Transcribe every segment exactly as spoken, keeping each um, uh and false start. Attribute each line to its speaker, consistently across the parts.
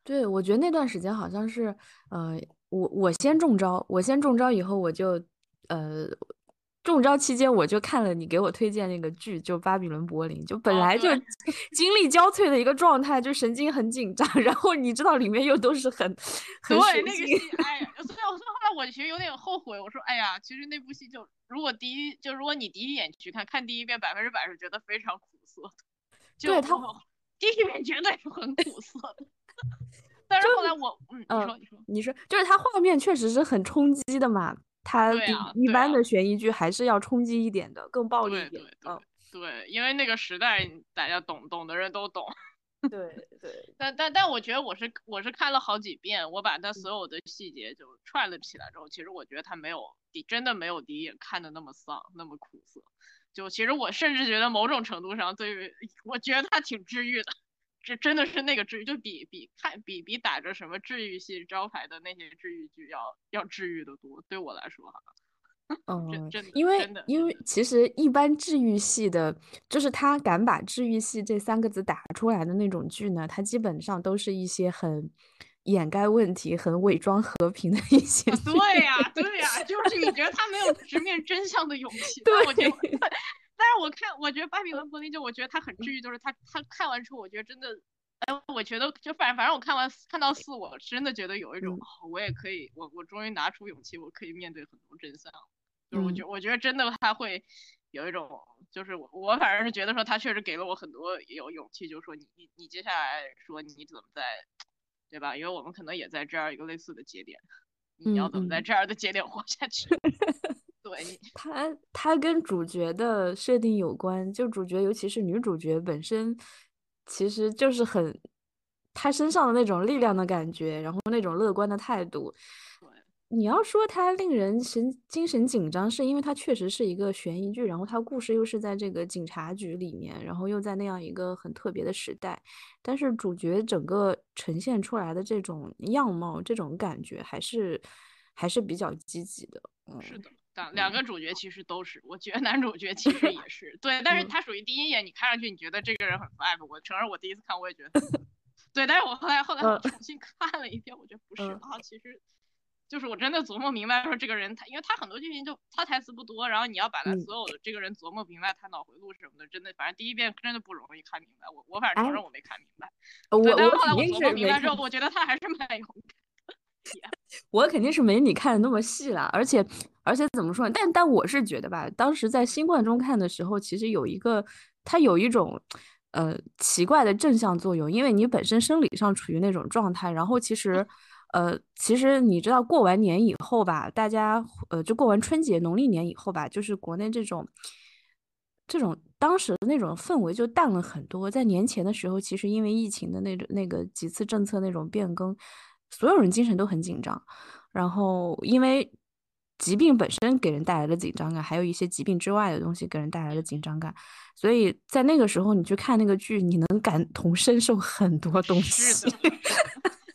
Speaker 1: 对，我觉得那段时间好像是，呃，我我先中招，我先中招以后，我就，呃，中招期间我就看了你给我推荐那个剧，就《巴比伦柏林》，就本
Speaker 2: 哦，
Speaker 1: 来就
Speaker 2: 对
Speaker 1: 精力交瘁的一个状态，就神经很紧张，然后你知道里面又都是很很血
Speaker 2: 对，那个
Speaker 1: 腥。
Speaker 2: 戏，哎呀，所以我说后来我其实有点后悔，我说，哎呀，其实那部戏就如果第一就如果你第一眼去看，看第一遍百分之百是觉得非常苦涩的，就
Speaker 1: 对他
Speaker 2: 我第一遍绝对是很苦涩的，但是
Speaker 1: 就
Speaker 2: 后来我，嗯，你
Speaker 1: 嗯，
Speaker 2: 说你说，
Speaker 1: 你说就是它画面确实是很冲击的嘛，它比
Speaker 2: 对啊
Speaker 1: 一般的
Speaker 2: 对啊，
Speaker 1: 悬疑剧还是要冲击一点的，更暴力一
Speaker 2: 对
Speaker 1: 点。嗯，
Speaker 2: 对对对，因为那个时代大家懂懂的人都懂，
Speaker 1: 对对，
Speaker 2: 但但但我觉得我是我是看了好几遍，我把它
Speaker 1: 嗯
Speaker 2: 所有的细节就串了起来之后，其实我觉得它没有第真的没有第一眼看的那么丧，那么苦涩。就其实我甚至觉得某种程度上，对于我觉得它挺治愈的，这真的是那个治愈，就比比看比比打着什么治愈系招牌的那些治愈剧要要治愈的多。对我来说哈，真
Speaker 1: 嗯，
Speaker 2: 真的
Speaker 1: 因为
Speaker 2: 真的
Speaker 1: 因为其实一般治愈系的，就是他敢把治愈系这三个字打出来的那种剧呢，它基本上都是一些很掩盖问题、很伪装和平的一些
Speaker 2: 啊，
Speaker 1: 剧。
Speaker 2: 对呀，对呀，就是你觉得他没有直面真相的勇气，但我觉得，
Speaker 1: 对，
Speaker 2: 但但是我看，我觉得巴比伦柏林就我觉得他很治愈，就是他他看完之后，我觉得真的，哎，我觉得就反反正我看完看到四，我真的觉得有一种，
Speaker 1: 嗯
Speaker 2: 哦我也可以，我我终于拿出勇气，我可以面对很多真相，就是我
Speaker 1: 嗯
Speaker 2: 觉我觉得真的他会有一种，就是我我反正是觉得说他确实给了我很多有勇气，就是说你你你接下来说你怎么在，对吧？因为我们可能也在这样一个类似的节点。你要怎么在
Speaker 1: 嗯嗯。
Speaker 2: 这样的节点活下去？对你，
Speaker 1: 它它跟主角的设定有关，就主角尤其是女主角本身，其实就是很她身上的那种力量的感觉，然后那种乐观的态度。
Speaker 2: 对，
Speaker 1: 你要说它令人神精神紧张，是因为它确实是一个悬疑剧，然后它故事又是在这个警察局里面，然后又在那样一个很特别的时代，但是主角整个呈现出来的这种样貌、这种感觉，还是还是比较积极的。嗯
Speaker 2: 是的，两两个主角其实都是，我觉得男主角其实也是，对，但是
Speaker 1: 嗯
Speaker 2: 他属于第一眼你看上去你觉得这个人很 vibe，我承认我第一次看我也觉得很，对，但是我后来后来我
Speaker 1: 嗯
Speaker 2: 重新看了一遍，我觉得不是
Speaker 1: 嗯
Speaker 2: 啊，其实就是我真的琢磨明白说这个人他，因为他很多剧情就他台词不多，然后你要把他
Speaker 1: 嗯，
Speaker 2: 所有的这个人琢磨明白他脑回路什么的，真的反正第一遍真的不容易看明白，我我反正承
Speaker 1: 哎，
Speaker 2: 认我没看明白，对，
Speaker 1: 我我
Speaker 2: 但是后来
Speaker 1: 肯定
Speaker 2: 我琢磨
Speaker 1: 是没看，
Speaker 2: 明白之后，我觉得他还是蛮勇敢的，
Speaker 1: 我肯定是没你看的那么细啦。而且而且怎么说呢？但但我是觉得吧，当时在新冠中看的时候，其实有一个它有一种呃奇怪的正向作用，因为你本身生理上处于那种状态，然后其实。呃，其实你知道，过完年以后吧，大家呃，就过完春节、农历年以后吧，就是国内这种这种当时的那种氛围就淡了很多。在年前的时候，其实因为疫情的那种那个几次政策那种变更，所有人精神都很紧张。然后因为疾病本身给人带来的紧张感，还有一些疾病之外的东西给人带来的紧张感，所以在那个时候你去看那个剧，你能感同身受很多东西。
Speaker 2: 是的，是的。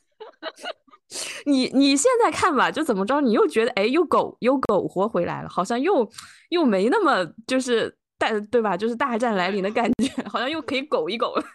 Speaker 1: 你你现在看吧，就怎么着，你又觉得哎，又苟又苟活回来了，好像又又没那么就是大，对吧？就是大战来
Speaker 2: 对，
Speaker 1: 临的感觉，好像又可以苟一苟了。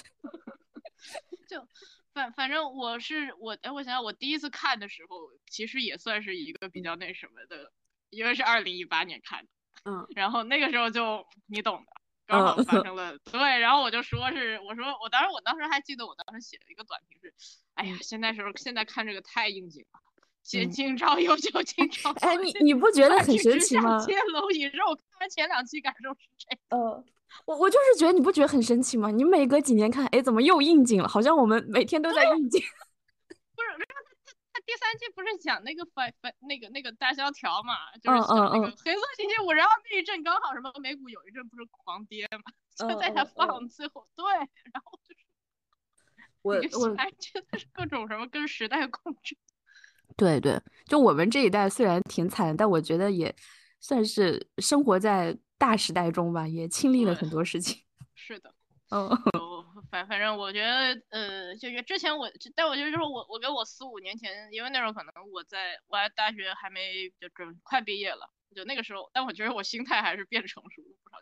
Speaker 2: 就反反正我是我，哎，我想想，我第一次看的时候，其实也算是一个比
Speaker 1: 嗯
Speaker 2: 较那什么的，因为是二零一八年看的，
Speaker 1: 嗯
Speaker 2: 然后那个时候就你懂的，刚
Speaker 1: 嗯
Speaker 2: 好发生了，对，然后我就说是，我说我当时我当时还记得我当时写了一个短评是，哎呀，
Speaker 1: 嗯
Speaker 2: 现在时候现在看这个太应景了。今
Speaker 1: 嗯，
Speaker 2: 今朝有酒今朝醉，
Speaker 1: 哎，你你不觉得很神
Speaker 2: 二君之
Speaker 1: 奇吗？
Speaker 2: 下皆蝼蚁肉。看完前两期感受是这样。
Speaker 1: 呃，我我就是觉得你不觉得很神奇吗？你每隔几年看，哎，怎么又应景了？好像我们每天都在应景。
Speaker 2: 不是，然后他他他第三季不是讲那个反反那个那个大萧条嘛，就是
Speaker 1: 嗯
Speaker 2: 讲那个
Speaker 1: 嗯嗯
Speaker 2: 黑色星期五，然后那一阵刚好什么美股有一阵不是狂跌嘛，
Speaker 1: 嗯
Speaker 2: 就在他
Speaker 1: 嗯嗯，
Speaker 2: 放最后对，然后就是你就
Speaker 1: 我我
Speaker 2: 哎真的是各种什么跟时代共振，
Speaker 1: 对对，就我们这一代虽然挺惨，但我觉得也算是生活在大时代中吧，也经历了
Speaker 2: 对，
Speaker 1: 很多事情。
Speaker 2: 是的。
Speaker 1: 嗯
Speaker 2: 反反正我觉得，呃，就是之前我，但我觉得就是我，我跟我四五年前，因为那时候可能我在我还大学还没就准快毕业了，就那个时候，但我觉得我心态还是变成熟了不少。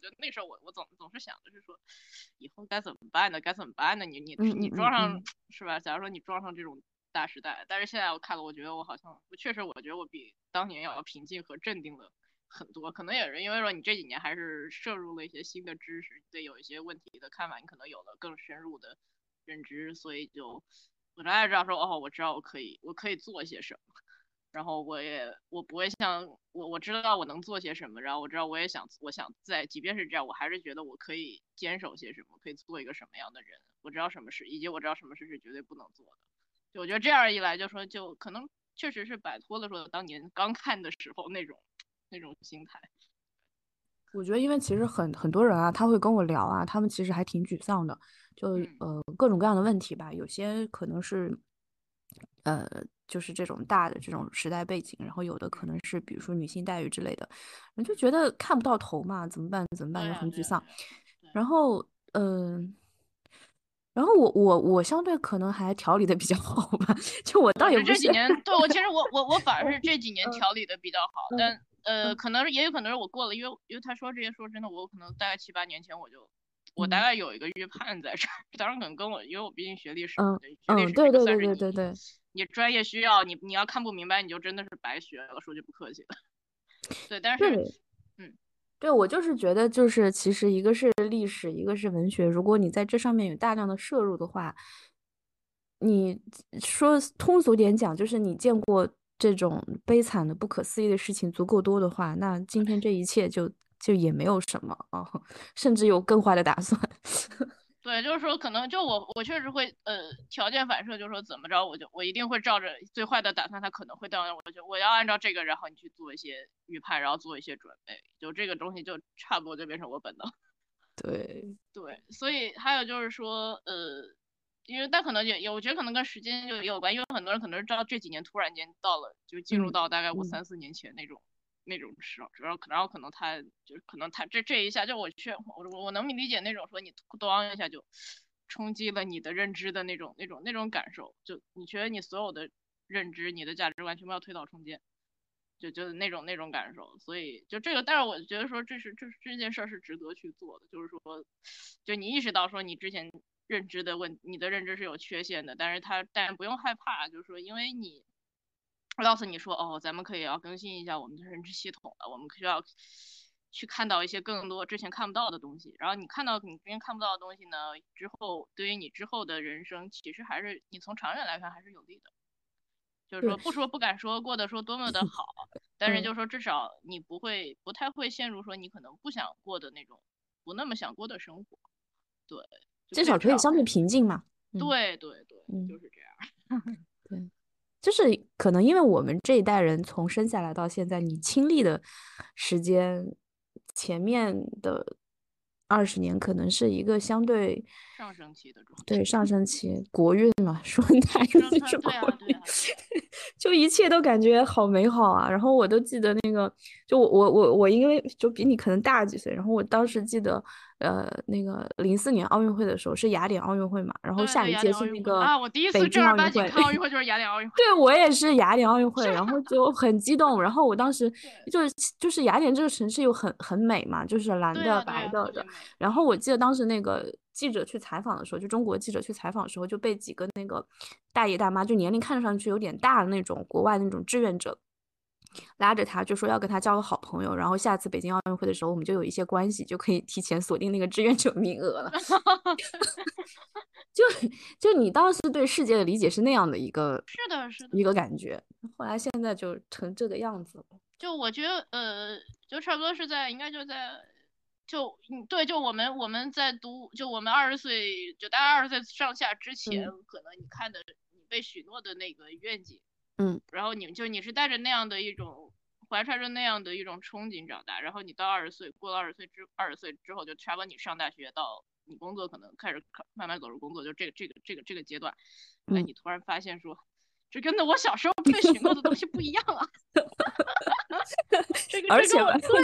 Speaker 2: 就那时候我我总总是想的是说，以后该怎么办呢？该怎么办呢？你你
Speaker 1: 嗯
Speaker 2: 你
Speaker 1: 嗯嗯
Speaker 2: 装上
Speaker 1: 嗯，
Speaker 2: 是吧？假如说你装上这种大时代，但是现在我看了，我觉得我好像确实，我觉得我比当年要平静和镇定了很多。可能也是因为说你这几年还是摄入了一些新的知识，对有一些问题的看法，你可能有了更深入的认知，所以就我大概知道说，哦，我知道我可以我可以做些什么。然后我也我不会像我我知道我能做些什么，然后我知道我也想我想在即便是这样，我还是觉得我可以坚守些什么，可以做一个什么样的人，我知道什么事，以及我知道什么事是绝对不能做的。就我觉得这样一来，就说就可能确实是摆脱了说当年刚看的时候那种那种心态。
Speaker 1: 我觉得，因为其实很很多人啊，他会跟我聊啊，他们其实还挺沮丧的，就
Speaker 2: 嗯
Speaker 1: 呃各种各样的问题吧，有些可能是呃就是这种大的这种时代背景，然后有的可
Speaker 2: 嗯
Speaker 1: 能是比如说女性待遇之类的，人就
Speaker 2: 嗯，
Speaker 1: 觉得看不到头嘛，怎么办？怎么办？就
Speaker 2: 对呀、
Speaker 1: 很沮丧。
Speaker 2: 对呀、对呀、对。
Speaker 1: 然后嗯、呃然后我我我相对可能还调理的比较好吧，就我倒
Speaker 2: 我是
Speaker 1: 也不是，
Speaker 2: 这几年，对我其实我我我反而是这几年
Speaker 1: 嗯
Speaker 2: 调理的比较好，
Speaker 1: 嗯
Speaker 2: 但呃，
Speaker 1: 嗯
Speaker 2: 可能也有可能是我过了，因为因为他说这些，说真的，我可能大概七八年前我就，我大
Speaker 1: 嗯
Speaker 2: 概有一个预判在这儿，当然可能跟我，因为我毕竟学历史嘛，
Speaker 1: 嗯
Speaker 2: 对，学历
Speaker 1: 嗯，
Speaker 2: 史这个
Speaker 1: 对对对
Speaker 2: 算是你
Speaker 1: 对对对。
Speaker 2: 你专业需要，你你要看不明白，你就真的是白学了，说句不客气的。对，但是
Speaker 1: 对，
Speaker 2: 嗯，
Speaker 1: 对，我就是觉得，就是其实一个是历史，一个是文学。如果你在这上面有大量的摄入的话，你说通俗点讲，就是你见过这种悲惨的、不可思议的事情足够多的话，那今天这一切就就也没有什么啊，甚至有更坏的打算。
Speaker 2: 对，就是说，可能就我，我确实会，呃，条件反射，就是说怎么着，我就我一定会照着最坏的打算，他可能会到那，我就我要按照这个，然后你去做一些预判，然后做一些准备，就这个东西就差不多就变成我本能。
Speaker 1: 对，
Speaker 2: 对，所以还有就是说，呃，因为但可能也也，我觉得可能跟时间就也有关，因为很多人可能是知道这几年突然间到了，就进入
Speaker 1: 嗯
Speaker 2: 到大概我
Speaker 1: 嗯，
Speaker 2: 三四年前那种那种时候，主要可然后可能他就是可能他这这一下就我确我我我能理解那种说你咣一下就冲击了你的认知的那种那种那种感受，就你觉得你所有的认知、你的价值观全部要推倒重建。就就是那种那种感受，所以就这个，但是我觉得说这是这是这件事儿是值得去做的，就是说，就你意识到说你之前认知的问，你的认知是有缺陷的，但是他但不用害怕，就是说，因为你告诉你说，哦，咱们可以要更新一下我们的认知系统了，我们需要去看到一些更多之前看不到的东西，然后你看到你之前看不到的东西呢，之后对于你之后的人生，其实还是你从长远来看还是有利的。就是
Speaker 1: 对，
Speaker 2: 说不说不敢说过得说多么的好，但是
Speaker 1: 嗯，
Speaker 2: 就是说至少你不会不太会陷入说你可能不想过的那种不那么想过的生活，对，就
Speaker 1: 至
Speaker 2: 可以至少
Speaker 1: 少可以相对平静嘛。嗯
Speaker 2: 对对对，就
Speaker 1: 嗯，
Speaker 2: 是这样。
Speaker 1: 对。就是可能因为我们这一代人从生下来到现在，你经历的时间，前面的二十年可能是一个相对
Speaker 2: 上升期的状态，
Speaker 1: 对上升期，国运嘛，说台语
Speaker 2: 让他
Speaker 1: 是国
Speaker 2: 对啊对
Speaker 1: 运，
Speaker 2: 啊对啊，
Speaker 1: 就一切都感觉好美好啊。然后我都记得那个，就我我我我因为就比你可能大几岁，然后我当时
Speaker 2: 嗯，
Speaker 1: 记得，呃，那个零四年奥运会的时候是雅典奥运会嘛，然后
Speaker 2: 对对，雅
Speaker 1: 下一届
Speaker 2: 典奥运
Speaker 1: 是那个
Speaker 2: 会啊，我第一
Speaker 1: 北
Speaker 2: 次正儿八经
Speaker 1: 京奥运会。
Speaker 2: 看奥运会就是雅典奥运会，
Speaker 1: 对，我也是雅典奥运会，
Speaker 2: 是
Speaker 1: 然后就很激动。然后我当时
Speaker 2: 对
Speaker 1: 就是就是雅典这个城市又很很美嘛，就是蓝的
Speaker 2: 对呀对呀，
Speaker 1: 白的的。
Speaker 2: 特别美，
Speaker 1: 然后我记得当时那个记者去采访的时候，就中国记者去采访的时候，就被几个那个大爷大妈，就年龄看上去有点大的那种国外的那种志愿者。拉着他就说要跟他交个好朋友，然后下次北京奥运会的时候，我们就有一些关系，就可以提前锁定那个志愿者名额了。就就你当时对世界的理解是那样的一个
Speaker 2: 是的是的。
Speaker 1: 一个感觉，后来现在就成这个样子了。
Speaker 2: 就我觉得，呃，就差不多是在，应该就在，就嗯，对，就我们我们在读，就我们二十岁，就大概二十岁上下之前，
Speaker 1: 嗯
Speaker 2: 可能你看的你被许诺的那个愿景，
Speaker 1: 嗯，
Speaker 2: 然后你就你是带着那样的一种，怀揣着那样的一种憧憬长大，然后你到二十岁，过了二十岁之二十岁之后，就差不多你上大学到你工作，可能开始慢慢走入工作，就这个这个这个这个阶段，哎，
Speaker 1: 嗯，
Speaker 2: 你突然发现说，这跟的我小时候被许诺的东西不一样啊。这个这跟
Speaker 1: 而且吧，
Speaker 2: 我对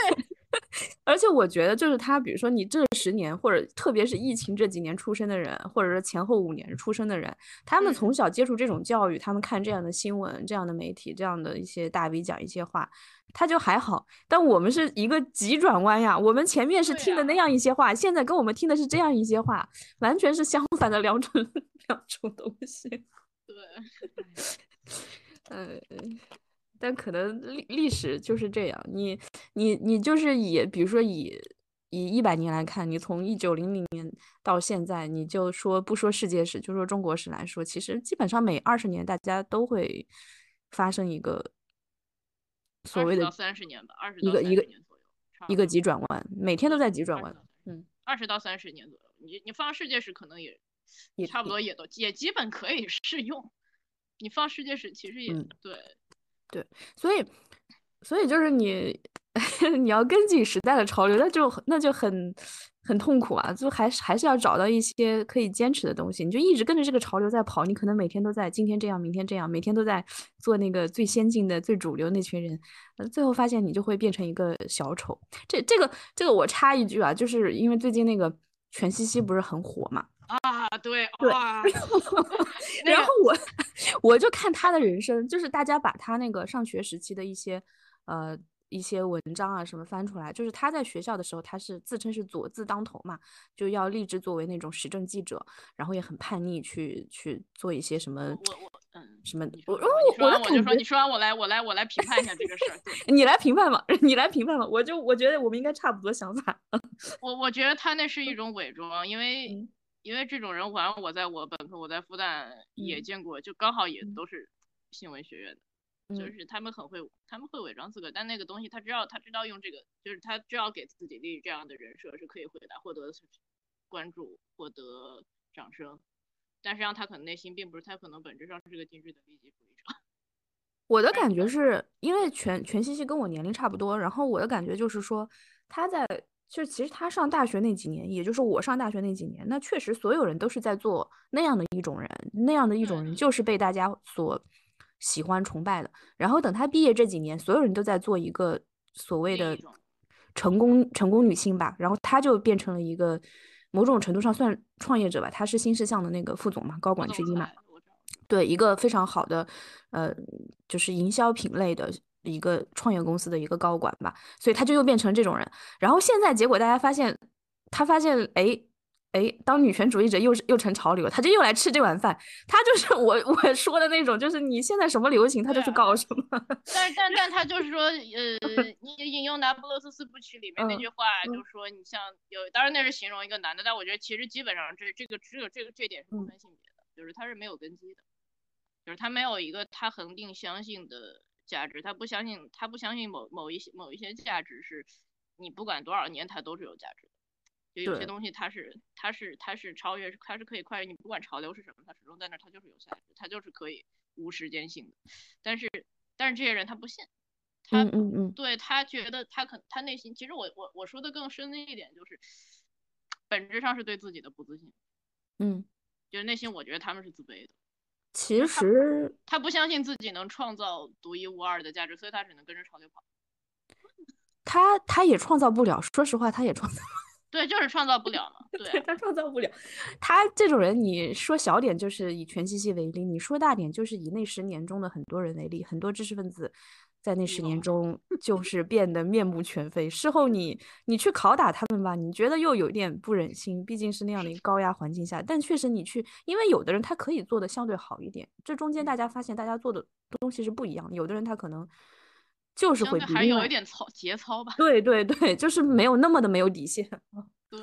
Speaker 1: 而且我觉得，就是他，比如说你这十年，或者特别是疫情这几年出生的人，或者是前后五年出生的人，他们
Speaker 2: 嗯，
Speaker 1: 从小接触这种教育，他们看这样的新闻、这样的媒体、这样的一些大 V 讲一些话，他就还好。但我们是一个急转弯呀，我们前面是
Speaker 2: 对呀，
Speaker 1: 听的那样一些话，现在跟我们听的是这样一些话，完全是相反的两种两种东西。
Speaker 2: 对，
Speaker 1: 呃，但可能历历史就是这样，你你你就是以比如说以以一百年来看，你从一九零零年到现在，你就说不说世界史，就说中国史来说，其实基本上每二十年大家都会发生一个所谓的
Speaker 2: 二十到三十年吧，二十到
Speaker 1: 一个一个
Speaker 2: 三十年左右，差
Speaker 1: 一个
Speaker 2: 不多。
Speaker 1: 急转弯，每天都
Speaker 2: 对，
Speaker 1: 在急转弯。
Speaker 2: 二十到三十，
Speaker 1: 嗯，
Speaker 2: 二十到三十年左右，你你放世界史可能也
Speaker 1: 也也
Speaker 2: 差不多，也都也基本可以适用。你放世界史其实也
Speaker 1: 嗯。
Speaker 2: 对，
Speaker 1: 对，所以，所以就是你，你要跟进时代的潮流，那就那就很很痛苦啊！就还是还是要找到一些可以坚持的东西。你就一直跟着这个潮流在跑，你可能每天都在今天这样，明天这样，每天都在做那个最先进的、最主流那群人，呃，最后发现你就会变成一个小丑。这这个这个我插一句啊，就是因为最近那个全西西不是很火嘛。
Speaker 2: 啊，对
Speaker 1: 对，
Speaker 2: 啊，那个
Speaker 1: 然后我我就看他的人生，就是大家把他那个上学时期的一些呃一些文章啊什么翻出来，就是他在学校的时候，他是自称是左字当头嘛，就要立志作为那种时政记者，然后也很叛逆去去做一些什么
Speaker 2: 我我我嗯，
Speaker 1: 什么，我哦
Speaker 2: 你说你说你说
Speaker 1: 我的感觉，
Speaker 2: 完我就说，你说完我来我来我来评判一下这个事儿。对，
Speaker 1: 你来评判嘛，你来评判嘛，我就我觉得我们应该差不多想法。
Speaker 2: 我我觉得他那是一种伪装，因为
Speaker 1: 嗯
Speaker 2: 因为这种人，反正我在我本科我在复旦也
Speaker 1: 嗯
Speaker 2: 见过，就刚好也
Speaker 1: 嗯
Speaker 2: 都是新闻学院的，就
Speaker 1: 嗯
Speaker 2: 是他们很会他们会伪装自个，但那个东西他知道他知道用这个，就是他知道给自己立这样的人设是可以回答获得关注获得掌声，但是让他可能内心并不是，他可能本质上是个精致的利己主义者。
Speaker 1: 我的感
Speaker 2: 但是但
Speaker 1: 觉是因为全全西西跟我年龄差不多，然后我的感觉就是说，他在就其实他上大学那几年，也就是我上大学那几年，那确实所有人都是在做那样的一种人，那样的一种人
Speaker 2: 对对
Speaker 1: 就是被大家所喜欢崇拜的。然后等他毕业这几年，所有人都在做一个所谓的
Speaker 2: 另一种
Speaker 1: 成功成功女性吧，然后他就变成了一个某种程度上算创业者吧，他是新世相的那个副总嘛，高
Speaker 2: 副
Speaker 1: 管之一嘛。
Speaker 2: 总裁，我知道。
Speaker 1: 对，一个非常好的，呃，就是营销品类的一个创业公司的一个高管吧，所以他就又变成这种人。然后现在结果大家发现，他发现，哎哎，当女权主义者又是又成潮流了，他就又来吃这碗饭。他就是我我说的那种，就是你现在什么流行，他就去
Speaker 2: 对啊，
Speaker 1: 搞什么。
Speaker 2: 但是但但他就是说，呃，你引用《那不勒斯四部曲》里面那
Speaker 1: 嗯
Speaker 2: 句话，就
Speaker 1: 嗯
Speaker 2: 是说你像有，当然那是形容一个男的，但我觉得其实基本上这这个这个这个这点是不
Speaker 1: 嗯
Speaker 2: 分性别的，就是他是没有根基的，就是他没有一个他恒定相信的价值，他不相信他不相信某某一些某一些价值是你不管多少年它都是有价值的。就有些
Speaker 1: 对
Speaker 2: 东西它是它是它是超越，它是可以跨越，你不管潮流是什么，它始终在那，它就是有价值，它就是可以无时间性的。但是但是这些人他不信，他
Speaker 1: 嗯嗯嗯
Speaker 2: 对他觉得他可他内心，其实我我我说的更深的一点就是，本质上是对自己的不自信，
Speaker 1: 嗯，
Speaker 2: 就是内心我觉得他们是自卑的，就
Speaker 1: 其
Speaker 2: 是他
Speaker 1: 实
Speaker 2: 他不相信自己能创造独一无二的价值，所以他只能跟着潮流跑。
Speaker 1: 他他也创造不了，说实话，他也创造。
Speaker 2: 对，就是创造不了嘛。对啊，
Speaker 1: 他创造不了。他这种人，你说小点就是以全西西为例，你说大点就是以那十年中的很多人为例，很多知识分子在那十年
Speaker 2: emo
Speaker 1: 中就是变得面目全非。事后你你去拷打他们吧，你觉得又有点不忍心，毕竟是那样的一个高压环境下。但确实你去，因为有的人他可以做的相对好一点，这中间大家
Speaker 2: 嗯，
Speaker 1: 发现大家做的东西是不一样的，有的人他可能就是会
Speaker 2: 相对还是
Speaker 1: 比另外，
Speaker 2: 有一点操节操吧。
Speaker 1: 对对对，就是没有那么的没有底线。
Speaker 2: 对。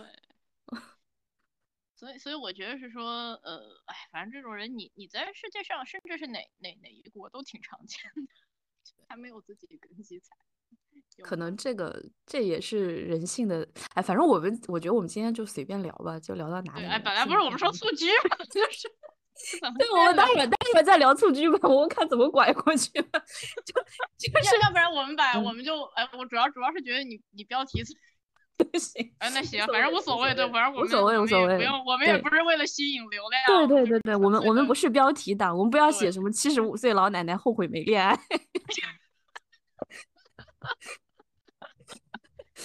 Speaker 2: 所以，所以我觉得是说，呃，哎，反正这种人你，你在世界上，甚至是哪哪哪一国都挺常见的，还没有自己根基才有
Speaker 1: 可能
Speaker 2: 吗？
Speaker 1: 这个这也是人性的，哎，反正我们我觉得我们今天就随便聊吧，就聊到哪
Speaker 2: 对，哎，
Speaker 1: 里了？
Speaker 2: 本来不
Speaker 1: 去
Speaker 2: 是我们说蹴鞠吗？就是怎么
Speaker 1: 对，我们待
Speaker 2: 变了？
Speaker 1: 会儿待会儿再聊蹴鞠吧，我看怎么拐过去了。就就是
Speaker 2: 要要不然我们把我
Speaker 1: 嗯，
Speaker 2: 们就，哎，我主要主要是觉得你你标题，
Speaker 1: 不行，
Speaker 2: 哎，那行，反正
Speaker 1: 无所谓
Speaker 2: 无所谓，对，
Speaker 1: 无所谓
Speaker 2: 反正我
Speaker 1: 无所谓
Speaker 2: 们我们
Speaker 1: 无所谓。
Speaker 2: 也不用，我们也
Speaker 1: 对
Speaker 2: 不是为了吸引流量，
Speaker 1: 对对
Speaker 2: 就是
Speaker 1: 对对，我
Speaker 2: 纯粹的，
Speaker 1: 们我们不是标题党，我们不要写
Speaker 2: 对，
Speaker 1: 什么七十五岁老奶奶后悔没恋爱。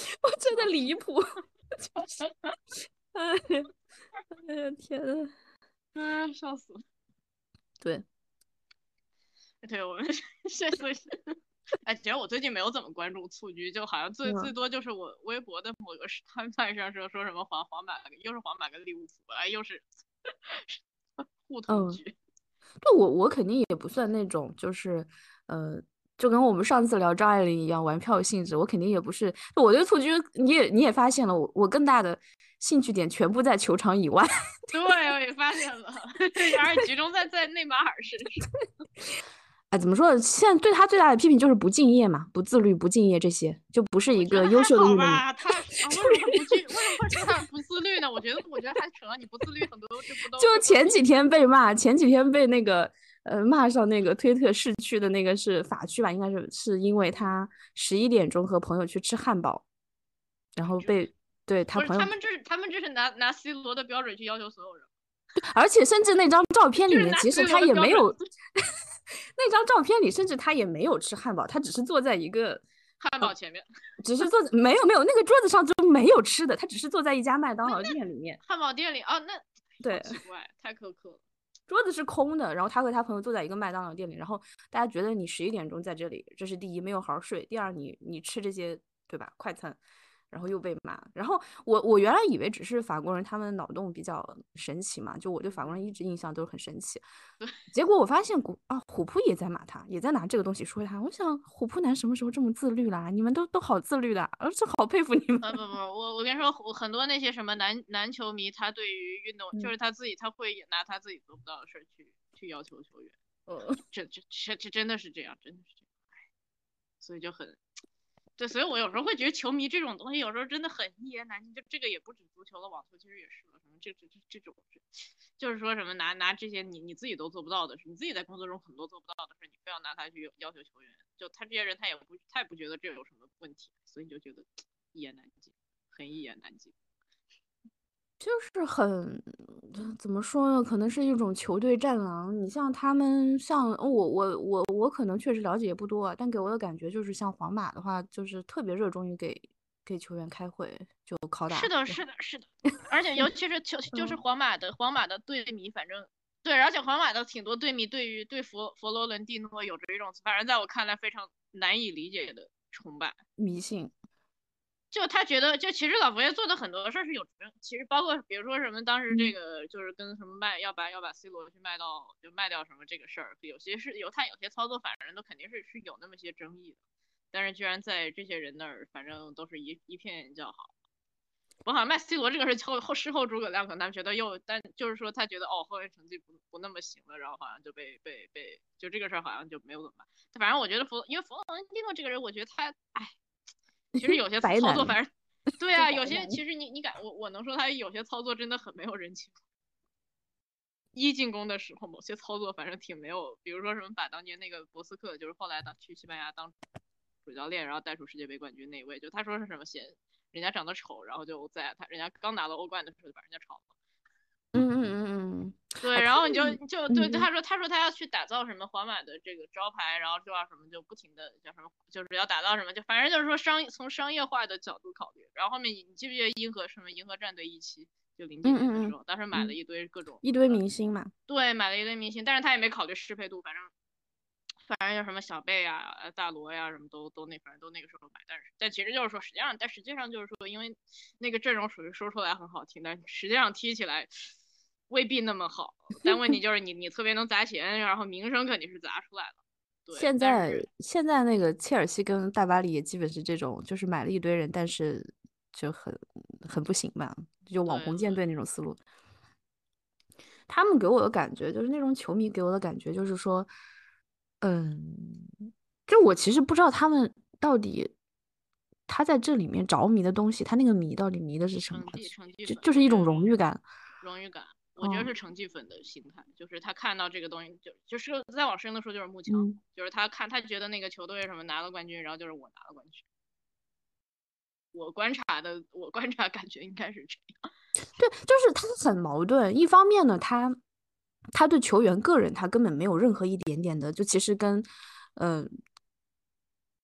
Speaker 1: 我真的离谱，就是，哎呀，哎呀，天呐，
Speaker 2: 嗯，笑死了。
Speaker 1: 对，
Speaker 2: 对我们现在是，哎，其实我最近没有怎么关注蹴鞠，就好像最最
Speaker 1: 嗯
Speaker 2: 多就是我微博的某个摊贩上说说什么皇皇马又是皇马跟利物浦，哎，又是互捅
Speaker 1: 嗯。
Speaker 2: 局。
Speaker 1: 就我我肯定也不算那种，就是呃，就跟我们上次聊张爱玲一样玩票性质，我肯定也不是。我对蹴鞠，你也你也发现了，我我更大的兴趣点全部在球场以外。
Speaker 2: 对，我也发现了，而且集中在在内马尔身上。
Speaker 1: 哎，怎么说呢？现在对他最大的批评就是不敬业嘛，不自律、不敬业，这些就不是一个优
Speaker 2: 我觉得还
Speaker 1: 秀的运动员。
Speaker 2: 好吧，他啊，为什么他不去？为什么会说他不自律呢？我觉得，我觉得还扯，你不自律，很多这不都
Speaker 1: 就
Speaker 2: 这不都一
Speaker 1: 前几天被骂，前几天被那个呃骂上那个推特市区的那个是法区吧，应该是是因为他十一点钟和朋友去吃汉堡，然后
Speaker 2: 这
Speaker 1: 被对他
Speaker 2: 不是
Speaker 1: 朋友，
Speaker 2: 他们这是他们这是拿拿 C 罗的标准去要求所有人，
Speaker 1: 而且甚至那张照片里面，
Speaker 2: 就是拿
Speaker 1: 其实
Speaker 2: C 罗
Speaker 1: 他
Speaker 2: 的标准。
Speaker 1: 也没有那张照片里，甚至他也没有吃汉堡，他只是坐在一个
Speaker 2: 汉堡前面，
Speaker 1: 只是坐没有没有那个桌子上就没有吃的，他只是坐在一家麦当劳店里面，
Speaker 2: 汉堡店里啊，那好
Speaker 1: 对。
Speaker 2: 奇怪，太苛刻了。
Speaker 1: 桌子是空的，然后他和他朋友坐在一个麦当劳店里，然后大家觉得你十一点钟在这里，这是第一没有好好睡，第二你你吃这些对吧快餐，然后又被骂。然后我我原来以为只是法国人他们脑洞比较神奇嘛，就我对法国人一直印象都是很神奇，结果我发现古啊虎扑也在骂他，也在拿这个东西说他。我想虎扑男什么时候这么自律啦？你们都都好自律的，而且好佩服你们。
Speaker 2: 啊不不，我我跟你说，我很多那些什么男男球迷，他对于运动就
Speaker 1: 嗯
Speaker 2: 是他自己，他会拿他自己做不到的事儿去去要求球员，
Speaker 1: 呃，
Speaker 2: 这这这这真的是这样，真的是这样，所以就很对，所以我有时候会觉得球迷这种东西有时候真的很一言难尽，就这个也不止足球了，网球其实也是了，什么这这这这种，就是说什么拿拿这些你你自己都做不到的事，你自己在工作中很多做不到的事，你非要拿它去要求球员，就他这些人他也不他也不觉得这有什么问题，所以就觉得一言难尽，很一言难尽。
Speaker 1: 就是很怎么说呢？可能是一种球队战狼。你像他们，像我我我我可能确实了解也不多啊，但给我的感觉就是像皇马的话，就是特别热衷于给给球员开会，就拷打。
Speaker 2: 是的，是的，是的，而且尤其是球就是
Speaker 1: 嗯，
Speaker 2: 皇马的皇马的队迷，反正对，而且皇马的挺多队迷对于对佛佛罗伦蒂诺有着一种，反正在我看来非常难以理解的崇拜。
Speaker 1: 迷信。
Speaker 2: 就他觉得，就其实老佛爷做的很多事儿是有真，其实包括比如说什么，当时这
Speaker 1: 嗯
Speaker 2: 个就是跟什么卖要把要把 C 罗去卖到就卖掉什么这个事儿，有些是有他有些操作，反正都肯定是是有那么些争议的，但是居然在这些人那儿，反正都是一一片叫好。我好像卖 C 罗这个是后后事后诸葛亮可能他们觉得又，但就是说他觉得哦后面成绩不不那么行了，然后好像就被被被就这个事儿好像就没有怎么办。反正我觉得佛因为佛罗伦蒂诺这个人，我觉得他哎。其实有些
Speaker 1: 白男，
Speaker 2: 操作，反正对
Speaker 1: 就
Speaker 2: 啊，
Speaker 1: 白男。
Speaker 2: 有些其实你你感我我能说他有些操作真的很没有人情。一进攻的时候，某些操作反正挺没有，比如说什么把当年那个博斯克，就是后来当去西班牙当主教练，然后带出世界杯冠军那位，就他说是什么嫌人家长得丑，然后就在他人家刚拿了欧冠的时候就把人家炒了。
Speaker 1: 嗯嗯嗯嗯，
Speaker 2: 对，
Speaker 1: 哎，他
Speaker 2: 然后你就
Speaker 1: 们，
Speaker 2: 就对
Speaker 1: 嗯嗯
Speaker 2: 他说，他说他要去打造什么皇马的这个招牌，然后就要什么就不停的叫什么，就是要打造什么，就反正就是说商从商业化的角度考虑。然后后面你记不记得银河什么银河战队一期，就零几
Speaker 1: 嗯嗯嗯
Speaker 2: 年的时候，当时买了
Speaker 1: 嗯，
Speaker 2: 一堆各种
Speaker 1: 一堆明星嘛。
Speaker 2: 对，买了一堆明星，但是他也没考虑适配度，反正反正就什么小贝啊、大罗呀、什么都都那反正都那个时候买，但是但其实就是说实际上，但实际上就是说，因为那个阵容属于说出来很好听，但实际上踢起来未必那么好。但问题就是你你特别能砸钱，然后名声肯定是砸出来了。对，
Speaker 1: 现在
Speaker 2: 但是
Speaker 1: 现在那个切尔西跟大巴黎也基本是这种，就是买了一堆人，但是就很很不行吧，就网红舰队
Speaker 2: 对对
Speaker 1: 那种思路。他们给我的感觉就是那种球迷给我的感觉就是说，嗯，就我其实不知道他们到底他在这里面着迷的东西，他那个迷到底迷的是什么？
Speaker 2: 成绩成绩粉，
Speaker 1: 就就是一种
Speaker 2: 我觉得荣
Speaker 1: 荣誉感。
Speaker 2: 荣誉感，我觉得
Speaker 1: 嗯
Speaker 2: 是成绩粉的心态，就是他看到这个东西就就是再往深的说就是慕强，
Speaker 1: 嗯。
Speaker 2: 就是他看他觉得那个球队什么拿了冠军，然后就是我拿了冠军。我观察的，我观察感觉应该是这样。
Speaker 1: 对，就是他很矛盾。一方面呢，他他对球员个人他根本没有任何一点点的，就其实跟嗯、呃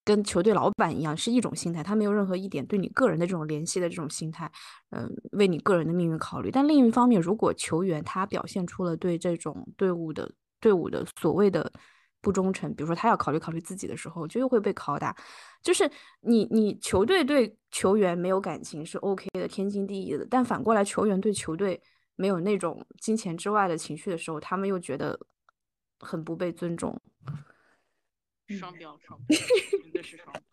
Speaker 1: 跟球队老板一样，是一种心态，他没有任何一点对你个人的这种联系的这种心态，嗯，为你个人的命运考虑。但另一方面，如果球员他表现出了对这种队伍的队伍的所谓的不忠诚，比如说他要考虑考虑自己的时候，就又会被拷打。就是你你球队对球员没有感情是 OK 的，天经地义的，但反过来球员对球队没有那种金钱之外的情绪的时候，他们又觉得很不被尊重。
Speaker 2: 双标，双标，真的是双标。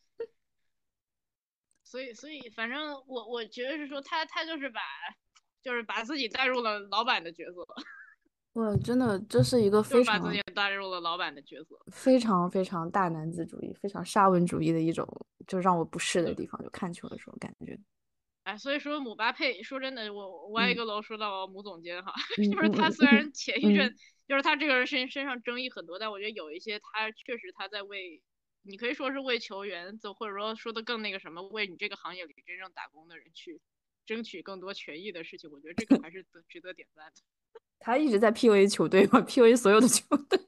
Speaker 2: 所以，所以，反正我我觉得是说他他就是把就是把自己带入了老板的角色。
Speaker 1: 哇，真的，这是一个
Speaker 2: 就是
Speaker 1: 非常
Speaker 2: 把自己带入了老板的角色，
Speaker 1: 非常非常大男子主义、非常沙文主义的一种，就让我不适的地方。就看球的时候感觉，
Speaker 2: 哎，所以说姆巴佩，说真的，我歪一
Speaker 1: 嗯
Speaker 2: 个楼说到姆总监哈，
Speaker 1: 嗯
Speaker 2: 就是他
Speaker 1: 嗯
Speaker 2: 虽然前一阵
Speaker 1: 嗯
Speaker 2: 就是他这个人身身上争议很多，但我觉得有一些他确实他在为，你可以说是为球员，就或者说说的更那个什么，为你这个行业里真正打工的人去争取更多权益的事情，我觉得这个还是值得点赞的。
Speaker 1: 他一直在 P U A 球队嘛，P U A 所有的球队。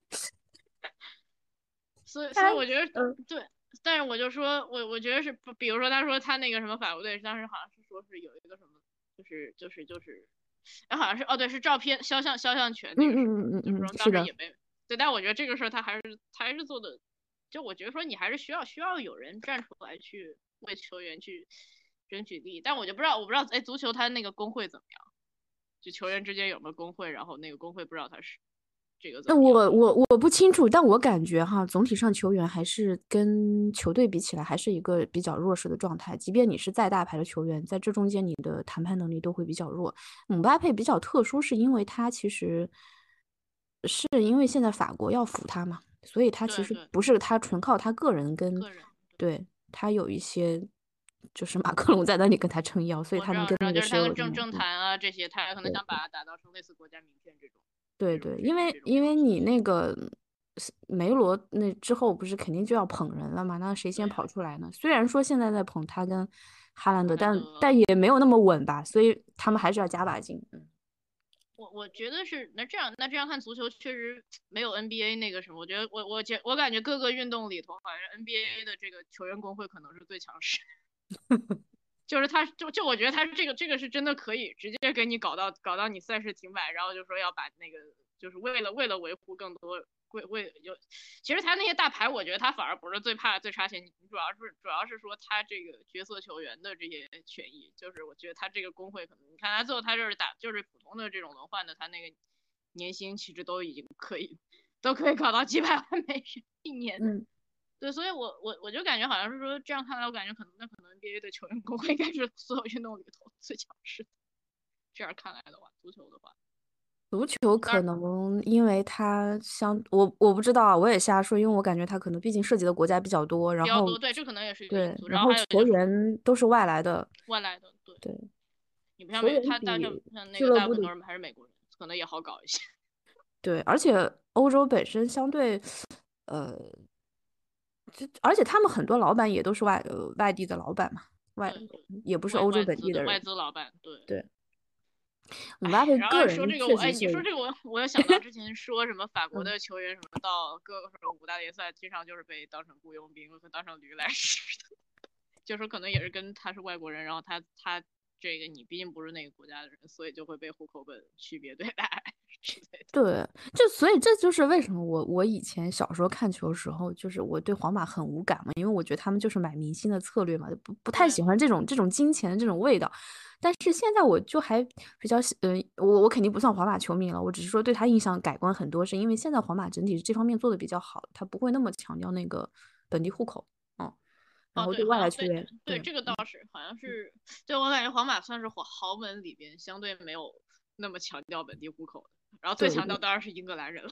Speaker 2: 所以，所以
Speaker 1: 他
Speaker 2: 我觉得
Speaker 1: 嗯
Speaker 2: 对，但是我就说，我我觉得是，比如说他说他那个什么法国队，当时好像是说是有一个什么，就是就是就是，哎，好像是哦，对，是照片肖像肖像权
Speaker 1: 嗯
Speaker 2: 那个事儿，
Speaker 1: 嗯嗯嗯嗯，
Speaker 2: 就是说
Speaker 1: 是的，
Speaker 2: 当时也没对，但我觉得这个事儿他还是他还是做的，就我觉得说你还是需要需要有人站出来去为球员去争取利益，但我就不知道我不知道哎，足球他那个工会怎么样，就球员之间有没有工会，然后那个工会不知道他是这个怎
Speaker 1: 那
Speaker 2: 么样。
Speaker 1: 我我我不清楚，但我感觉哈，总体上球员还是跟球队比起来，还是一个比较弱势的状态。即便你是再大牌的球员，在这中间你的谈判能力都会比较弱。姆巴佩比较特殊，是因为他其实是因为现在法国要扶他嘛，所以他其实
Speaker 2: 对对，
Speaker 1: 不是他纯靠他个人跟，
Speaker 2: 个人。
Speaker 1: 对，他有一些就是马克龙在那里跟他撑腰，所以
Speaker 2: 我知道，
Speaker 1: 他能跟
Speaker 2: 知道，就是他
Speaker 1: 那个时候，
Speaker 2: 跟政政
Speaker 1: 嗯，
Speaker 2: 坛啊这些，他可能
Speaker 1: 对对。
Speaker 2: 想把它打造成类似国家名片这种，这种
Speaker 1: 对对，因
Speaker 2: 这种这种
Speaker 1: 为因为
Speaker 2: 形式。
Speaker 1: 你那个梅罗那之后不是肯定就要捧人了嘛？那谁先
Speaker 2: 对呀、
Speaker 1: 跑出来呢？虽然说现在在捧他跟哈兰德，
Speaker 2: 哈兰
Speaker 1: 但但
Speaker 2: 德，
Speaker 1: 也没有那么稳吧，所以他们
Speaker 2: 对，
Speaker 1: 还是要加把劲。嗯，
Speaker 2: 我我觉得是，那这样那这样看足球确实没有 N B A 那个什么，我觉得我我觉我感觉各个运动里头，好像 N B A 的这个球员工会可能是最强势。就是他就就我觉得他这个这个是真的可以直接给你搞到搞到你赛事停摆，然后就说要把那个就是为了为了维护更多为为有，其实他那些大牌，我觉得他反而不是最怕最差钱，主要是主要是说他这个角色球员的这些权益，就是我觉得他这个工会可能你看他最后他就是打就是普通的这种轮换的，他那个年薪其实都已经可以都可以搞到几百万美元一年。
Speaker 1: 嗯，
Speaker 2: 对，所以我我我就感觉好像是说这样看来，我感觉可能那可能 N B A 的球员工会应该是所有运动里头最强势的。这样看来的话，足球的话，
Speaker 1: 足球可
Speaker 2: 当然
Speaker 1: 能因为他相我我不知道啊，我也瞎说，因为我感觉他可能毕竟涉及的国家比较多，然后
Speaker 2: 比较多，对，这可能也是一个因
Speaker 1: 对，
Speaker 2: 素。然后
Speaker 1: 然后球
Speaker 2: 还有就是
Speaker 1: 员都是外来的，
Speaker 2: 外来的，对，
Speaker 1: 对，
Speaker 2: 你不像
Speaker 1: 球
Speaker 2: 美他大像
Speaker 1: 员比
Speaker 2: 像那
Speaker 1: 俱乐部的。
Speaker 2: 个大部分都是还是美国人，可能也好搞一些。
Speaker 1: 对，而且欧洲本身相对，呃，就而且他们很多老板也都是外呃外地的老板嘛，外
Speaker 2: 对对，
Speaker 1: 也不是
Speaker 2: 外
Speaker 1: 欧洲
Speaker 2: 外资的外
Speaker 1: 本地的人。
Speaker 2: 资老板，对。
Speaker 1: 对，姆巴
Speaker 2: 哎，
Speaker 1: 佩
Speaker 2: 然后说
Speaker 1: 个人
Speaker 2: 这个我，哎，
Speaker 1: 确实是，
Speaker 2: 你说这个我，我又想到之前说什么法国
Speaker 1: 嗯，
Speaker 2: 的球员什么到各个什么五大联赛，经常就是被当成雇佣兵和当成驴来使的，就说可能也是跟他是外国人，然后他他这个你毕竟不是那个国家的人，所以就会被户口本区别对待之类的。
Speaker 1: 对，就所以这就是为什么我我以前小时候看球的时候，就是我对皇马很无感嘛，因为我觉得他们就是买明星的策略嘛，不不太喜
Speaker 2: 对，
Speaker 1: 欢这种这种金钱的这种味道。但是现在我就还比较喜，嗯、我我肯定不算皇马球迷了，我只是说对他印象改观很多，是因为现在皇马整体这方面做的比较好，他不会那么强调那个本地户口，嗯，然
Speaker 2: 哦对，
Speaker 1: 后对
Speaker 2: 好像对
Speaker 1: 外来球员，
Speaker 2: 对，
Speaker 1: 对，
Speaker 2: 这个倒是，好像是，对我感觉皇马算是豪豪门里边相对没有那么强调本地户口的，然后最强调
Speaker 1: 对对，
Speaker 2: 当然是英格兰人了，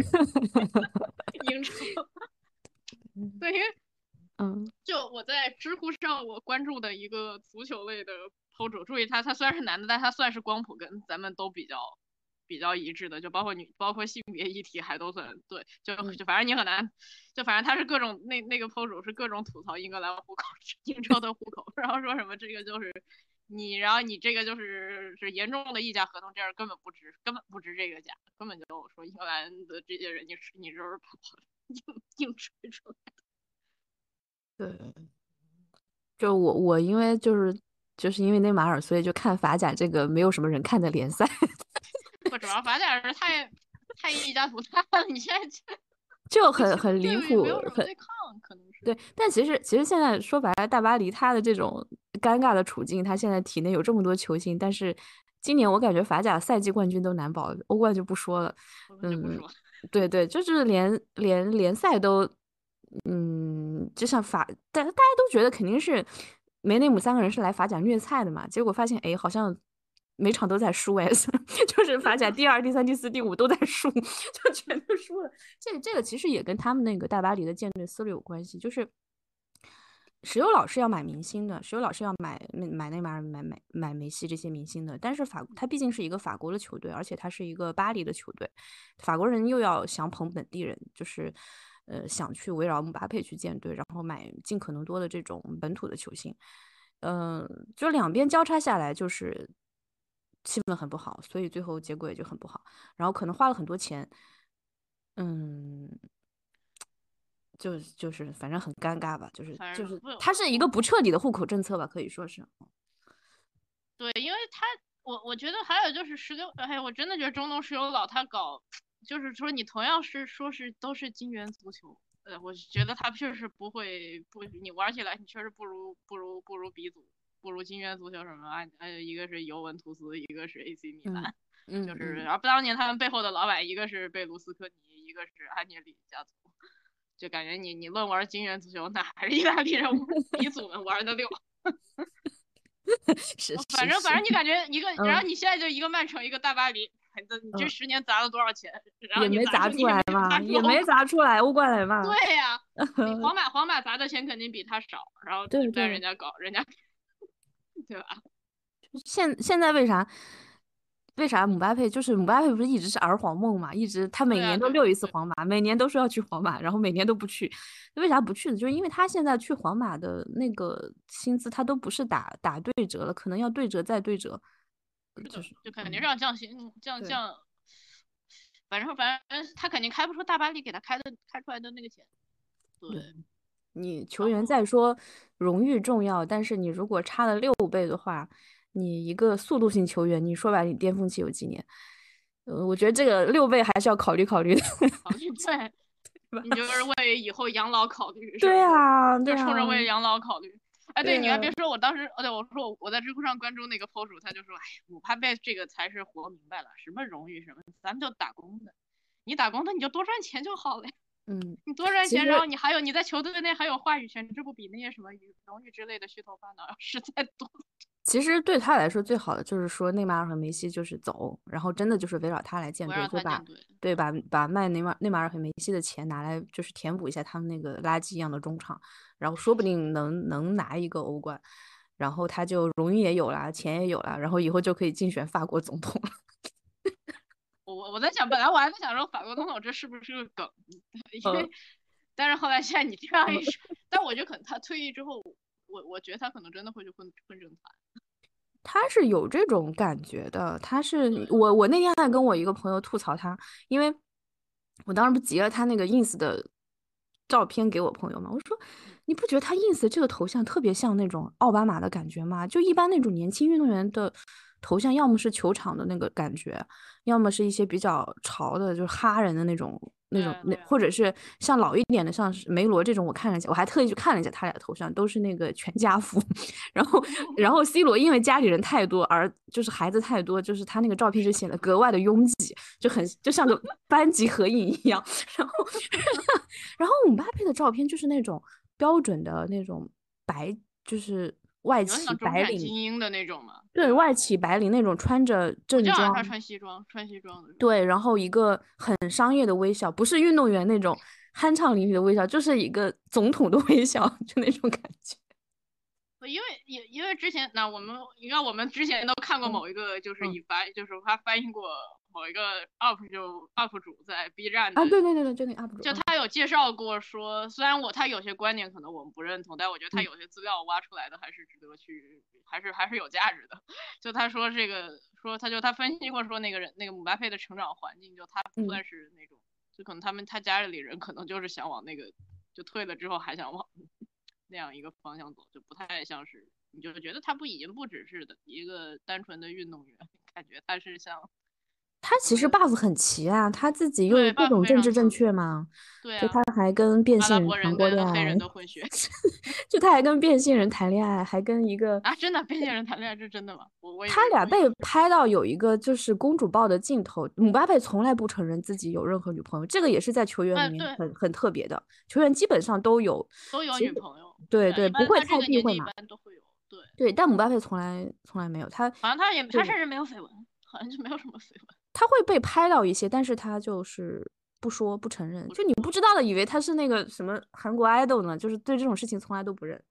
Speaker 2: 英超。
Speaker 1: 嗯
Speaker 2: 对，因为
Speaker 1: 嗯
Speaker 2: 就我在知乎上我关注的一个足球类的 P O 主，注意他他虽然是男的，但他算是光谱跟咱们都比较比较一致的，就包括女包括性别议题还都算对，就
Speaker 1: 嗯，
Speaker 2: 就反正你很难，就反正他是各种那那个 P O 主是各种吐槽英格兰户口、英超的户口，然后说什么这个就是你，然后你这个就是是严重的溢价合同，这样根本不值，根本不值这个价，根本就说英格兰的这些人你是你就是硬硬吹出来。
Speaker 1: 对，就我我因为就是就是因为内马尔，所以就看法甲这个没有什么人看的联赛。
Speaker 2: 不，主要法甲是太太一家独大了，你现在这
Speaker 1: 就
Speaker 2: 这
Speaker 1: 很很离
Speaker 2: 这个也没
Speaker 1: 谱，很
Speaker 2: 有什么对抗，可能是。
Speaker 1: 对。但其实其实现在说白了，大巴黎他的这种尴尬的处境，他现在体内有这么多球星，但是今年我感觉法甲赛季冠军都难保，欧冠就不说了。
Speaker 2: 我们就不
Speaker 1: 嗯，
Speaker 2: 说。
Speaker 1: 对对，就是连连联赛都，嗯，就像法，大大家都觉得肯定是梅内姆三个人是来法甲虐菜的嘛，结果发现哎，好像每场都在输哎，就是法甲第二、第三、第四、第五都在输，就全都输了。这个这个其实也跟他们那个大巴黎的建队思路有关系，就是石油老是要买明星的，石油老是要买买内马尔、买买买梅西这些明星的。但是法他毕竟是一个法国的球队，而且他是一个巴黎的球队，法国人又要想捧本地人，就是呃想去围绕姆巴佩去建队，然后买尽可能多的这种本土的球星。嗯、呃就两边交叉下来，就是气氛很不好，所以最后结果也就很不好。然后可能花了很多钱，嗯，就就是反正很尴尬吧，就是就是
Speaker 2: 反正不，
Speaker 1: 它是一个
Speaker 2: 我
Speaker 1: 不彻底的户口政策吧，可以说是。
Speaker 2: 对，因为他我我觉得还有就是石油，哎，我真的觉得中东石油老他搞，就是说你同样是说是都是金元足球，呃，我觉得他确实不会不你玩起来你确实不如不如不如鼻祖，不如金元足球什么啊，呃，一个是尤文图斯，一个是 A C 米
Speaker 1: 嗯
Speaker 2: 兰。就是
Speaker 1: 嗯嗯，
Speaker 2: 然后当年他们背后的老板一个是贝卢斯科尼，一个是安涅里家族，就感觉你你论玩金元足球，那还是意大利人鼻祖们玩的溜。
Speaker 1: 是
Speaker 2: 反正反
Speaker 1: 是是，
Speaker 2: 正你感觉一个，然
Speaker 1: 嗯
Speaker 2: 后你现在就一个曼城，一个大巴黎，你这
Speaker 1: 嗯，
Speaker 2: 十年砸了多少钱？然后
Speaker 1: 也
Speaker 2: 你
Speaker 1: 没砸出
Speaker 2: 砸出你也没
Speaker 1: 来嘛，
Speaker 2: 有砸出
Speaker 1: 也没
Speaker 2: 欧冠。
Speaker 1: 砸出来欧冠来嘛。
Speaker 2: 对呀、啊你皇马皇马砸的钱肯定比他少，然后
Speaker 1: 对对，
Speaker 2: 但人家搞人家，对吧？
Speaker 1: 现现在为啥为啥姆巴佩就是姆巴佩不是一直是儿皇梦嘛，一直他每
Speaker 2: 对啊，
Speaker 1: 年都溜
Speaker 2: 对啊，对，
Speaker 1: 一次皇马，每年都说要去皇马，然后每年都不去，为啥不去呢？就是因为他现在去皇马的那个薪资，他都不是打打对折了，可能要对折再对折，
Speaker 2: 是的，
Speaker 1: 就是
Speaker 2: 就肯定是
Speaker 1: 嗯，
Speaker 2: 要降薪降
Speaker 1: 对。
Speaker 2: 降，反正反正他肯定开不出大巴黎给他开的开出来的那个钱。
Speaker 1: 对，
Speaker 2: 对，
Speaker 1: 你球员
Speaker 2: 然后
Speaker 1: 再说荣誉重要，但是你如果差了六倍的话，你一个速度型球员，你说白了，你巅峰期有几年？呃，我觉得这个六倍还是要考虑考虑的，
Speaker 2: 考虑对，
Speaker 1: 对吧？
Speaker 2: 你就是为以后养老考虑是
Speaker 1: 对
Speaker 2: 不是？
Speaker 1: 啊，对
Speaker 2: 就冲着
Speaker 1: 啊，
Speaker 2: 为养老考虑。哎，对，你还
Speaker 1: 对啊，
Speaker 2: 别说，我当时，哦，对，我说我我在知乎上关注那个 P O 主，他就说，哎，姆巴佩这个才是活明白了，什么荣誉什么，咱们就打工的，你打工的你就多赚钱就好了，
Speaker 1: 嗯，
Speaker 2: 你多赚钱，然后
Speaker 1: 其实
Speaker 2: 你还有你在球队内还有话语权，这不比那些什么荣誉之类的虚头巴脑要实在多。
Speaker 1: 其实对他来说最好的就是说内马尔和梅西就是走，然后真的就是围绕他来建队，
Speaker 2: 我让
Speaker 1: 就把
Speaker 2: 他建队。
Speaker 1: 对把把卖内马内马尔和梅西的钱拿来就是填补一下他们那个垃圾一样的中场，然后说不定能能拿一个欧冠，然后他就荣誉也有了，钱也有了，然后以后就可以竞选法国总统了。
Speaker 2: 我我在想，本来我还在想说法国总统这是不是个梗，因
Speaker 1: 呃
Speaker 2: 为，但是后来现在你这样
Speaker 1: 呃，
Speaker 2: 一说，但我觉得可能他退役之后，我我觉得他可能真的会去混混政坛。
Speaker 1: 他是有这种感觉的，他是
Speaker 2: 对，
Speaker 1: 我我那天还跟我一个朋友吐槽他，因为我当时不截了他那个 ins 的照片给我朋友嘛，我说
Speaker 2: 嗯，
Speaker 1: 你不觉得他 ins 这个头像特别像那种奥巴马的感觉吗？就一般那种年轻运动员的头像，要么是球场的那个感觉，要么是一些比较潮的，就是哈人的那种。那种那
Speaker 2: 对啊对啊，
Speaker 1: 或者是像老一点的，像是梅罗这种，我看了一下，我还特意去看了一下他俩的头像，都是那个全家福，然后然后 C 罗因为家里人太多，而就是孩子太多，就是他那个照片就显得格外的拥挤，就很就像个班级合影一样。然后然后姆巴佩的照片就是那种标准的那种白，就是外企
Speaker 2: 有点像中
Speaker 1: 白领，
Speaker 2: 产精英的那种嘛，
Speaker 1: 对外
Speaker 2: 对吧？
Speaker 1: 企白领那种穿着
Speaker 2: 我就好像他
Speaker 1: 正装，
Speaker 2: 穿西装，穿西装的时候。
Speaker 1: 对，然后一个很商业的微笑，不是运动员那种酣畅淋漓的微笑，就是一个总统的微笑，就那种感觉。
Speaker 2: 因为因因为之前那我们应该我们之前都看过
Speaker 1: 嗯
Speaker 2: 某一个就是
Speaker 1: 嗯
Speaker 2: 以翻就是他翻译过某一个 U P 就 U P 主在 B 站
Speaker 1: 啊，
Speaker 2: 的，
Speaker 1: 对对对对，就那个 U P 主，嗯
Speaker 2: 就他有介绍过说，虽然我他有些观点可能我们不认同，但我觉得他
Speaker 1: 嗯
Speaker 2: 有些资料挖出来的还是值得去，还是还是有价值的。就他说这个说他就他分析过说那个人那个姆巴佩的成长环境，就他不
Speaker 1: 嗯。
Speaker 2: 算是那种，就可能他们他家里人可能就是想往那个就退了之后还想往那样一个方向走，就不太像是，你就觉得他不已经不只是的一个单纯的运动员，感觉他是像
Speaker 1: 他其实
Speaker 2: 什么
Speaker 1: buff 很齐啊，他自己又
Speaker 2: 对
Speaker 1: 各
Speaker 2: buff
Speaker 1: 种政治正
Speaker 2: 非常强，
Speaker 1: 确嘛，就他
Speaker 2: 对啊，
Speaker 1: 还跟变
Speaker 2: 阿拉
Speaker 1: 性人
Speaker 2: 伯人跟
Speaker 1: 谈过恋爱，
Speaker 2: 黑人的混血
Speaker 1: 就他还跟变性人谈恋爱，还跟一个
Speaker 2: 啊，真的变性人谈恋爱，这真的吗？我我以
Speaker 1: 他俩被
Speaker 2: 为我以为
Speaker 1: 拍到有一个就是公主抱的镜头，姆巴佩从来不承认自己有任何女朋友，这个也是在球员里
Speaker 2: 啊，对，
Speaker 1: 面很很特别的，球员基本上都有，
Speaker 2: 都有
Speaker 1: 其实
Speaker 2: 女朋友，对啊，
Speaker 1: 对对，
Speaker 2: 一
Speaker 1: 不会太
Speaker 2: 般他这个
Speaker 1: 避讳嘛，
Speaker 2: 年纪一般都会有，对，
Speaker 1: 对，但姆巴佩从来从来没有，他
Speaker 2: 好像他也
Speaker 1: 就
Speaker 2: 他甚至没有绯闻，好像就没有什么绯闻，
Speaker 1: 他会被拍到一些，但是他就是不说不承认，
Speaker 2: 不
Speaker 1: 就你不
Speaker 2: 说，
Speaker 1: 知道的以为他是那个什么韩国 idol 呢，就是对这种事情从来都不认，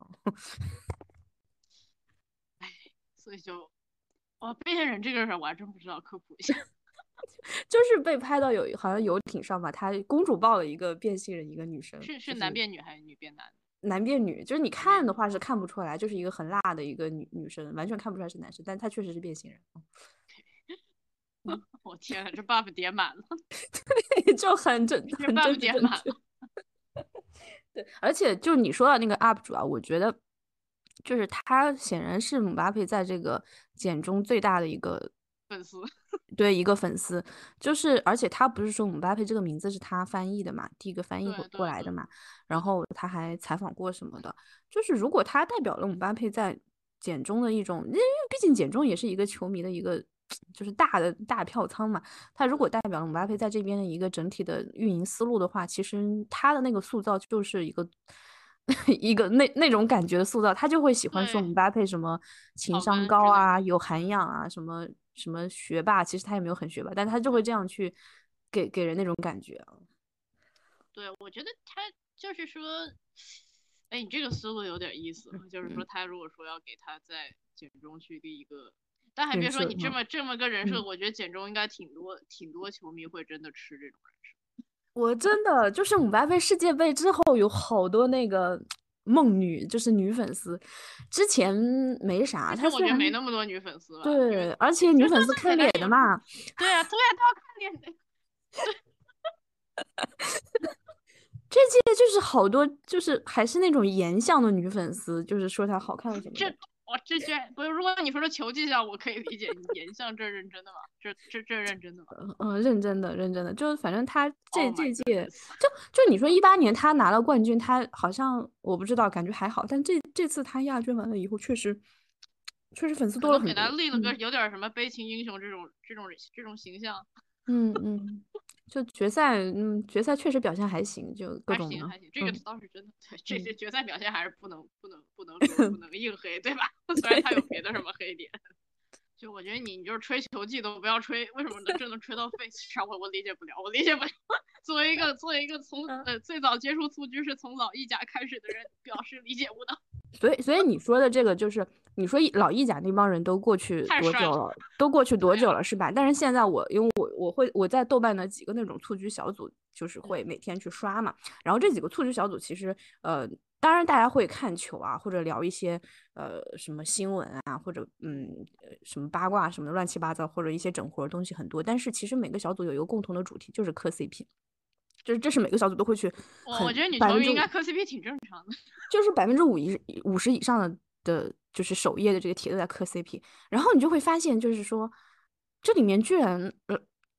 Speaker 2: 哎，所以就哦，变性人这个事儿我还真不知道，科普一下。
Speaker 1: 就是被拍到有好像游艇上吧，他公主抱了一个变性人，一个女生，
Speaker 2: 是是男
Speaker 1: 就是
Speaker 2: 变女还是女变男？
Speaker 1: 男变女，就是你
Speaker 2: 男变女。
Speaker 1: 看的话是看不出来，就是一个很辣的一个女女生，完全看不出来是男生，但他确实是变性人，嗯，
Speaker 2: 我天呐，这 buff 叠满了，
Speaker 1: 就很正
Speaker 2: 这
Speaker 1: 很
Speaker 2: buff
Speaker 1: 政治
Speaker 2: 叠满了。
Speaker 1: 正确。对，而且就你说到那个 U P 主啊，我觉得就是他显然是姆巴佩在这个简中最大的一个
Speaker 2: 粉丝，
Speaker 1: 对一个粉丝，就是而且他不是说姆巴佩这个名字是他翻译的嘛，第一个翻译过
Speaker 2: 对对对
Speaker 1: 过来的嘛，然
Speaker 2: 对的，
Speaker 1: 后他还采访过什么的，就是如果他代表了姆巴佩在简中的一种，因为毕竟简中也是一个球迷的一个就是大的大票仓嘛，他如果
Speaker 2: 对
Speaker 1: 代表了姆巴佩在这边的一个整体的运营思路的话，其实他的那个塑造就是一个一个那那种感觉的塑造，他就会喜欢说姆
Speaker 2: 对，
Speaker 1: 巴佩什么情
Speaker 2: 草
Speaker 1: 商
Speaker 2: 根之类的，
Speaker 1: 高啊，有
Speaker 2: 对
Speaker 1: 涵养啊，什么什么学霸，其实他也没有很学霸，但他就会
Speaker 2: 对
Speaker 1: 这样去给给人那种感觉啊。
Speaker 2: 对，我觉得他就是说，哎，你这个思路有点意思，就是说
Speaker 1: 嗯，
Speaker 2: 他如果说要给他在简中去立一个，但还别说
Speaker 1: 人设嘛，
Speaker 2: 你这么这么个人设，
Speaker 1: 嗯，
Speaker 2: 我觉得简中应该挺多挺多球迷会真的吃这种人设。
Speaker 1: 我真的就是姆巴佩世界杯之后有好多那个梦女，就是女粉丝，之前没啥，
Speaker 2: 之前我觉得
Speaker 1: 她虽然
Speaker 2: 没那么多女粉丝吧，因为
Speaker 1: 对，而且女
Speaker 2: 就就
Speaker 1: 粉丝看脸
Speaker 2: 最简单有
Speaker 1: 的嘛，
Speaker 2: 对啊，对啊，都要看脸的。
Speaker 1: 这届就是好多就是还是那种颜相的女粉丝，就是说她好看什么
Speaker 2: 这
Speaker 1: 的。
Speaker 2: 我这居然不是，如果你说说球技上，我可以理解你颜像这认真的吗？这这这认真的吗
Speaker 1: 嗯、呃认真的，认真的，就是反正他这
Speaker 2: ？Oh my
Speaker 1: 这届
Speaker 2: goodness！
Speaker 1: 就就你说一八年他拿了冠军，他好像我不知道，感觉还好，但这这次他亚军完了以后，确实确实粉丝
Speaker 2: 可能给他
Speaker 1: 多了很多。
Speaker 2: 立了个
Speaker 1: 嗯
Speaker 2: 有点什么悲情英雄这种这种这种形象，
Speaker 1: 嗯嗯，就决赛，嗯，决赛确实表现还行，就各种的，
Speaker 2: 还行还行，这个
Speaker 1: 嗯
Speaker 2: 倒是真的。对，这些
Speaker 1: 嗯，
Speaker 2: 决赛表现还是不能不能不能说不能硬黑，对吧？虽然他有别的什么黑点。就我觉得你你就是吹球技都不要吹，为什么能真能吹到 face 上？我我理解不了，我理解不了。作为一个作为一个从呃最早接触蹴鞠是从老意甲开始的人，表示理解不到。
Speaker 1: 所以所以你说的这个就是你说老意甲那帮人都过去
Speaker 2: 太帅了，
Speaker 1: 多久了？都过去多
Speaker 2: 对啊，
Speaker 1: 久了是吧？但是现在我因为我我会我在豆瓣的几个那种蹴鞠小组，就是会每天去刷嘛。然后这几个蹴鞠小组其实呃，当然大家会看球啊，或者聊一些呃什么新闻啊，或者嗯呃什么八卦什么的乱七八糟，或者一些整活的东西很多。但是其实每个小组有一个共同的主题，就是磕 C P。就是这是每个小组都会去很
Speaker 2: 我我觉得女
Speaker 1: 百分之五
Speaker 2: 球迷应该磕 C P 挺正常的。
Speaker 1: 就是百分之五以五十以上的的，就是首页的这个帖都在磕 C P，然后你就会发现，就是说这里面居然呃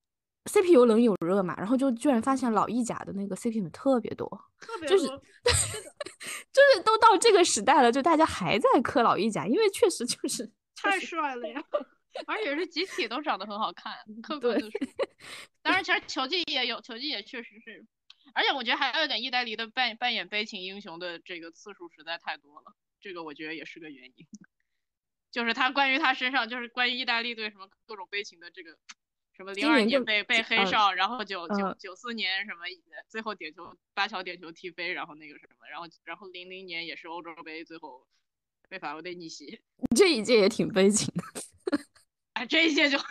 Speaker 1: C P 有冷有热嘛，然后就居然发现老意甲的那个 C P 粉特别多，就是
Speaker 2: 特别多，是的，
Speaker 1: 就是都到这个时代了，就大家还在磕老意甲，因为确实就是就
Speaker 2: 太
Speaker 1: 是
Speaker 2: 帅了呀！而且是集体都长得很好看，客观
Speaker 1: 对，
Speaker 2: 的说。当然，其实球技也有，球技也确实是，而且我觉得还有一点，意大利的扮扮演悲情英雄的这个次数实在太多了，这个我觉得也是个原因。就是他关于他身上，就是关于意大利队什么各种悲情的这个，什么零二
Speaker 1: 今年就
Speaker 2: 年被被黑
Speaker 1: 呃
Speaker 2: 哨，然后九九
Speaker 1: 呃
Speaker 2: 九四年什么最后点球八桥点球踢飞，然后那个什么，然后然后零零年也是欧洲杯最后被法国队逆袭，
Speaker 1: 这一届也挺悲情的，
Speaker 2: 哎，这一届就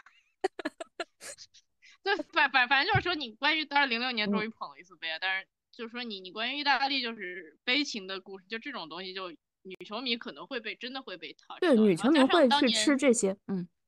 Speaker 2: 对，反反反正就是说，你关于当然零六年终于
Speaker 1: 嗯，
Speaker 2: 捧了一次杯啊，但是就是说你你关于意大利就是悲情的故事，就这种东西，就女球迷可能会被真的会被 touch
Speaker 1: 对，
Speaker 2: 到，
Speaker 1: 女球迷
Speaker 2: 然后加上
Speaker 1: 会去吃
Speaker 2: 当年
Speaker 1: 这些，嗯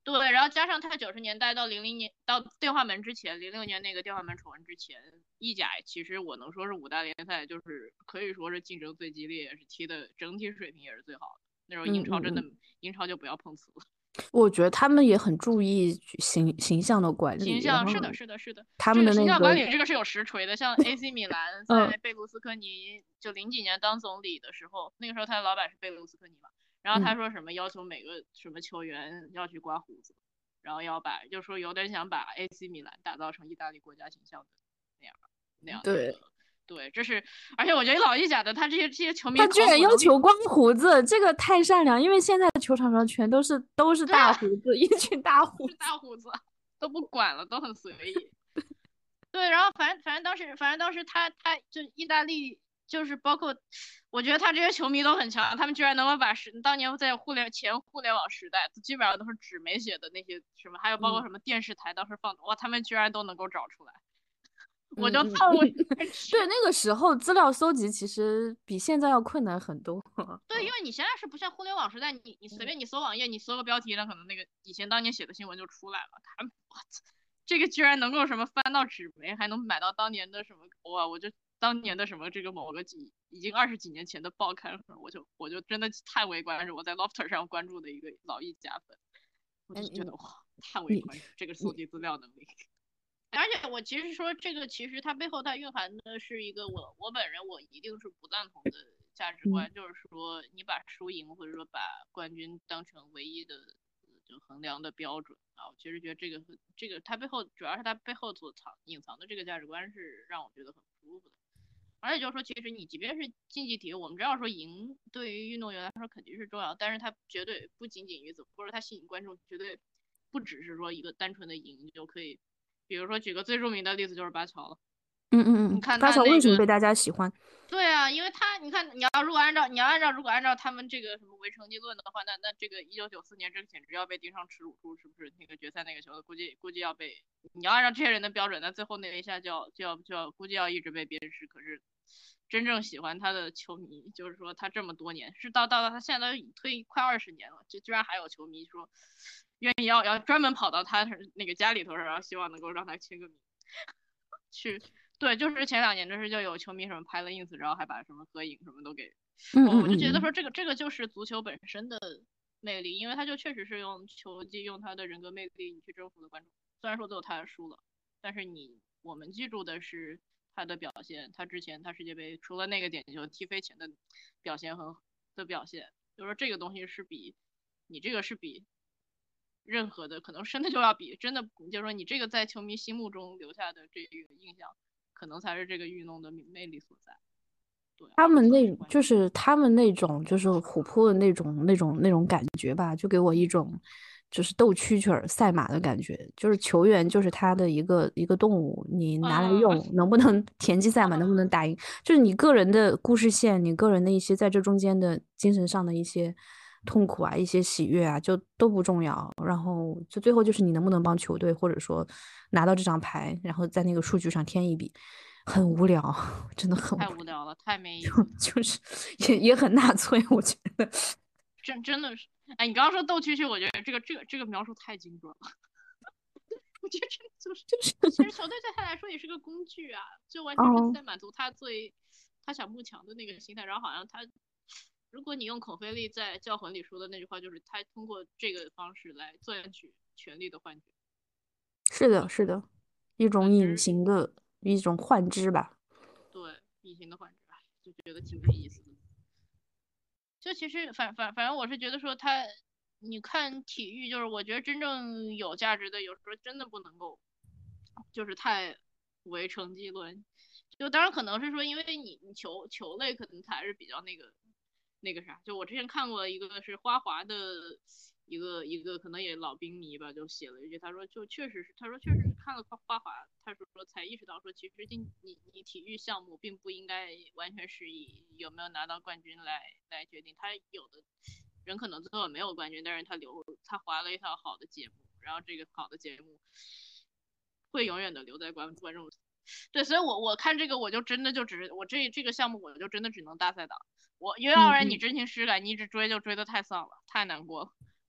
Speaker 2: 对，然后加上他九十年代到零零年到电话门之前，零六年那个电话门丑闻之前，意甲其实我能说是五大联赛，就是可以说是竞争最激烈，也是踢的整体水平也是最好的。那时候英超真的，
Speaker 1: 嗯嗯嗯，
Speaker 2: 英超就不要碰瓷了。
Speaker 1: 我觉得他们也很注意形形象的管理，然后
Speaker 2: 形象是的，是的，是的，
Speaker 1: 他们
Speaker 2: 这个形
Speaker 1: 的那个
Speaker 2: 象管理这个是有实锤的。像 A C 米兰
Speaker 1: 嗯
Speaker 2: 在贝卢斯科尼就零几年当总理的时候，那个时候他的老板是贝卢斯科尼嘛，然后他
Speaker 1: 嗯，
Speaker 2: 说什么要求每个什么球员要去刮胡子，然后要把就说有点想把 A C 米兰打造成意大利国家形象的那样那样的一
Speaker 1: 对，
Speaker 2: 个。对，这是，而且我觉得老意甲的他这些这些球迷
Speaker 1: 他居然
Speaker 2: 考古能力，
Speaker 1: 要求光胡子，这个太善良，因为现在的球场上全都是都是
Speaker 2: 对啊，
Speaker 1: 大胡子，一群大胡
Speaker 2: 是
Speaker 1: 子。
Speaker 2: 大胡子，都不管了，都很随意。对，然后反正反正当时反正当时他他就意大利就是包括，我觉得他这些球迷都很强，他们居然能够把时当年在互联前互联网时代，基本上都是纸媒写的那些什么，还有包括
Speaker 1: 嗯
Speaker 2: 什么电视台当时放的，哇，他们居然都能够找出来，我
Speaker 1: 嗯嗯，
Speaker 2: 就操我
Speaker 1: 对，那个时候资料搜集其实比现在要困难很多。
Speaker 2: 对，因为你现在是不像互联网时代，你你随
Speaker 1: 嗯
Speaker 2: 便你搜网页，你搜个标题，那可能那个以前当年写的新闻就出来了。他们，我操，这个居然能够什么翻到纸媒，还能买到当年的什么哇，我就当年的什么这个某个几已经二十几年前的报刊，我就我就真的叹为观止。我在 Lofter 上关注的一个老艺家粉，我就觉得
Speaker 1: 嗯，
Speaker 2: 哇，叹为
Speaker 1: 你
Speaker 2: 观止，这个搜
Speaker 1: 你
Speaker 2: 集资料能力。而且我其实说这个，其实它背后它蕴含的是一个我我本人我一定是不赞同的价值
Speaker 1: 嗯
Speaker 2: 观，就是说你把输赢或者说把冠军当成唯一的就衡量的标准啊，我其实觉得这个这个它背后主要是它背后所藏隐藏的这个价值观是让我觉得很不舒服的。而且就是说，其实你即便是竞技体育，我们知道说赢对于运动员来说肯定是重要，但是它绝对不仅仅于此，或者它吸引观众绝对不只是说一个单纯的赢就可以。比如说举个最著名的例子就是巴乔了，
Speaker 1: 嗯嗯嗯，
Speaker 2: 你看
Speaker 1: 发
Speaker 2: 他那个
Speaker 1: 小为什么被大家喜欢？
Speaker 2: 对啊，因为他，你看，你要如果按照你要按照如果按照他们这个什么唯成绩论的话，那那这个一九九四年这个简直要被钉上耻辱柱，是不是？那个决赛那个球，估计估计要被你要按照这些人的标准，那最后那一下就要就要就要估计要一直被鞭尸。可是真正喜欢他的球迷，就是说他这么多年，是到到到他现在都退快二十年了，就居然还有球迷说愿意要要专门跑到他那个家里头，然后希望能够让他签个名去。对，就是前两年的时候就有球迷什么拍了 ins，然后还把什么合影什么都给
Speaker 1: 嗯
Speaker 2: 我，我就觉得
Speaker 1: 嗯嗯
Speaker 2: 说这个这个就是足球本身的魅力，因为他就确实是用球技，用他的人格魅力，你去征服了观众。虽然说最后他输了，但是你我们记住的是他的表现，他之前他世界杯除了那个点球踢飞前的表现和的表现，就是说这个东西是比你这个是比任何的可能真的就要比真的，就是说你这个在球迷心目中留下的这个印象，可能才是这个运动的魅力所在。对啊，我自己
Speaker 1: 他们那
Speaker 2: 是关注。
Speaker 1: 就是他们那种就是琥珀的那种那种那种感觉吧，就给我一种就是斗蛐蛐儿赛马的感觉，就是球员就是他的一个一个动物，你拿来
Speaker 2: 嗯
Speaker 1: 用能不能田忌赛马，能不能
Speaker 2: 嗯，
Speaker 1: 打赢，就是你个人的故事线，你个人的一些在这中间的精神上的一些痛苦啊，一些喜悦啊，就都不重要，然后就最后就是你能不能帮球队或者说拿到这张牌，然后在那个数据上添一笔。很无聊，真的很无聊。
Speaker 2: 太无聊了，太没意
Speaker 1: 就
Speaker 2: 思了，
Speaker 1: 就是也也很纳粹，我觉得。
Speaker 2: 真真的是。哎，你刚刚说斗蛐蛐，我觉得这个这个这个描述太精准了。我觉得真的就是，其实球队对他来说也是个工具啊，就完全是
Speaker 1: 哦，
Speaker 2: 在满足他最他想慕强的那个心态。然后好像他，如果你用孔飞利在《教魂》里说的那句话，就是他通过这个方式来赚取权力的幻觉。
Speaker 1: 是的，
Speaker 2: 对
Speaker 1: 是的，一种
Speaker 2: 对，其
Speaker 1: 隐
Speaker 2: 实
Speaker 1: 形的一种幻肢吧。
Speaker 2: 对隐形的幻觉，哎，就觉得挺没意思的。就其实反反反正我是觉得说他，你看体育，就是我觉得真正有价值的，有时候真的不能够，就是太唯成绩论。就当然可能是说，因为你你球球类可能才是比较那个那个啥。就我之前看过一个是花滑的一个一个可能也老兵迷吧，就写了一句，他说就确实是，他说确实是看了花花滑，他说说才意识到说，其实你你你体育项目并不应该完全是以有没有拿到冠军来来决定，他有的人可能最后没有冠军，但是他留他滑了一套好的节目，然后这个好的节目会永远的留在观观众。对，所以我我看这个我就真的就只是我这这个项目我就真的只能大赛打，我因为要不然你
Speaker 1: 嗯嗯，
Speaker 2: 真情实感，你一直追就追的太丧了，太难过了。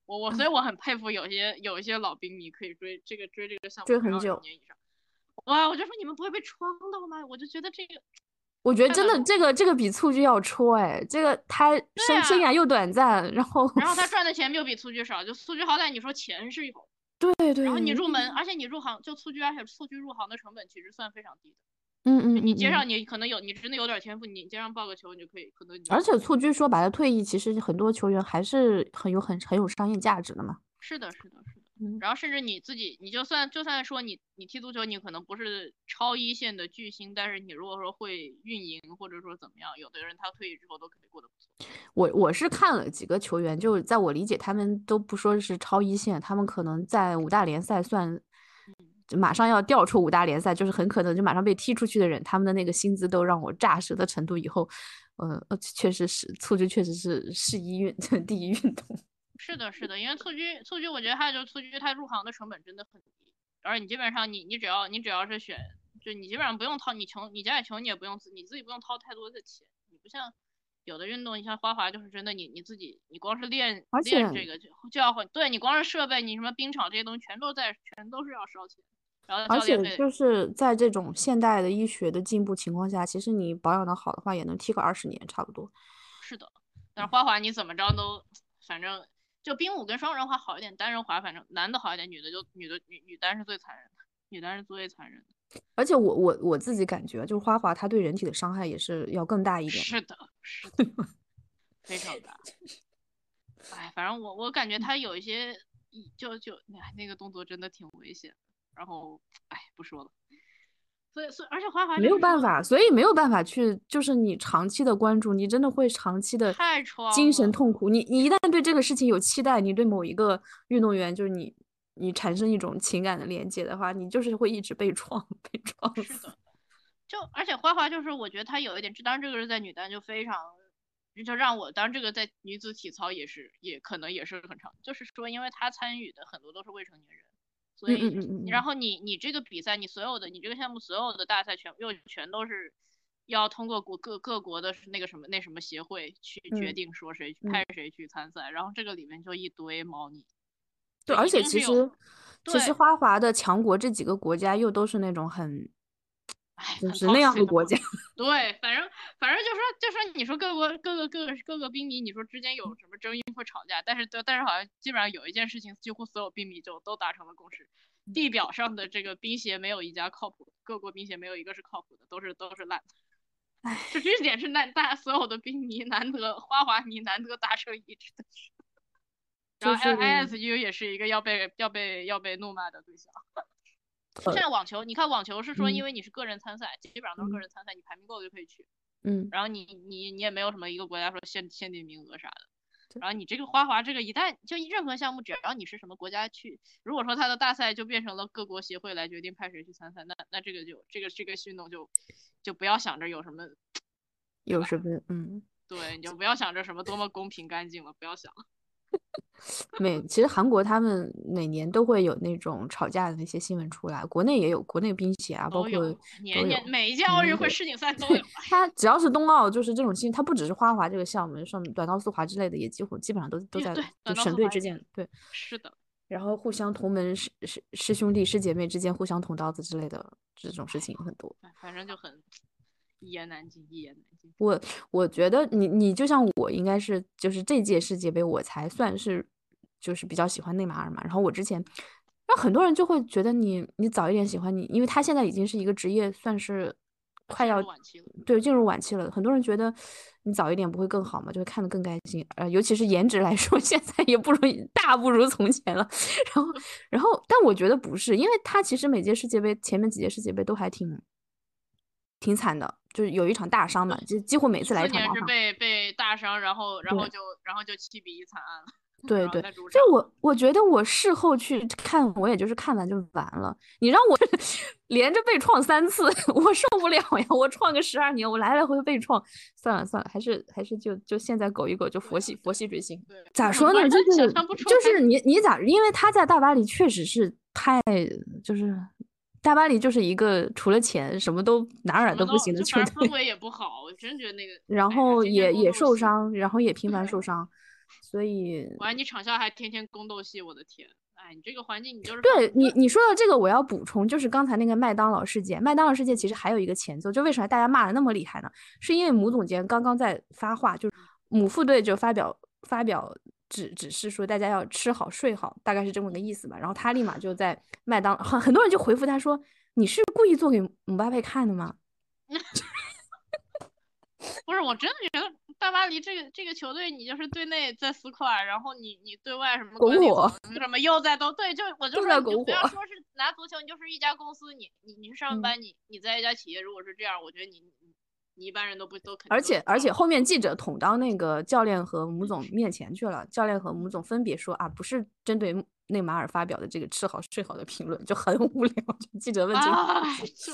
Speaker 2: 我我所以我很佩服有些有一些老兵迷可以追这个追这个项目追
Speaker 1: 很久
Speaker 2: 年以上。哇，我就说你们不会被戳到吗？我就觉得这个，
Speaker 1: 我觉得真的这个这个比蹴鞠要戳哎，这个他生生涯又短暂，然后
Speaker 2: 然后他赚的钱又比蹴鞠少，就蹴鞠好歹你说钱是有，
Speaker 1: 对对，
Speaker 2: 然后你入门，而且你入行就蹴鞠，而且蹴鞠入行的成本其实算非常低的。
Speaker 1: 嗯嗯嗯，
Speaker 2: 你街上你可能有，你真的有点天赋，你街上抱个球你就可以，可能你
Speaker 1: 而且蹴鞠说白了，退役其实很多球员还是很有很很有商业价值的嘛。
Speaker 2: 是的，是的，是的。嗯、然后甚至你自己，你就算就算说你你踢足球，你可能不是超一线的巨星，但是你如果说会运营或者说怎么样，有的人他退役之后都可以过得不错。
Speaker 1: 我我是看了几个球员，就在我理解，他们都不说是超一线，他们可能在五大联赛算。就马上要调出五大联赛，就是很可能就马上被踢出去的人，他们的那个薪资都让我炸舌的程度。以后，呃，确实是蹴鞠，确实是世一运第一运动。
Speaker 2: 是的，是的，因为蹴鞠，蹴鞠我觉得还有就是蹴鞠，它入行的成本真的很低，而你基本上你你只要你只要是选，就你基本上不用掏，你穷你家里穷你也不用自你自己不用掏太多的钱，你不像有的运动，你像花滑就是真的你你自己你光是练练这个就就要会，对你光是设备你什么冰场这些东西全都在全都是要烧钱。
Speaker 1: 而且就是在这种现代的医学的进步情况下，其实你保养的好的话，也能踢个二十年差不多。
Speaker 2: 是的，但是花滑你怎么着都，反正就冰舞跟双人滑好一点，单人滑反正男的好一点，女的就女的女女单是最残忍的，女单是最残忍的。
Speaker 1: 而且我我我自己感觉，就是花滑它对人体的伤害也是要更大一点。
Speaker 2: 是的，是的，非常大。哎，反正我我感觉他有一些，就就哎那个动作真的挺危险。然后，哎，不说了。所以，所以，而且花滑
Speaker 1: 没有办法，所以没有办法去，就是你长期的关注，你真的会长期的精神痛苦。你你一旦对这个事情有期待，你对某一个运动员，就是你你产生一种情感的连接的话，你就是会一直被撞，被撞死。
Speaker 2: 是的，就而且花滑就是我觉得他有一点，当然这个是在女单就非常，就让我当然这个在女子体操也是，也可能也是很长，就是说因为他参与的很多都是未成年人。所以，
Speaker 1: 嗯嗯嗯
Speaker 2: 然后你你这个比赛，你所有的你这个项目所有的大赛全又全都是要通过国各各国的那个什么那什么协会去决定说谁、
Speaker 1: 嗯、
Speaker 2: 派谁去参赛，然后这个里面就一堆猫腻。
Speaker 1: 对，而且其实其实花滑的强国这几个国家又都是那种很，
Speaker 2: 哎，
Speaker 1: 就是那样
Speaker 2: 的
Speaker 1: 国家。
Speaker 2: 对，反正反正就说就说你说各国各个各个各个兵迷，你说之间有什么争议会吵架，但是但是好像基本上有一件事情，几乎所有兵迷就都达成了共识。地表上的这个冰鞋没有一家靠谱的，各国冰鞋没有一个是靠谱的，都是都是烂的。
Speaker 1: 哎，
Speaker 2: 就这点是难大所有的冰迷难得花滑迷难得达成一致的事。然后 I S U 也是一个要被要被要被怒骂的对象。现在网球，你看网球是说，因为你是个人参赛，嗯、基本上都是个人参赛，你排名够就可以去。
Speaker 1: 嗯。
Speaker 2: 然后你你你也没有什么一个国家说限限定名额啥的。然后你这个花滑这个一旦就任何项目，只要你是什么国家去，如果说他的大赛就变成了各国协会来决定派谁去参赛，那那这个就这个这个运动就就不要想着有什么
Speaker 1: 有什么嗯，
Speaker 2: 对，你就不要想着什么多么公平干净了，不要想了。
Speaker 1: 每其实韩国他们每年都会有那种吵架的那些新闻出来，国内也有，国内冰鞋啊，包括
Speaker 2: 年年每一届奥运会、世锦赛都有。
Speaker 1: 它只要是冬奥，就是这种新，它不只是花滑这个项目，像短道速滑之类的，也几乎基本上都都在就省队之间，对，
Speaker 2: 是的。
Speaker 1: 然后互相同门师师师兄弟师姐妹之间互相捅刀子之类的这种事情很多，
Speaker 2: 反正就很一言难尽，一言难尽。
Speaker 1: 我我觉得你你就像我，应该是就是这届世界杯我才算是就是比较喜欢内马尔嘛。然后我之前，让很多人就会觉得你你早一点喜欢你，因为他现在已经是一个职业，算是快要对进入晚期了。很多人觉得你早一点不会更好嘛，就会看得更开心。呃，尤其是颜值来说，现在也不如大不如从前了。然后然后，但我觉得不是，因为他其实每届世界杯前面几届世界杯都还挺。挺惨的，就是有一场大伤嘛，就几乎每次来一场大伤。
Speaker 2: 是被被大伤，然后然后就然后就七比一惨案了。
Speaker 1: 对对，就我我觉得我事后去看，我也就是看完就完了。你让我连着被创三次，我受不了呀！我创个十二年，我来来回回被创，算了算了，还是还是就就现在苟一苟，就佛系佛系追星。咋说呢？就是就是你你咋？因为他在大巴黎确实是太就是。大巴黎就是一个除了钱什么都哪儿都不行的球队，
Speaker 2: 氛围也不好，我真觉得那个。
Speaker 1: 然后也也受伤，然后也频繁受伤， 所以
Speaker 2: 完你场下还天天宫斗戏，我的天！哎，你这个环境你就是放
Speaker 1: 对你
Speaker 2: 就
Speaker 1: 你说的这个，我要补充，就是刚才那个麦当劳事件。麦当劳事件其实还有一个前奏，就为什么大家骂的那么厉害呢？是因为母总监刚刚在发话，就是母副队就发表发表指指示说大家要吃好睡好，大概是这么个意思吧。然后他立马就在麦当很很多人就回复他说：“你是故意做给姆巴佩看的吗？”
Speaker 2: 不是，我真的觉得大巴黎这个这个球队，你就是对内在撕块，然后你你对外什么
Speaker 1: 拱
Speaker 2: 管理层
Speaker 1: 火，
Speaker 2: 什么又在都对，就我就
Speaker 1: 都
Speaker 2: 说你就
Speaker 1: 在拱火。
Speaker 2: 不要说是拿足球，你就是一家公司，你你你是上
Speaker 1: 嗯。
Speaker 2: 班，你你在一家企业，如果是这样，我觉得你你你一般人都不都肯定
Speaker 1: 而
Speaker 2: 都是
Speaker 1: 且而且后
Speaker 2: 不让的。
Speaker 1: 面记者捅到那个教练和母总面前去了，教练和母总分别说啊，不是针对内马尔发表的这个吃好睡好的评论，就很无聊。记者问这个，
Speaker 2: 哎，就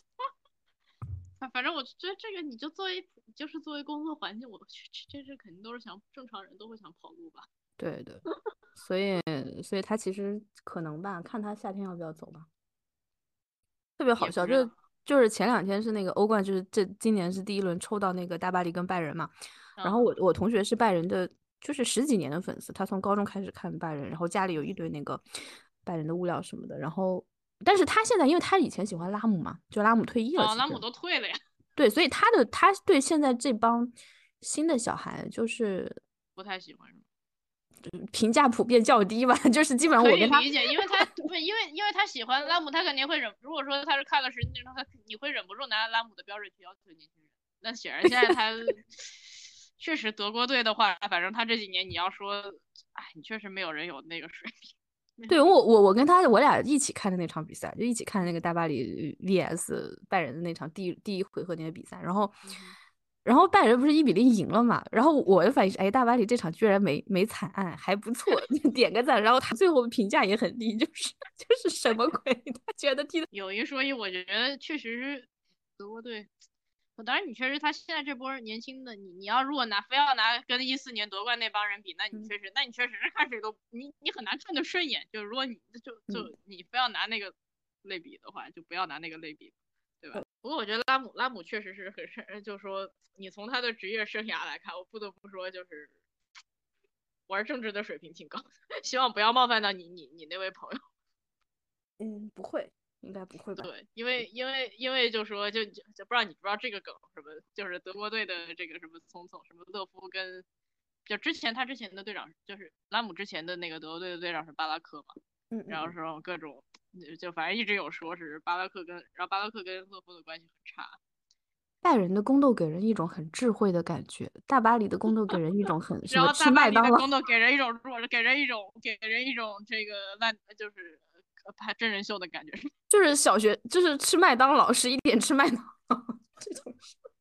Speaker 2: 反正我觉得这个你就作为就是作为工作环境，我去这这肯定都是想正常人都会想跑路吧。
Speaker 1: 对对，所以所以他其实可能吧，看他夏天要不要走吧。特别好笑，就
Speaker 2: 也不知道。
Speaker 1: 就是前两天是那个欧冠，就是这今年是第一轮抽到那个大巴黎跟拜仁嘛。然后
Speaker 2: 嗯，
Speaker 1: 我我同学是拜仁的，就是十几年的粉丝，他从高中开始看拜仁，然后家里有一堆那个拜仁的物料什么的。然后，但是他现在因为他以前喜欢拉姆嘛，就拉姆退役了，
Speaker 2: 哦，
Speaker 1: 其实
Speaker 2: 拉姆都退了呀。
Speaker 1: 对，所以他的他对现在这帮新的小孩就是
Speaker 2: 不太喜欢是吗？
Speaker 1: 评价普遍较低吧，就是基本上
Speaker 2: 可
Speaker 1: 我跟他
Speaker 2: 以理解，因为他不因为因为他喜欢拉姆，他肯定会忍。如果说他是看了实际那种，他你会忍不住拿拉姆的标准去要求年轻人。那显然现在他确实德国队的话，反正他这几年你要说，哎，你确实没有人有那个水平。
Speaker 1: 对我我我跟他我俩一起看的那场比赛，就一起看那个大巴黎 V S 拜仁的那场第一第一回合那个比赛，然后
Speaker 2: 嗯
Speaker 1: 然后拜仁不是一比零赢了嘛，然后我的反应是，哎，大巴黎这场居然没没惨案，还不错，点个赞。然后他最后评价也很低，就是就是什么鬼？他觉得踢的
Speaker 2: 有一说一，我觉得确实是德国队。当然，你确实他现在这波年轻的，你你要如果拿非要拿跟一四年夺冠那帮人比，那你确实，那你确实是看谁都你你很难看得顺眼。就如果你就
Speaker 1: 嗯，
Speaker 2: 就你非要拿那个类比的话，就不要拿那个类比，对吧？不过我觉得拉姆拉姆确实是很是，就是说你从他的职业生涯来看，我不得不说就是玩政治的水平挺高，希望不要冒犯到你你你那位朋友。
Speaker 1: 嗯，不会，应该不会吧？
Speaker 2: 对，因为因为因为就说就就就不知道你不知道这个梗什么，就是德国队的这个什么聪聪什么勒夫跟就之前他之前的队长就是拉姆之前的那个德国队的队长是巴拉克嘛，然后
Speaker 1: 嗯嗯嗯。
Speaker 2: 说各种就反正一直有说是巴拉克跟然后巴拉克跟勒夫的关系很差。
Speaker 1: 拜仁的宫斗给人一种很智慧的感觉，大巴黎的宫斗给人一种很什么吃
Speaker 2: 然后大巴
Speaker 1: 麦当劳。
Speaker 2: 黎的工作给人一种弱，给人一种给人一种这个烂就是拍真人秀的感觉。
Speaker 1: 就是小学就是吃麦当劳，十一点吃麦当劳这种。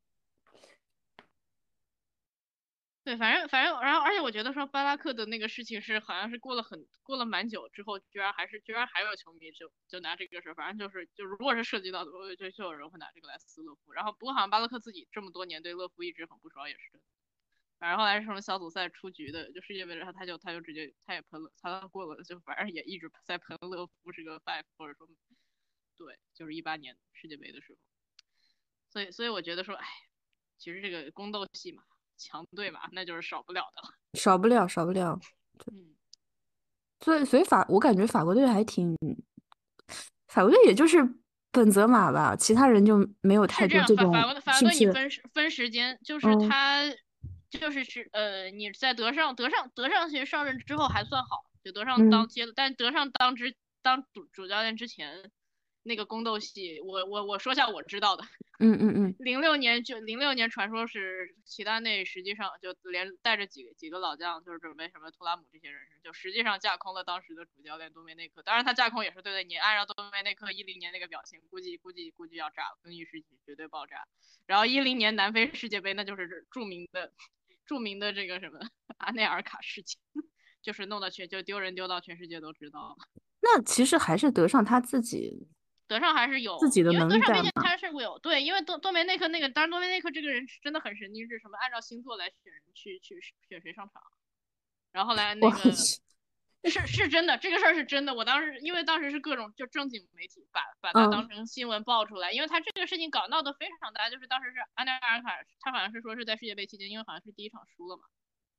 Speaker 2: 对，反正反正，然后而且我觉得说巴拉克的那个事情是好像是过了很过了蛮久之后，居然还是居然还有球迷就就拿这个事，反正就是就如果是涉及到德国队，就就有人会拿这个来撕勒夫。然后不过好像巴拉克自己这么多年对勒夫一直很不爽，也是。反正后来是什么小组赛出局的，就世界杯，然后他就他就直接他也喷了，他过了就反正也一直在喷勒夫是个 five，或者说对，就是一八年世界杯的时候。所以所以我觉得说，哎，其实这个宫斗戏嘛，强队嘛，那就是少不了的了。
Speaker 1: 少不了，少不了。
Speaker 2: 嗯。
Speaker 1: 所以，所以法，我感觉法国队还挺，法国队也就是本泽马吧，其他人就没有太
Speaker 2: 是这样，
Speaker 1: 多这种，
Speaker 2: 法法国法
Speaker 1: 是不是？
Speaker 2: 国队你分分时间，就是
Speaker 1: 嗯
Speaker 2: 他就是是呃你在德尚德尚德尚其实上任之后还算好，就德尚当
Speaker 1: 嗯
Speaker 2: 接了，但德尚当之当主主教练之前那个宫斗戏，我我我说下我知道的。
Speaker 1: 嗯嗯嗯，
Speaker 2: 零六年就零六年传说是齐达内实际上就连带着几个几个老将，就是准备什么图拉姆这些人，就实际上架空了当时的主教练多梅内克。当然他架空也是对的，你按照多梅内克一零年那个表现，估计估计估计要炸了，更衣室绝对爆炸。然后一零年南非世界杯，那就是著名的著名的这个什么阿内尔卡事件，就是弄到全就丢人丢到全世界都知道了。
Speaker 1: 那其实还是德尚他自己
Speaker 2: 德尚还是有，
Speaker 1: 自己的
Speaker 2: 因为德尚毕
Speaker 1: 能力在嘛。
Speaker 2: 竟他是有对，因为多多梅内克那个，当然多梅内克这个人是真的很神经质，什么按照星座来选人去去选谁上场，然后来那
Speaker 1: 我
Speaker 2: 个是是真的，这个事儿是真的。我当时因为当时是各种就正经媒体把把它当
Speaker 1: 嗯
Speaker 2: 成新闻爆出来，因为他这个事情搞闹得非常大，就是当时是安德尔卡，他好像是说是在世界杯期间，因为好像是第一场输了嘛，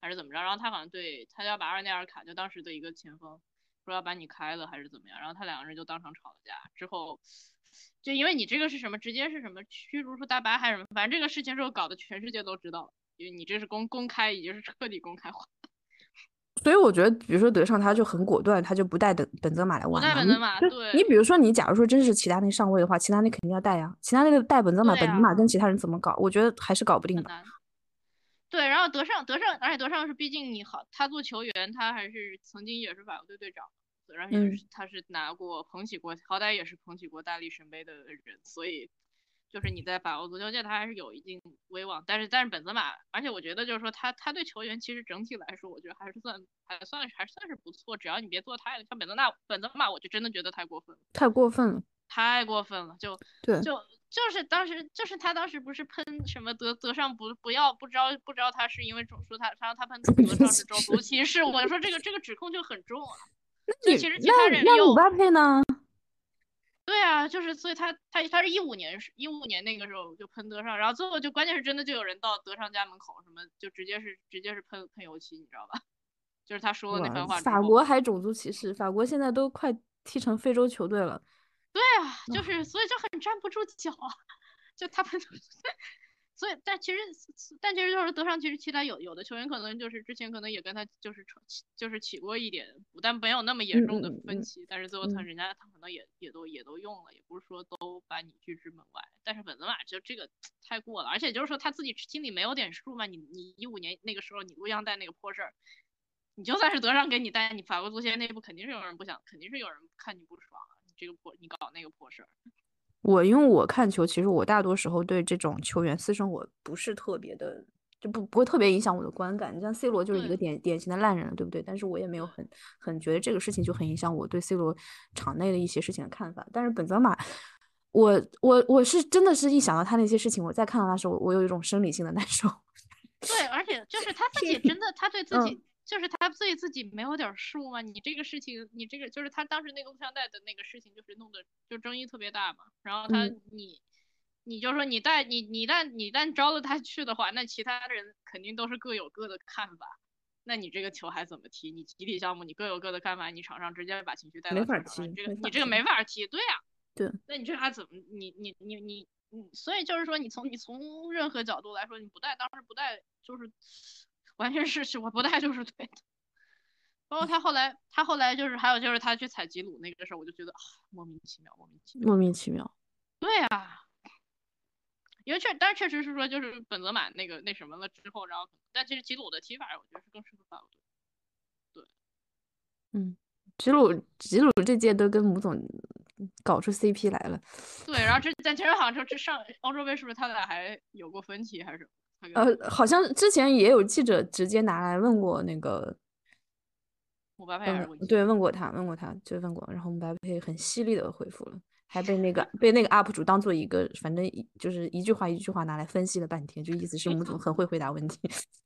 Speaker 2: 还是怎么着，然后他好像对他要把阿尔内尔卡就当时的一个前锋说要把你开了还是怎么样，然后他两个人就当场吵了架，之后就因为你这个是什么直接是什么驱逐出大巴还是什么，反正这个事情之后搞得全世界都知道了，因为你这是公公开已经是彻底公开化。
Speaker 1: 所以我觉得，比如说德尚他就很果断，他就不带本本泽马来玩嘛。
Speaker 2: 不带本泽马，
Speaker 1: 你
Speaker 2: 对
Speaker 1: 你比如说，你假如说真是齐达内上位的话，齐达内肯定要带呀。齐达内带本泽马，
Speaker 2: 对呀、
Speaker 1: 本泽马跟其他人怎么搞？我觉得还是搞不定吧。
Speaker 2: 很难。对，然后德尚德尚，而且德尚是毕竟你好，他做球员，他还是曾经也是法国队队长，然后也
Speaker 1: 嗯，
Speaker 2: 是他是拿过捧起过，好歹也是捧起过大力神杯的人，所以就是你在法国足球界他还是有一定威望。但是但是本泽马，而且我觉得就是说他他对球员其实整体来说，我觉得还是算还算还算是不错，只要你别做太像本泽马本泽马，我就真的觉得太过分了。
Speaker 1: 太过分了。
Speaker 2: 太过分了，就
Speaker 1: 对，
Speaker 2: 就就是当时就是他当时不是喷什么德德尚不不要不知道不知道他是因为种说他然后他喷德尚是种族歧视，我说这个这个指控就很重啊。
Speaker 1: 那你
Speaker 2: 所以其实其
Speaker 1: 那
Speaker 2: 他人又
Speaker 1: 那姆巴佩呢？
Speaker 2: 对啊，就是所以他他他是一五年一五年那个时候就喷德尚，然后最后就关键是真的就有人到德尚家门口什么就直接是直接是喷喷油漆，你知道吧？就是他说了那
Speaker 1: 哇，
Speaker 2: 番话之
Speaker 1: 法
Speaker 2: 后，
Speaker 1: 国还种族歧视，法国现在都快踢成非洲球队了。
Speaker 2: 对啊，就是所以就很站不住脚啊，就他们，所以但其实但其实就是德尚其实其他有有的球员可能就是之前可能也跟他就是就是起过一点，但没有那么严
Speaker 1: 嗯
Speaker 2: 重的
Speaker 1: 嗯嗯
Speaker 2: 分歧，但是最后他
Speaker 1: 嗯，
Speaker 2: 人家他可能也也都也都用了，也不是说都把你拒之门外，但是本泽马就这个太过了，而且就是说他自己心里没有点数嘛，你你一五年那个时候你录像带那个破事儿。你就算是德尚给你带，你法国足协内部肯定是有人不想，肯定是有人看你不爽啊！你这个破，你搞那个破事儿。
Speaker 1: 我因为我看球，其实我大多时候对这种球员私生活不是特别的，就不不会特别影响我的观感。你像 C 罗就是一个
Speaker 2: 对
Speaker 1: 典典型的烂人，对不对？但是我也没有
Speaker 2: 对，
Speaker 1: 很很觉得这个事情就很影响我对 C 罗场内的一些事情的看法。但是本泽马，我我我是真的是一想到他那些事情，我再看到他时候，我有一种生理性的难受。
Speaker 2: 对，而且就是他自己真的，他对自
Speaker 1: 嗯
Speaker 2: 己，就是他对自己没有点数吗？你这个事情，你这个就是他当时那个录像带的那个事情，就是弄得就争议特别大嘛。然后他
Speaker 1: 嗯，
Speaker 2: 你，你就说你带你你一旦你一旦招了他去的话，那其他人肯定都是各有各的看法。那你这个球还怎么踢？你集体项目你各有各的看法，你场上直接把情绪带
Speaker 1: 没
Speaker 2: 到球场上，你
Speaker 1: 法踢，
Speaker 2: 这个
Speaker 1: 没法踢。
Speaker 2: 你这个没法踢，对呀、啊
Speaker 1: 对，
Speaker 2: 那你这还怎么？你你你你你，所以就是说，你从你从任何角度来说，你不带当时不带就是完全是我不带就是对的。包括他后来，他后来就是还有就是他去采吉鲁那个事儿，我就觉得啊莫名其妙，莫名其妙。
Speaker 1: 莫名其妙。
Speaker 2: 对啊，因为确，但是确实是说就是本泽马那个那什么了之后，然后但其实吉鲁的踢法，我觉得是更适合法国队。对，
Speaker 1: 嗯，吉鲁吉鲁这届都跟母总搞出 C P 来了。
Speaker 2: 对，然后这但其实好像说这上欧洲杯是不是他俩还有过分歧还是什么？
Speaker 1: 呃，好像之前也有记者直接拿来问过那个，
Speaker 2: 姆巴佩还是
Speaker 1: 嗯，
Speaker 2: 问题？
Speaker 1: 对，问过他，问过他，就问过，然后姆巴佩很犀利的回复了，还被那个被那个 U P 主当做一个，反正一就是一句话一句话拿来分析了半天，就意思是母总很会回答问题。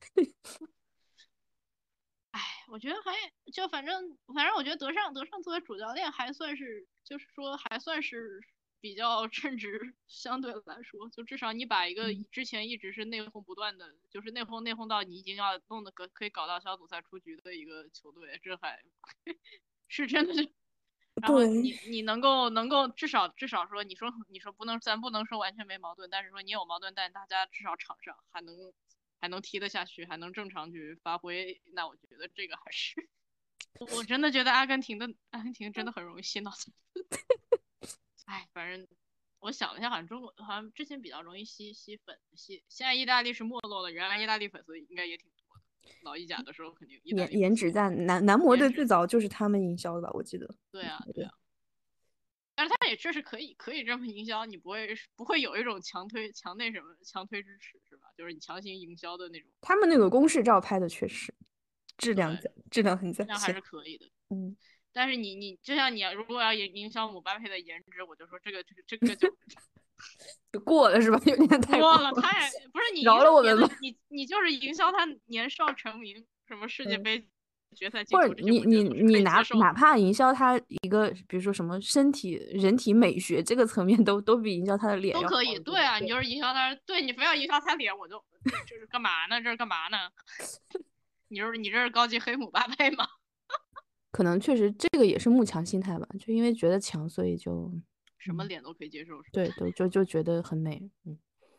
Speaker 2: 哎，我觉得还就反正反正我觉得德尚德尚作为主教练还算是就是说还算是比较称职，相对来说，就至少你把一个
Speaker 1: 嗯
Speaker 2: 之前一直是内讧不断的，就是内讧内讧到你已经要弄的可可以搞到小组赛出局的一个球队，这还是真的是。然后
Speaker 1: 对，
Speaker 2: 你你能够能够至少至少说你说你说不能咱不能说完全没矛盾，但是说你有矛盾，但大家至少场上还能还能踢得下去，还能正常去发挥，那我觉得这个还是我真的觉得阿根廷的阿根廷真的很容易吸脑残。哎，反正我想了一下，好像中国好像之前比较容易吸吸粉吸，现在意大利是没落了，原来意大利粉丝应该也挺多的。老意甲的时候肯定意大
Speaker 1: 颜
Speaker 2: 利粉丝
Speaker 1: 颜值在男男模队最
Speaker 2: 颜值，
Speaker 1: 早就是他们营销的吧，我记得。
Speaker 2: 对啊对
Speaker 1: 对，
Speaker 2: 啊。但是他也确实可以可以这么营销，你不会不会有一种强推强那什么强推支持是吧？就是你强行营销的那种。
Speaker 1: 他们那个公式照拍的确实质量
Speaker 2: 对，
Speaker 1: 在，质量很在线。
Speaker 2: 这样还是可以的。
Speaker 1: 嗯，
Speaker 2: 但是你你就像你如果要营营销姆巴佩的颜值，我就说这个这个这个就
Speaker 1: 就过了是吧？有点太
Speaker 2: 过
Speaker 1: 了，
Speaker 2: 了太不是你
Speaker 1: 饶了我们吧。
Speaker 2: 你你就是营销他年少成名，什么世界
Speaker 1: 嗯。
Speaker 2: 杯决赛进
Speaker 1: 或
Speaker 2: 球这些，
Speaker 1: 者你你
Speaker 2: 我觉得都是可
Speaker 1: 你哪
Speaker 2: 以接受的。
Speaker 1: 哪怕营销他一个，比如说什么身体人体美学这个层面都都比营销他的脸要好
Speaker 2: 都可以，
Speaker 1: 得多。
Speaker 2: 对啊，你
Speaker 1: 对，
Speaker 2: 就是营销他，对你非要营销他脸，我就这是干嘛呢？这是干嘛呢？ 你说你这是高级黑姆巴佩吗？
Speaker 1: 可能确实这个也是慕强心态吧，就因为觉得强，所以就嗯，
Speaker 2: 什么脸都可以接受是吧？
Speaker 1: 对，都就就觉得很美，嗯。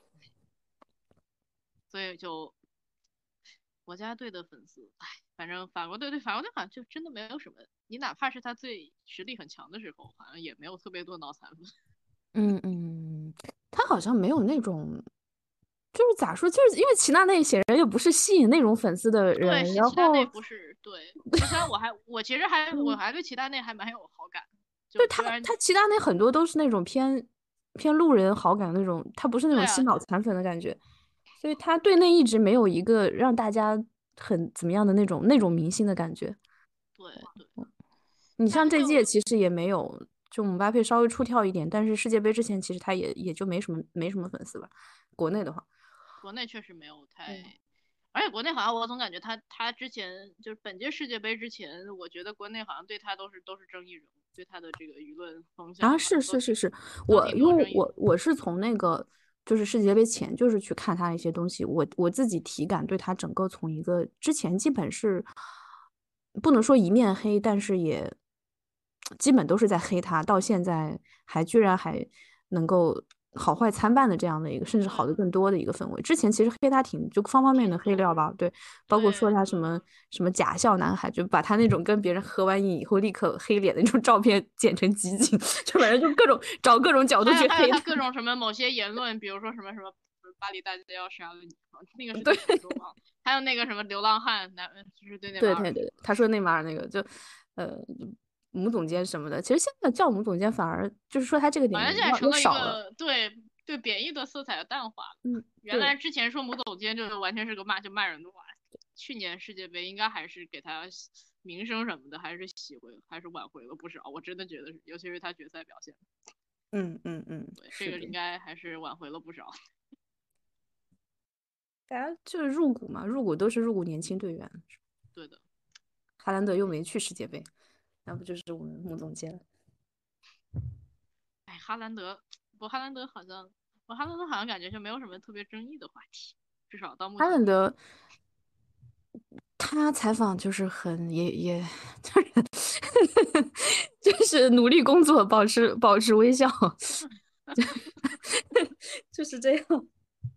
Speaker 2: 所以就国家队的粉丝，哎，反正法国队对法国队好像就真的没有什么，你哪怕是他最实力很强的时候，好像也没有特别多脑残粉。
Speaker 1: 嗯嗯，他好像没有那种，就是咋说，就是因为齐达内显然也不是吸引那种粉丝的
Speaker 2: 对，
Speaker 1: 人，
Speaker 2: 齐齐达内
Speaker 1: 然后，
Speaker 2: 不是对，就虽然我还我其实还我
Speaker 1: 嗯，
Speaker 2: 还对齐达内还蛮有好感，
Speaker 1: 对他
Speaker 2: 就虽然
Speaker 1: 他齐达内很多都是那种偏偏路人好感的那种，他不是那种吸
Speaker 2: 对啊
Speaker 1: 脑残粉的感觉，所以他队内一直没有一个让大家很怎么样的那种那种明星的感觉。
Speaker 2: 对对，
Speaker 1: 你像这届
Speaker 2: 但是就
Speaker 1: 其实也没有，就姆巴佩稍微出挑一点，但是世界杯之前其实他也也就没什么没什么粉丝吧，国内的话。
Speaker 2: 国内确实没有太，
Speaker 1: 嗯
Speaker 2: 而且国内好像我总感觉他他之前就是本届世界杯之前，我觉得国内好像对他都是都是争议人物，对他的这个舆论风
Speaker 1: 啊，
Speaker 2: 向好
Speaker 1: 是
Speaker 2: 像都挺
Speaker 1: 是是是，
Speaker 2: 都
Speaker 1: 我因为
Speaker 2: 挺多争议的。
Speaker 1: 我我是从那个就是世界杯前就是去看他的一些东西，我我自己体感对他整个从一个之前基本是不能说一面黑，但是也基本都是在黑他，到现在还居然还能够好坏参半的这样的一个，甚至好
Speaker 2: 对，
Speaker 1: 的更多的一个氛围。之前其实黑他挺就方方面面的
Speaker 2: 挺多，
Speaker 1: 黑料吧，对，包括说
Speaker 2: 对对
Speaker 1: 他什么什么假笑男孩，就把他那种跟别人合完影以后立刻黑脸的那种照片剪成集锦，就反正就各种找各种角度
Speaker 2: 还有
Speaker 1: 去黑他。
Speaker 2: 还有他各种什么某些言论，比如说什么什么巴黎大街要杀了你，那个是
Speaker 1: 对
Speaker 2: 对谁说忘了？还有那个什么流浪汉，那就是对内马尔说的。
Speaker 1: 对对对，他说内马尔那个就呃母总监什么的，其实现在叫母总监反而就是说他这个点
Speaker 2: 好像现在
Speaker 1: 要要
Speaker 2: 成了一
Speaker 1: 少了。
Speaker 2: 个对对贬义的色彩淡化了。
Speaker 1: 嗯，对。
Speaker 2: 原来之前说母总监就完全是个骂就骂人的话，去年世界杯应该还是给他名声什么的，还是洗回还是挽回了不少。我真的觉得是，尤其是他决赛表现，
Speaker 1: 嗯嗯嗯，
Speaker 2: 对这
Speaker 1: 是的。
Speaker 2: 个应该还是挽回了不少。
Speaker 1: 大家就是入股嘛，入股都是入股年轻队员。
Speaker 2: 对的，
Speaker 1: 哈兰德又没去世界杯，那不就是我们穆总监了？
Speaker 2: 哎，哈兰德，不，哈兰德好像，我哈兰德好像感觉就没有什么特别争议的话题，至少到目前为止。
Speaker 1: 哈兰德他采访就是很也也就是就是努力工作，保持保持微笑，就是这样，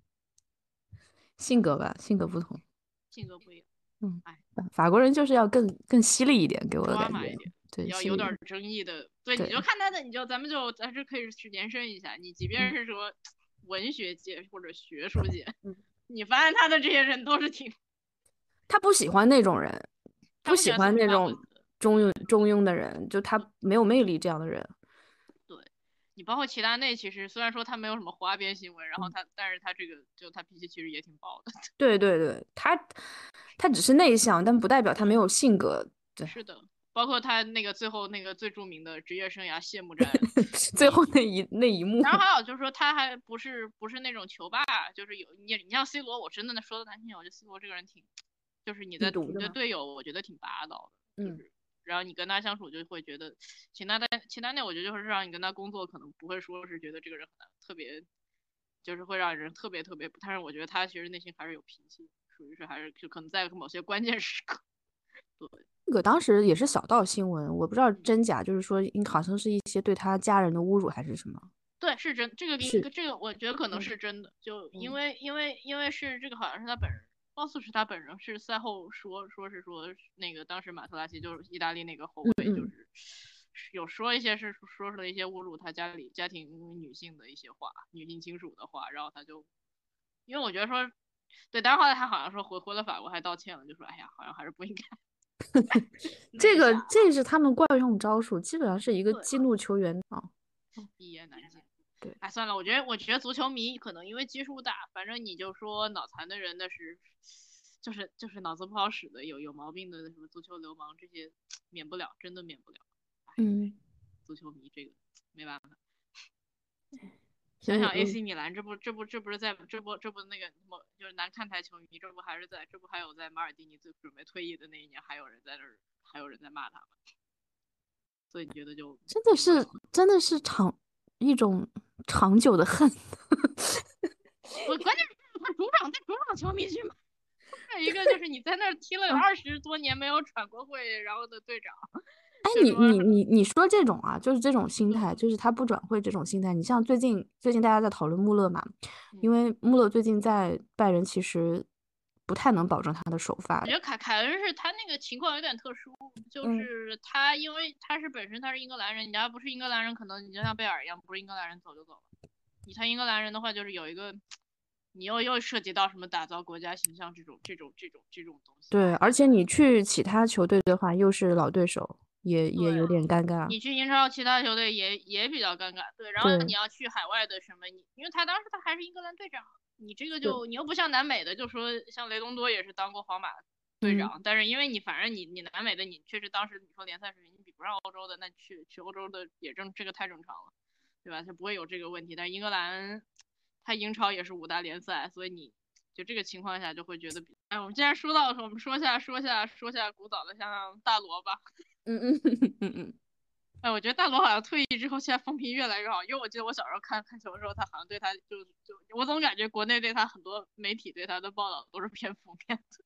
Speaker 1: 性格吧，性格不同。
Speaker 2: 性格不一样，
Speaker 1: 嗯，
Speaker 2: 哎，
Speaker 1: 法法国人就是要更更犀利一点，给我的感觉。
Speaker 2: 抓马一点，
Speaker 1: 对，
Speaker 2: 要
Speaker 1: 犀利一点。
Speaker 2: 有点争议的。对，你
Speaker 1: 对，
Speaker 2: 就看他的，你就咱们就还是可以去延伸一下。你即便
Speaker 1: 嗯
Speaker 2: 是说文学界或者学术界，
Speaker 1: 嗯，
Speaker 2: 你发现他的这些人都是挺，
Speaker 1: 他不喜欢那种人，不喜
Speaker 2: 他不喜欢四平
Speaker 1: 欢那种
Speaker 2: 八稳的。
Speaker 1: 中庸
Speaker 2: 对
Speaker 1: 中庸的人，就他没有魅力这样的人。
Speaker 2: 对，你包括齐达内，其实虽然说他没有什么花边新闻，然后
Speaker 1: 嗯，
Speaker 2: 他，但是他这个就他脾气其实也挺暴的。
Speaker 1: 对对对，他他只是内向，但不代表他没
Speaker 2: 对，
Speaker 1: 有性格。对，
Speaker 2: 是的，包括他那个最后那个最著名的职业生涯谢幕战
Speaker 1: 最后
Speaker 2: 那一幕。
Speaker 1: 那一那一幕。
Speaker 2: 然后还有就是说，他还不是不是那种球霸，就是有你你像 C 罗，我真的说的难听点，我觉得 C 罗这个人挺，就是你
Speaker 1: 低
Speaker 2: 的你
Speaker 1: 毒的嘛。
Speaker 2: 的队友，我觉得挺霸道的，就
Speaker 1: 嗯，
Speaker 2: 是然后你跟他相处就会觉得，秦丹丹秦丹内，我觉得就是让你跟他工作，可能不会说是觉得这个人很特别，就是会让人特别特别，但是我觉得他其实内心还是有脾气，属于是还是就可能在某些关键时刻，对，
Speaker 1: 这个当时也是小道新闻，我不知道
Speaker 2: 嗯。
Speaker 1: 真假，就是说应好像是一些对他家人的侮辱还是什么。
Speaker 2: 对，是真，这个应
Speaker 1: 是。
Speaker 2: 这个我觉得可能
Speaker 1: 嗯
Speaker 2: 是真的，就因
Speaker 1: 嗯
Speaker 2: 为因为因为是这个好像是他本人，貌似是他本人是赛后说说是说那个当时马特拉齐就是意大利那个后卫，就
Speaker 1: 嗯嗯，
Speaker 2: 是有说一些是说出了一些侮辱他家里家庭女性的一些话，女性亲属的话，然后他就因为我觉得说对，但是后来他好像说回回了法国还道歉了，就说哎呀好像还是不应该那
Speaker 1: 这个
Speaker 2: 一下，
Speaker 1: 这是他们惯用招数，基本上是一个
Speaker 2: 对，
Speaker 1: 激怒球员啊。
Speaker 2: 一言难尽。
Speaker 1: 对，
Speaker 2: 哎，算了，我觉得我觉得足球迷可能因为基数大，反正你就说脑残的人那是，就是就是脑子不好使的，有有毛病的什么足球流氓这些免不了，真的免不了。哎，
Speaker 1: 嗯，
Speaker 2: 足球迷这个没办法。想想
Speaker 1: 所以嗯，
Speaker 2: A C 米兰这不这不这不是在这不这不那个么就是南看台球迷这不还是在这不还有在马尔蒂尼最准备退役的那一年还有人在这儿还有人在骂他吗？所以你觉得就
Speaker 1: 真的是
Speaker 2: 免不了。
Speaker 1: 真的是长一种长久的恨。
Speaker 2: 不，关键是他主场在主场球迷去骂， 有一个就是你在那儿踢了
Speaker 1: 嗯
Speaker 2: 二十多年没有转过会，然后的队长，
Speaker 1: 哎，
Speaker 2: 就说
Speaker 1: 你你你你说这种啊，就是这种心态，
Speaker 2: 嗯
Speaker 1: 就是他不转会这种心态。你像最近最近大家在讨论穆勒嘛，因
Speaker 2: 嗯，
Speaker 1: 为穆勒最近在拜仁其实不太能保证他的首发。
Speaker 2: 我觉得凯凯恩是他那个情况有点特殊，就
Speaker 1: 嗯
Speaker 2: 是他因为他是本身他是英格兰人，你要不是英格兰人，可能你就像贝尔一样，不是英格兰人走就走了。你像英格兰人的话，就是有一个，你又又涉及到什么打造国家形象这种这种这种这种东西，
Speaker 1: 对，
Speaker 2: 哎，
Speaker 1: 而且你去其他球队的话，又是老对手，也也有
Speaker 2: 对。
Speaker 1: 点尴尬。
Speaker 2: 你去英超其他球队也也比较尴尬，对，然后
Speaker 1: 对
Speaker 2: 你要去海外的什么，你因为他当时他还是英格兰队长，你这个
Speaker 1: 对，
Speaker 2: 就你又不像南美的，就说像雷东多也是当过皇马队
Speaker 1: 嗯，
Speaker 2: 长，但是因为你反正你你南美的你确实当时你说联赛水平你比不上欧洲的，那去去欧洲的也正这个太正常了，对吧？他不会有这个问题，但是英格兰他英超也是五大联赛，所以你就这个情况下就会觉得比，哎，我们既然说到的时候，我们说下说下说下古早的像大罗吧。
Speaker 1: 嗯嗯嗯嗯嗯，
Speaker 2: 哎，我觉得大罗好像退役之后，现在风评越来越好。因为我记得我小时候看看球的时候，他好像对他就就，我总感觉国内对他很多媒体对他的报道都是偏负面的。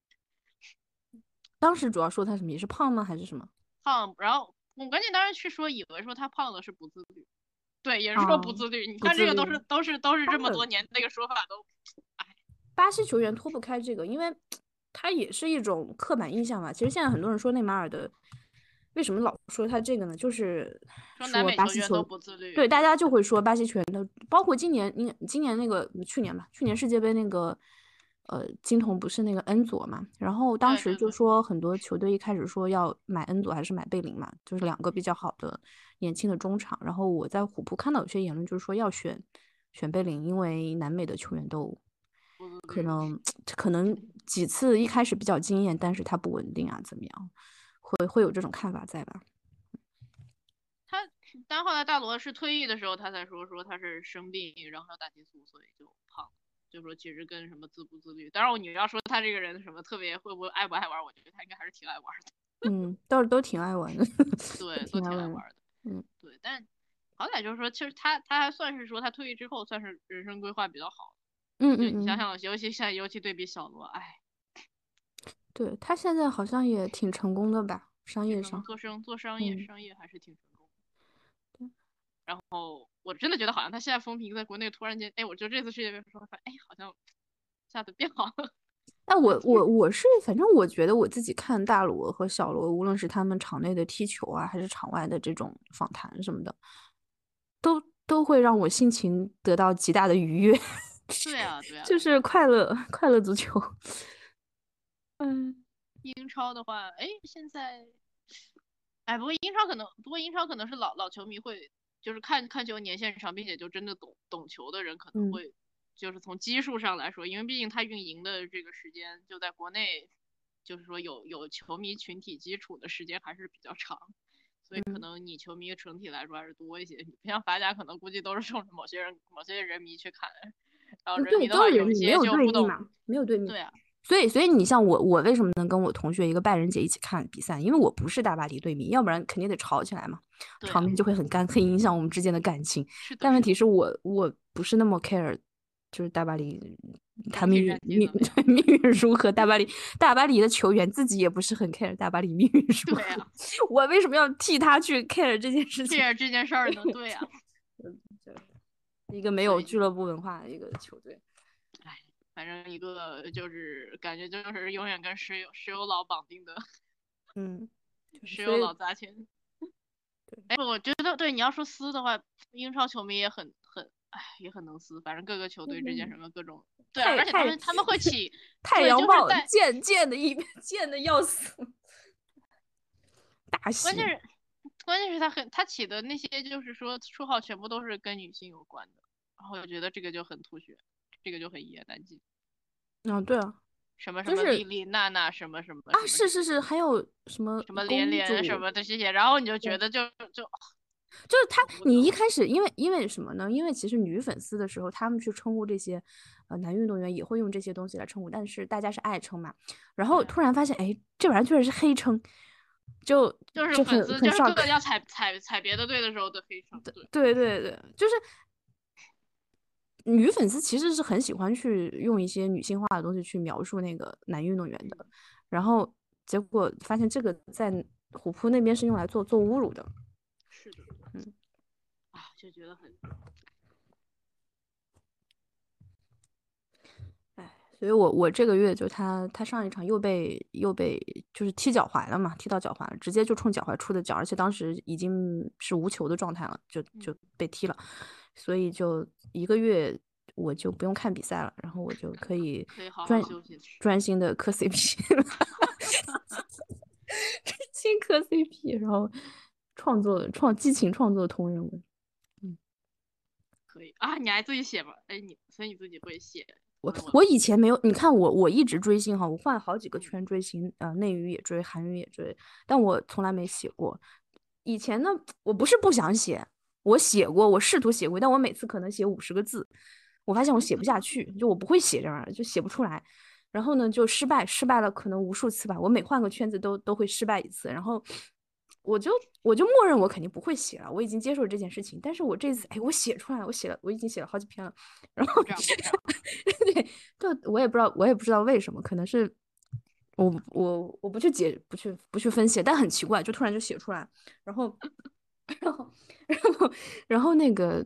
Speaker 1: 当时主要说他什么，也是胖吗，还是什么？
Speaker 2: 胖，然后我关键当时去说，以为说他胖的是不自律，对，也是说不
Speaker 1: 啊，
Speaker 2: 自律。你
Speaker 1: 不
Speaker 2: 看这个都是
Speaker 1: 自律。
Speaker 2: 都是都是这么
Speaker 1: 他们
Speaker 2: 多年那个说法都，哎，
Speaker 1: 巴西球员脱不开这个，因为他也是一种刻板印象嘛。其实现在很多人说内马尔的，为什么老说他这个呢？就是
Speaker 2: 说南
Speaker 1: 说
Speaker 2: 美球员都
Speaker 1: 巴西球，
Speaker 2: 不自律，
Speaker 1: 对，大家就会说巴西球员的，包括今年，你今年那个去年吧，去年世界杯那个。呃，金童不是那个恩佐嘛？然后当时就
Speaker 2: 对对对，
Speaker 1: 说很多球队一开始说要买恩佐还是买贝林嘛，就是两个比较好的年轻的中场。然后我在虎扑看到有些言论就是说要选选贝林，因为南美的球员都
Speaker 2: 不自律。
Speaker 1: 可能可能几次一开始比较惊艳，但是他不稳定啊，怎么样？会会有这种看法在吧？
Speaker 2: 他，但后来大罗是退役的时候，他才说说他是生病，然后要打激素，所以就胖。就说其实跟什么自不自律，当然你要说他这个人什么特别会不会爱不爱玩，我觉得他应该还是挺爱玩的。
Speaker 1: 嗯，倒是都挺爱玩的，都
Speaker 2: 对，都
Speaker 1: 挺爱玩的。
Speaker 2: 挺爱玩的。
Speaker 1: 嗯
Speaker 2: 对，但好歹就是说，其实他他还算是说他退役之后算是人生规划比较好。
Speaker 1: 嗯嗯嗯，
Speaker 2: 就你想想，尤其现在尤其对比小罗，哎，
Speaker 1: 对，他现在好像也挺成功的吧，商
Speaker 2: 挺成功，
Speaker 1: 业上。
Speaker 2: 做生做商业
Speaker 1: 嗯，
Speaker 2: 商业还是挺成功的。然后我真的觉得好像他现在风评在国内突然间，哎，我就这次世界杯说，哎，好像一下子变好了。
Speaker 1: 哎，我我我是，反正我觉得我自己看大罗和小罗，无论是他们场内的踢球啊，还是场外的这种访谈什么的，都都会让我心情得到极大的愉悦，
Speaker 2: 对啊，对啊，
Speaker 1: 就是快乐快乐足球。嗯
Speaker 2: 英超的话，哎，现在，哎，不过英超可能，不过英超可能是老老球迷会，就是看看球年限长，并且就真的懂懂球的人可能
Speaker 1: 嗯
Speaker 2: 会，就是从基数上来说，因为毕竟他运营的这个时间就在国内，就是说有有球迷群体基础的时间还是比较长，所以可
Speaker 1: 嗯，
Speaker 2: 能你球迷整体来说还是多一些。你不像法甲，可能估计都是冲着某些人某些人迷去看，然后
Speaker 1: 嗯对，
Speaker 2: 人迷的话
Speaker 1: 都是人迷，没
Speaker 2: 有一些
Speaker 1: 有
Speaker 2: 就不懂，
Speaker 1: 对密嘛，没有对密。
Speaker 2: 对啊，
Speaker 1: 所以，所以你像我，我为什么能跟我同学一个拜仁姐一起看比赛？因为我不是大巴黎队迷，要不然肯定得吵起来嘛，
Speaker 2: 对啊，
Speaker 1: 场面就会很干，很影响我们之间的感情。
Speaker 2: 是的，是的。
Speaker 1: 但问题是我我不是那么 care，就是大巴黎他命运
Speaker 2: 整体战绩
Speaker 1: 命
Speaker 2: 怎么样？
Speaker 1: 命运如何？大巴黎大巴黎的球员自己也不是很 care 大巴黎命运如何，
Speaker 2: 对啊，
Speaker 1: 我为什么要替他去 care 这件事情？
Speaker 2: 这这件事儿呢，对啊，
Speaker 1: 一个没有
Speaker 2: 所以就，
Speaker 1: 俱乐部文化的一个球队。
Speaker 2: 哎，反正一个就是感觉就是永远跟石油石油老绑定的
Speaker 1: 嗯，对，
Speaker 2: 石油
Speaker 1: 所以
Speaker 2: 老砸钱。哎，我觉得对你要说撕的话，英超球迷也很很哎也很能撕，反正各个球队之间什么各种对啊，而且他
Speaker 1: 太太
Speaker 2: 们他们会起对，
Speaker 1: 太阳
Speaker 2: 就是在
Speaker 1: 豹贱贱的一贱的要死，大喜。
Speaker 2: 关键是关键是他很他起的那些就是说绰号全部都是跟女性有关的，然后我觉得这个就很吐血，这个就很一言难尽。
Speaker 1: 啊，对啊，
Speaker 2: 什么什
Speaker 1: 就是
Speaker 2: 么丽丽娜娜什么什么
Speaker 1: 啊，
Speaker 2: 什么什么
Speaker 1: 是是是，还有什么
Speaker 2: 什么连
Speaker 1: 公
Speaker 2: 连什
Speaker 1: 主，
Speaker 2: 么的这些，然后你就觉
Speaker 1: 对，
Speaker 2: 得就就
Speaker 1: 就是他，
Speaker 2: 不得了。
Speaker 1: 你一开始因为因为什么呢？因为其实女粉丝的时候，他们去称呼这些呃男运动员也会用这些东西来称呼，但是大家是爱称嘛。然后
Speaker 2: 对啊，
Speaker 1: 突然发现，哎，这玩意儿居然是黑称，就
Speaker 2: 就是
Speaker 1: 就很很
Speaker 2: 粉丝就是各
Speaker 1: shock。
Speaker 2: 个要踩踩踩别的队的时候的黑称，对，
Speaker 1: 对对对，就是女粉丝其实是很喜欢去用一些女性化的东西去描述那个男运动员的，
Speaker 2: 嗯，
Speaker 1: 然后结果发现这个在虎扑那边是用来做做侮辱的。
Speaker 2: 是的，
Speaker 1: 嗯，
Speaker 2: 啊，就觉得很，
Speaker 1: 哎，所以我我这个月就他他上一场又被又被就是踢脚踝了嘛，踢到脚踝了，直接就冲脚踝出的脚，而且当时已经是无球的状态了，就就
Speaker 2: 嗯，
Speaker 1: 被踢了，所以就一个月我就不用看比赛了，然后我就可以
Speaker 2: 可以好好
Speaker 1: 专
Speaker 2: 休息。
Speaker 1: 专心的磕 C P 了，专心磕 C P，然后创作创激情创作同人文。嗯。
Speaker 2: 可以啊，你还自己写吗？哎，你所以你自己会写
Speaker 1: 我
Speaker 2: 同人文吗？
Speaker 1: 我以前没有，你看我我一直追星哈，我换好几个
Speaker 2: 嗯，
Speaker 1: 圈追星，呃，内娱也追，韩语也追，但我从来没写过。以前呢，我不是不想写，我写过，我试图写过，但我每次可能写五十个字，我发现我写不下去，就我不会写这玩意儿，就写不出来。然后呢，就失败，失败了可能无数次吧。我每换个圈子都都会失败一次，然后我就我就默认我肯定不会写了，我已经接受了这件事情。但是我这次，
Speaker 2: 嗯，
Speaker 1: 哎，我写出来了，我写了，我已经写了好几篇了，然后
Speaker 2: 鼓掌鼓掌。
Speaker 1: 对，就我也不知道，我也不知道为什么，可能是我我我不去解，不去不去分析，但很奇怪，就突然就写出来，然后然后然后然后那个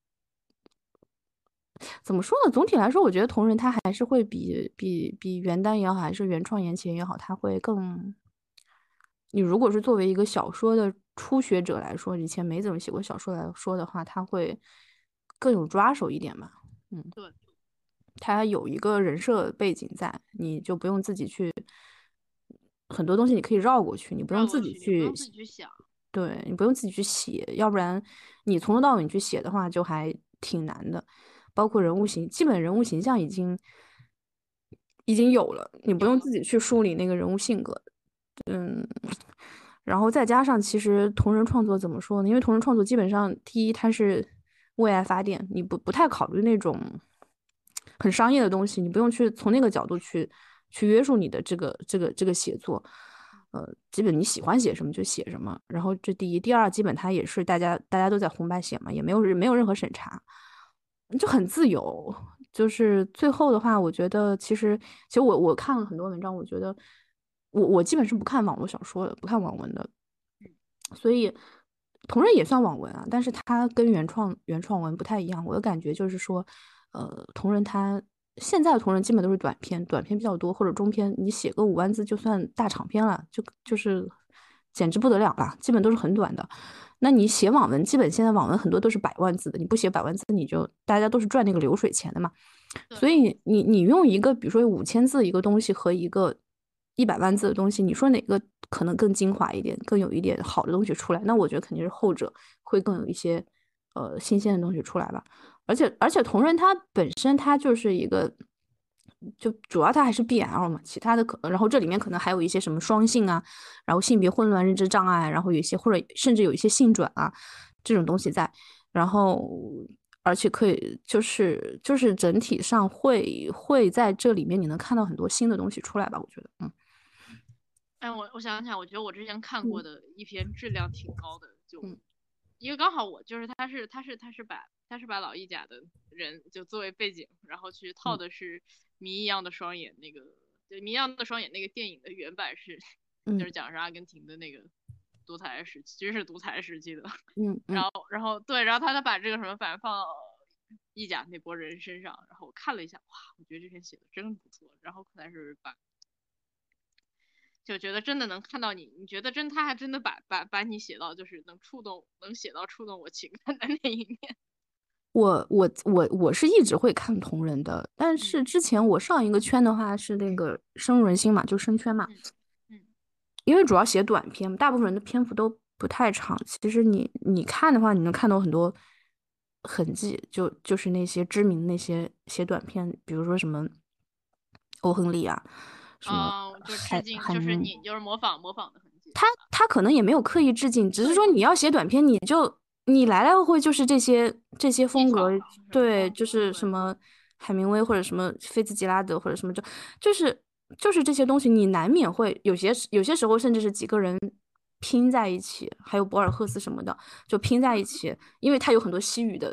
Speaker 1: 怎么说呢？总体来说，我觉得同人他还是会比比比原单也好，还是原创言情也好，他会更。你如果是作为一个小说的初学者来说，以前没怎么写过小说来说的话，他会更有抓手一点吧。嗯。
Speaker 2: 对，
Speaker 1: 他有一个人设背景在，你就不用自己去，很多东西你可以绕过去，你不用自
Speaker 2: 绕过去，你不
Speaker 1: 己去，
Speaker 2: 用自己去想。
Speaker 1: 对，你不用自己去写，要不然你从头到尾你去写的话，就还挺难的。包括人物形，基本人物形象已经已经有了，你不
Speaker 2: 有了。
Speaker 1: 用自己去梳理那个人物性格。嗯，然后再加上其实同人创作怎么说呢？因为同人创作基本上第一它是为爱发电，你不不太考虑那种很商业的东西，你不用去从那个角度去去约束你的这个这个这个写作。呃，基本你喜欢写什么就写什么。然后这第一，第二，基本它也是大家大家都在红白写嘛，也没有没有任何审查，就很自由。就是最后的话，我觉得其实其实我我看了很多文章，我觉得我我基本是不看网络小说的，不看网文的，
Speaker 2: 嗯，
Speaker 1: 所以同人也算网文啊，但是它跟原创原创文不太一样。我的感觉就是说，呃，同人它现在的同人基本都是短篇，短篇比较多，或者中篇，你写个五万字就算大长篇了，就就是简直不得了了，基本都是很短的。那你写网文，基本现在网文很多都是百万字的，你不写百万字，你就大家都是赚那个流水钱的嘛。
Speaker 2: 对，
Speaker 1: 所以你你用一个比如说五千字一个东西和一个一百万字的东西，你说哪个可能更精华一点，更有一点好的东西出来？那我觉得肯定是后者会更有一些呃新鲜的东西出来吧。而且而且同人它本身它就是一个。就主要它还是 B L 嘛，其他的可，然后这里面可能还有一些什么双性啊，然后性别混乱、认知障碍，然后有一些或者甚至有一些性转啊这种东西在，然后而且可以就是就是整体上会会在这里面你能看到很多新的东西出来吧，我觉得。嗯
Speaker 2: 哎，我我想想，我觉得我之前看过
Speaker 1: 嗯
Speaker 2: 的一篇质量挺高的，就
Speaker 1: 嗯
Speaker 2: 因为刚好我就是他是他是他是把他是把老一甲的人就作为背景，然后去套
Speaker 1: 嗯
Speaker 2: 的是谜一样的双眼那个，对谜一样的双眼那个电影的原版是就
Speaker 1: 嗯
Speaker 2: 是讲是阿根廷的那个独裁时期，军事独裁时期的，
Speaker 1: 嗯嗯，
Speaker 2: 然后然后对，然后他他把这个什么反放到意甲那波人身上，然后我看了一下，哇，我觉得这篇写的真不错，然后可能是把就觉得真的能看到你，你觉得真他还真的把把把你写到就是能触动能写到触动我情感的那一面。
Speaker 1: 我我我我是一直会看同人的，但
Speaker 2: 嗯，
Speaker 1: 是之前我上一个圈的话是那个深入人心嘛，就深圈嘛。
Speaker 2: 嗯，嗯，
Speaker 1: 因为主要写短篇，大部分人的篇幅都不太长。其实你你看的话，你能看到很多痕迹，就就是那些知名的那些写短篇，比如说什么欧亨利啊，什么
Speaker 2: 哦，就致
Speaker 1: 海
Speaker 2: 敬，就是
Speaker 1: 海明，
Speaker 2: 你就是模仿模仿的痕迹
Speaker 1: 他
Speaker 2: 是吧？
Speaker 1: 他可能也没有刻意致敬，只是
Speaker 2: 对，就
Speaker 1: 说你要写短篇，你就你来来回回就是这些这些风格，
Speaker 2: 技巧什么
Speaker 1: 对，就
Speaker 2: 风格，对，
Speaker 1: 是什么海明威或者什么菲茨杰拉德或者什么，就就是就是这些东西，你难免会有些有些时候甚至是几个人拼在一起，还有博尔赫斯什么的，就拼在一起，因为他有很多西语的。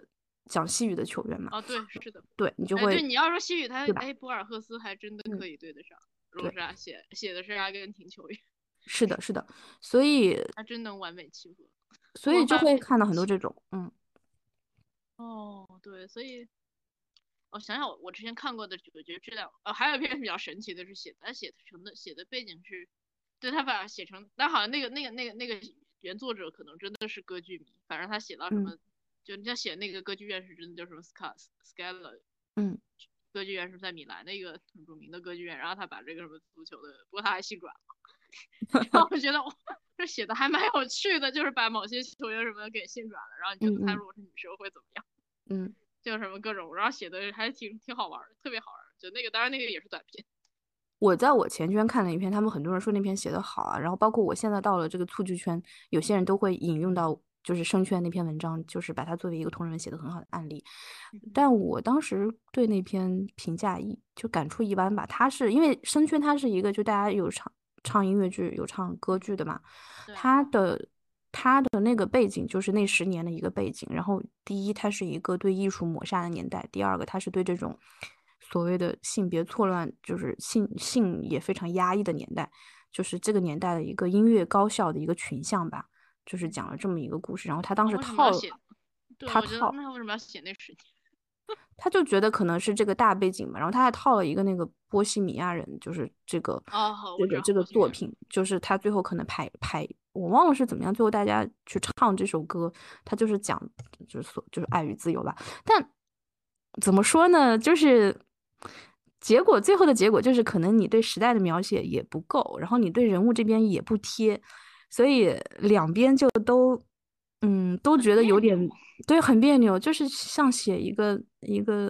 Speaker 1: 讲西语的球员嘛。
Speaker 2: 哦，对，是的。
Speaker 1: 对你就
Speaker 2: 哎，
Speaker 1: 会，
Speaker 2: 对，你要说西语，他
Speaker 1: 对吧？
Speaker 2: 哎，博尔赫斯还真的
Speaker 1: 嗯，
Speaker 2: 可以对得上。
Speaker 1: 对，
Speaker 2: 罗莎写写的是阿根廷球员，
Speaker 1: 是的，是的，所以
Speaker 2: 他真能完美契合。
Speaker 1: 所以就
Speaker 2: 我发
Speaker 1: 会看到很多
Speaker 2: 现
Speaker 1: 这种，嗯
Speaker 2: 哦，对，所以我想想我，我之前看过的，我觉得质量，呃，还有一篇比较神奇的是写，他写成的写的背景是，对他把写成，但好像那个那个那个那个原作者可能真的是歌剧迷，反正他写到什
Speaker 1: 嗯
Speaker 2: 么，就人家写那个歌剧院是真的叫什么 Scar Scala
Speaker 1: 嗯，
Speaker 2: 歌剧院是在米兰的一个很著名的歌剧院，然后他把这个什么足球的，不过他还姓转了，然后我觉得哇，这写的还蛮有趣的，就是把某些球员什么给姓转了，然后你觉得他
Speaker 1: 嗯嗯
Speaker 2: 如果是女生会怎么样？
Speaker 1: 嗯。
Speaker 2: 就什么各种，然后写的还挺挺好玩的，特别好玩。就那个，当然那个也是短篇。
Speaker 1: 我在我前圈看了一篇，他们很多人说那篇写的好啊，然后包括我现在到了这个蹴剧圈，有些人都会引用到就是生圈那篇文章，就是把它作为一个同人文写的很好的案例。但我当时对那篇评价一就感触一般吧，他是因为生圈它是一个就大家有唱唱音乐剧有唱歌剧的嘛，
Speaker 2: 对，
Speaker 1: 他的他的那个背景就是那十年的一个背景，然后第一它是一个对艺术抹杀的年代，第二个它是对这种所谓的性别错乱，就是性性也非常压抑的年代，就是这个年代的一个音乐高校的一个群像吧，就是讲了这么一个故事。然后他当
Speaker 2: 啊，为什么要
Speaker 1: 时套
Speaker 2: 写？对，我觉得
Speaker 1: 他套
Speaker 2: 那为什么要写那十年？
Speaker 1: 他就觉得可能是这个大背景嘛，然后他还套了一个那个波西米亚人，就是这个
Speaker 2: 哦，好，我知道，
Speaker 1: 这个这个
Speaker 2: 我喜欢。
Speaker 1: 作品，就是他最后可能排排，我忘了是怎么样，最后大家去唱这首歌，他就是讲就是所就是爱与自由吧。但怎么说呢，就是结果最后的结果就是可能你对时代的描写也不够，然后你对人物这边也不贴，所以两边就都嗯都
Speaker 2: 很
Speaker 1: 觉得有点。
Speaker 2: 别扭。
Speaker 1: 对，很别扭，就是像写一个一个，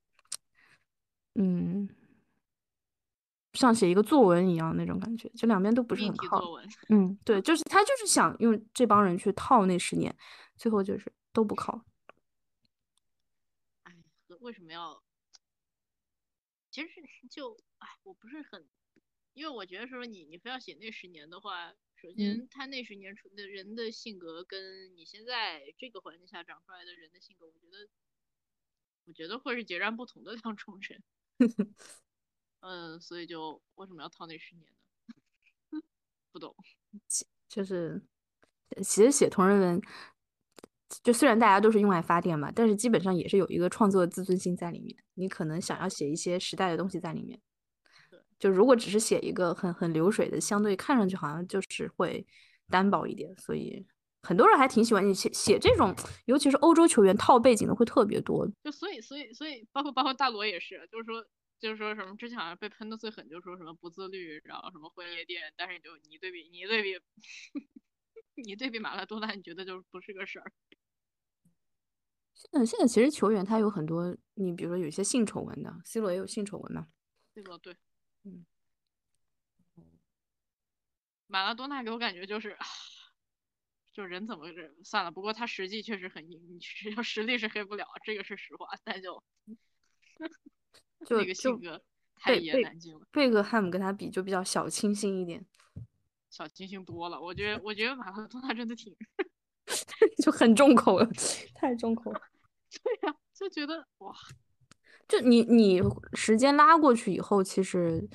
Speaker 1: 嗯，像写一个作文一样那种感觉，就两边都不是
Speaker 2: 命
Speaker 1: 很靠。
Speaker 2: 题作文。
Speaker 1: 嗯，对，就是他就是想用这帮人去套那十年，最后就是都不靠。
Speaker 2: 哎，为什么要？其实就哎，我不是很，因为我觉得说你你非要写那十年的话，首
Speaker 1: 嗯，
Speaker 2: 先他那十年出的人的性格，跟你现在这个环境下长出来的人的性格，我觉得我觉得会是截然不同的两种人。嗯，所以就为什么要套那十年呢？不懂。
Speaker 1: 就是其实写同人文，就虽然大家都是用来发电嘛，但是基本上也是有一个创作的自尊心在里面。你可能想
Speaker 2: 对
Speaker 1: 要写一些时代的东西在里面。
Speaker 2: 对，
Speaker 1: 就如果只是写一个很很流水的，相对看上去好像就是会单薄一点，所以很多人还挺喜欢你写写这种，尤其是欧洲球员套背景的会特别多。
Speaker 2: 就所以所以所以包括包括大罗也是，就是说就是说什么之前好像被喷的最狠，就是说什么不自律，然后什么婚夜店，但是你就你对比你对比你对比马拉多纳，你觉得就不是个事儿。
Speaker 1: 现在现在其实球员他有很多，你比如说有一些性丑闻的，C 罗也有性丑闻嘛。
Speaker 2: 对不对？
Speaker 1: 嗯，
Speaker 2: 马拉多纳给我感觉就是，就人怎么人算了，不过他实际确实很硬，你只要实力是黑不了，这个是实话，但就那个
Speaker 1: 就就
Speaker 2: 性格太一言
Speaker 1: 贝贝
Speaker 2: 难尽了。
Speaker 1: 贝克汉姆跟他比就比较小清新一点。
Speaker 2: 小清新多了，我觉得我觉得马拉多纳真的挺
Speaker 1: 就很重口了，太重口了。
Speaker 2: 对呀、就觉得哇。
Speaker 1: 就你你时间拉过去以后，其实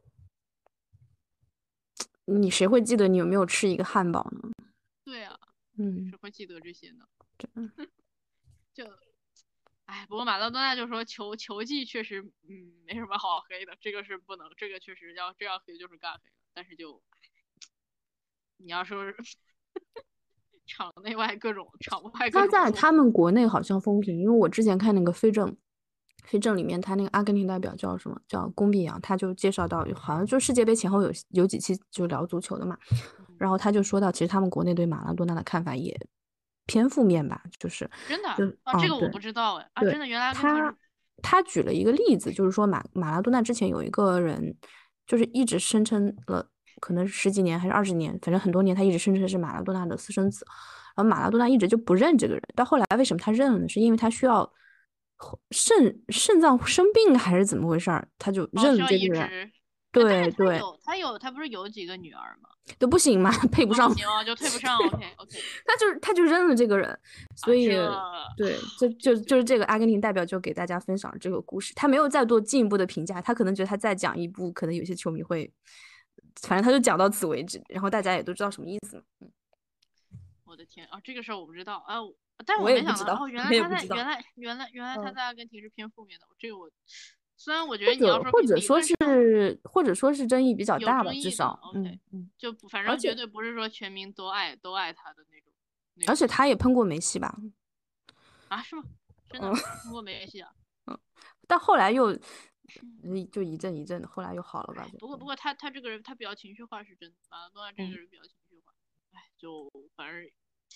Speaker 1: 你谁会记得你有没有吃一个汉堡呢？
Speaker 2: 对呀、
Speaker 1: 嗯，
Speaker 2: 谁会记得这些呢？
Speaker 1: 这
Speaker 2: 就哎，不过马拉多纳就说球球技确实嗯没什么好黑的，这个是不能，这个确实要这样黑就是干黑了，但是就你要说场内外各种场外各
Speaker 1: 他
Speaker 2: 种做。
Speaker 1: 在他们国内好像风评，因为我之前看那个非正，非正里面他那个阿根廷代表叫什么叫宫碧阳，他就介绍到，好像就世界杯前后有有几期就聊足球的嘛，
Speaker 2: 嗯，
Speaker 1: 然后他就说到，其实他们国内对马拉多纳的看法也偏负面吧，就是
Speaker 2: 真的
Speaker 1: 就
Speaker 2: 啊，这
Speaker 1: 嗯对
Speaker 2: 个我不知道哎啊，
Speaker 1: 对，
Speaker 2: 真的原来阿根廷
Speaker 1: 他
Speaker 2: 是
Speaker 1: 他举了一个例子，就是说马马拉多纳之前有一个人，就是一直声称了，可能十几年还是二十年，反正很多年，他一直声称是马拉多纳的私生子。然后马拉多纳一直就不认这个人，到后来为什么他认了呢？是因为他需要肾肾脏生病还是怎么回事儿，他就
Speaker 2: 哦需要
Speaker 1: 认了这个人。
Speaker 2: 移植。 但是他
Speaker 1: 对对，
Speaker 2: 有他有他不是有几个女儿吗？
Speaker 1: 都不行嘛，配不
Speaker 2: 哦，
Speaker 1: 上。
Speaker 2: 行啊，就配不上。OK OK
Speaker 1: 他就他就扔了这个人，所
Speaker 2: 啊，
Speaker 1: 以
Speaker 2: 这
Speaker 1: 对，就
Speaker 2: 这这
Speaker 1: 就就是这个阿根廷代表就给大家分享了这个故事，他没有再多进一步的评价，他可能觉得他再讲一部，可能有些球迷会，反正他就讲到此为止，然后大家也都知道什么意思。嗯，
Speaker 2: 我的天啊，这个事儿我不知道啊，但是
Speaker 1: 我
Speaker 2: 我没想到
Speaker 1: 也不知道，
Speaker 2: 哦，原
Speaker 1: 我
Speaker 2: 来他
Speaker 1: 也不知道。
Speaker 2: 在原来原来原来他
Speaker 1: 嗯，
Speaker 2: 在阿根廷是偏负面的，这个我虽然我觉
Speaker 1: 或
Speaker 2: 得你要说
Speaker 1: 者或者
Speaker 2: 理论
Speaker 1: 说是
Speaker 2: 上
Speaker 1: 或者说是争议比较
Speaker 2: 有
Speaker 1: 大吧，
Speaker 2: 争议的
Speaker 1: 至少，
Speaker 2: ，OK，
Speaker 1: 嗯嗯，
Speaker 2: 就反
Speaker 1: 而且
Speaker 2: 正绝对不是说全民都爱都爱他的那种那
Speaker 1: 而且
Speaker 2: 种
Speaker 1: 他也喷过梅西吧，
Speaker 2: 啊，是吗？真
Speaker 1: 嗯
Speaker 2: 的通过没戏啊？
Speaker 1: 嗯，但后来又
Speaker 2: 嗯，
Speaker 1: 嗯就一阵一阵的，后来又好了吧，
Speaker 2: 哎，
Speaker 1: 就
Speaker 2: 不过不过他他这个人他比较情绪化是真的，马拉多纳这个
Speaker 1: 嗯。
Speaker 2: 人比较情绪化，哎，就反正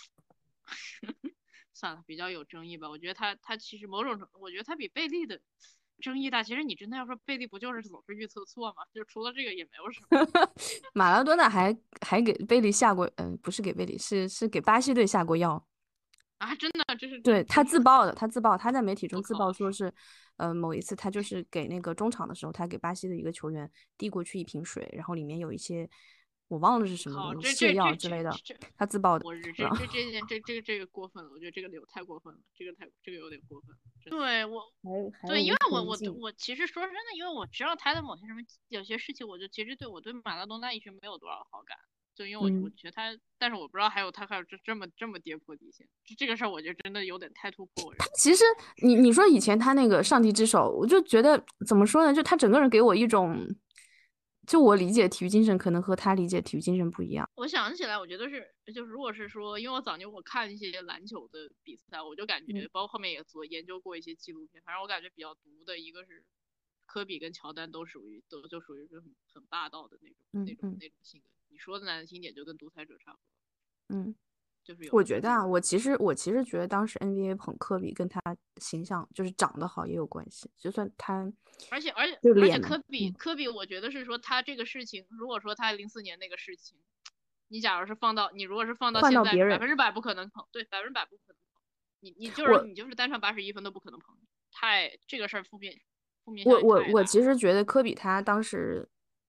Speaker 2: 算了，比较有争议吧。我觉得他他其实某种程度，我觉得他比贝利的争议大。其实你真的要说贝利不就是总是预测错吗？就除了这个也没有什么
Speaker 1: 马拉多纳还还给贝利下过，嗯、不是给贝利，是是给巴西队下过药。
Speaker 2: 啊，真的，这是
Speaker 1: 对，他
Speaker 2: 真这是
Speaker 1: 自曝的，他自曝，他在媒体中自
Speaker 2: 我靠，
Speaker 1: 曝说是，呃，某一次他就是给那个中场的时候，他给巴西的一个球员递过去一瓶水，然后里面有一些我忘了是
Speaker 2: 我靠，
Speaker 1: 什么东西，泻
Speaker 2: 这这这
Speaker 1: 药之类的，
Speaker 2: 这这，
Speaker 1: 他自曝的。
Speaker 2: 我这这
Speaker 1: 然后
Speaker 2: 这这件这这个这个过分了，我觉得这个有太过分了，这个太这个有点过分了。对我，对，因
Speaker 1: 还还无
Speaker 2: 为我我
Speaker 1: 穷尽。
Speaker 2: 我其实说真的，因为我知道他的某些什么有些事情，我就其实对我对马拉多纳一直没有多少好感。就因为我我
Speaker 1: 嗯，
Speaker 2: 觉得他，但是我不知道还有他还有这这么这么跌破底线，这这个事儿我觉得真的有点太突破我认为。
Speaker 1: 其实你你说以前他那个上帝之手，我就觉得怎么说呢？就他整个人给我一种，就我理解体育精神可能和他理解体育精神不一样。
Speaker 2: 我想起来，我觉得是，就是如果是说，因为我早年我看一些篮球的比赛，我就感
Speaker 1: 嗯
Speaker 2: 觉，包括后面也做研究过一些纪录片，反正我感觉比较毒的一个是科比跟乔丹都属于都就属于是很很霸道的那种那种
Speaker 1: 嗯嗯
Speaker 2: 那种性格。你说的难听点，就跟独裁者差不多，
Speaker 1: 嗯。
Speaker 2: 就是有
Speaker 1: 我觉得啊，
Speaker 2: 就是有
Speaker 1: 我其实我其实觉得当时 N B A 捧科比跟他形象就是长得好也有关系，就算他
Speaker 2: 而且而且而且
Speaker 1: 就脸嘛，
Speaker 2: 科比
Speaker 1: 嗯，
Speaker 2: 科比，我觉得是说他这个事情，如果说他零四年那个事情，你假如是放到你如果是放到
Speaker 1: 换
Speaker 2: 现在，
Speaker 1: 到别人，
Speaker 2: 百分之百不可能捧，对，百分之百不可能捧。你你就是
Speaker 1: 我
Speaker 2: 你就是单场八十一分都不可能捧，太这个事儿负面负面效
Speaker 1: 我
Speaker 2: 应太大了。
Speaker 1: 我我其实觉得科比他当时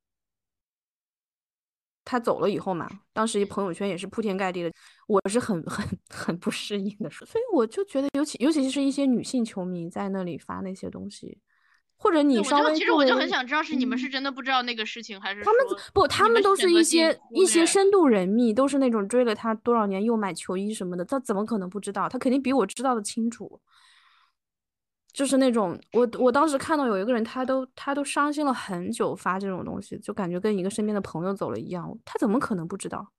Speaker 1: 他走了以后嘛，当时
Speaker 2: 嗯，
Speaker 1: 朋友圈也是铺天盖地的，我是很很很不适应的，所以我就觉得尤其尤其是一些女性球迷在那里发那些东西，或者
Speaker 2: 对，
Speaker 1: 你稍
Speaker 2: 我就其实我就很
Speaker 1: 微作为
Speaker 2: 想知道是你们是
Speaker 1: 嗯。
Speaker 2: 真的不知道那个事情，还是
Speaker 1: 他们
Speaker 2: 说
Speaker 1: 不，他
Speaker 2: 你们
Speaker 1: 们都是一
Speaker 2: 选择性
Speaker 1: 些一些
Speaker 2: 忽略？
Speaker 1: 深度人密，都是那种追了他多少年又买球衣什么的，他怎么可能不知道？他肯定比我知道的清楚。就是那种我我当时看到有一个人，他都他都伤心了很久发这种东西，就感觉跟一个身边的朋友走了一样，他怎么可能不知道？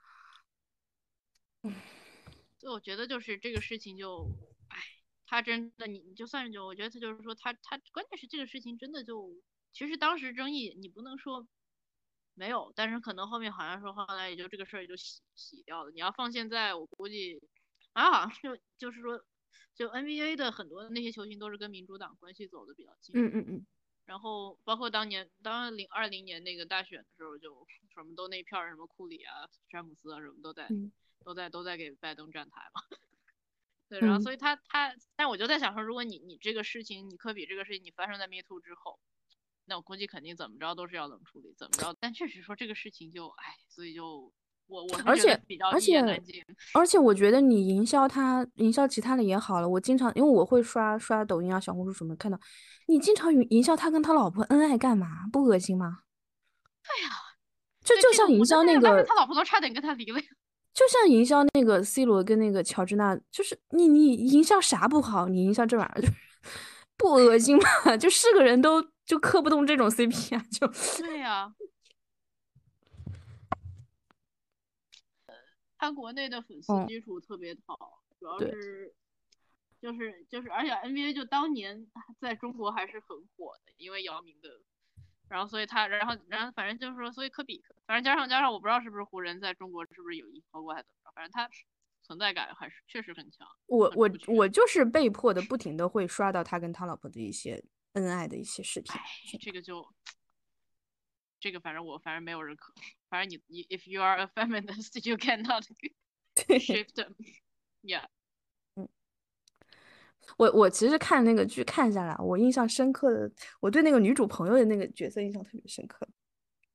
Speaker 2: 对，我觉得就是这个事情就，哎，他真的，你你就算是就，我觉得他就是说他他，关键是这个事情真的就，其实当时争议你不能说没有，但是可能后面好像说后来也就这个事儿也就洗洗掉了。你要放现在，我估计，啊，好像就就是说，就 N B A 的很多那些球星都是跟民主党关系走的比较近的，
Speaker 1: 嗯嗯嗯
Speaker 2: 然后包括当年当零二零年那个大选的时候，就什么都那票什么库里啊、詹姆斯啊什么都在
Speaker 1: 嗯
Speaker 2: 都在都在给拜登站台嘛。对，然后
Speaker 1: 嗯，
Speaker 2: 所以他他，但我就在想说，如果你你这个事情，你科比这个事情你发生在 Me Too 之后，那我估计肯定怎么着都是要冷处理，怎么着。但确实说这个事情就，哎，所以就我我是觉得
Speaker 1: 而且
Speaker 2: 比较一
Speaker 1: 而且
Speaker 2: 言难尽。
Speaker 1: 而且，我觉得你营销它，营销其他的也好了。我经常因为我会刷刷抖音啊、小红书什么，看到你经常营营销他跟他老婆恩爱干嘛？不恶心吗？
Speaker 2: 对呀，
Speaker 1: 就
Speaker 2: 对这个
Speaker 1: 就像营
Speaker 2: 我真的是当时
Speaker 1: 销那个，
Speaker 2: 他老婆都差点跟他离了呀。
Speaker 1: 就像营销那个 C 罗跟那个乔治娜，就是你你营销啥不好？你营销这玩意儿就不恶心吗？就是个人都就磕不动这种 C P 啊，就
Speaker 2: 对呀，他国内的粉丝
Speaker 1: 嗯，
Speaker 2: 基础特别好，主要
Speaker 1: 对，
Speaker 2: 是就是就是，而且 N B A 就当年在中国还是很火的，因为姚明的，然后所以他，然后然后反正就是说，所以科比，反正加上加上，我不知道是不是湖人在中国是不是有意超过还怎么着，反正他存在感还是确实很强，
Speaker 1: 我我
Speaker 2: 很出圈。
Speaker 1: 我就是被迫的，不停的会刷到他跟他老婆的一些恩爱的一些视
Speaker 2: 哎，
Speaker 1: 频。
Speaker 2: 这个就这个反正我反正没有人可，反正你你 if you are a feminist you cannot
Speaker 1: 对，
Speaker 2: shift them yeah。
Speaker 1: 嗯，我我其实看那个剧看下来，我印象深刻的，我对那个女主朋友的那个角色印象特别深刻。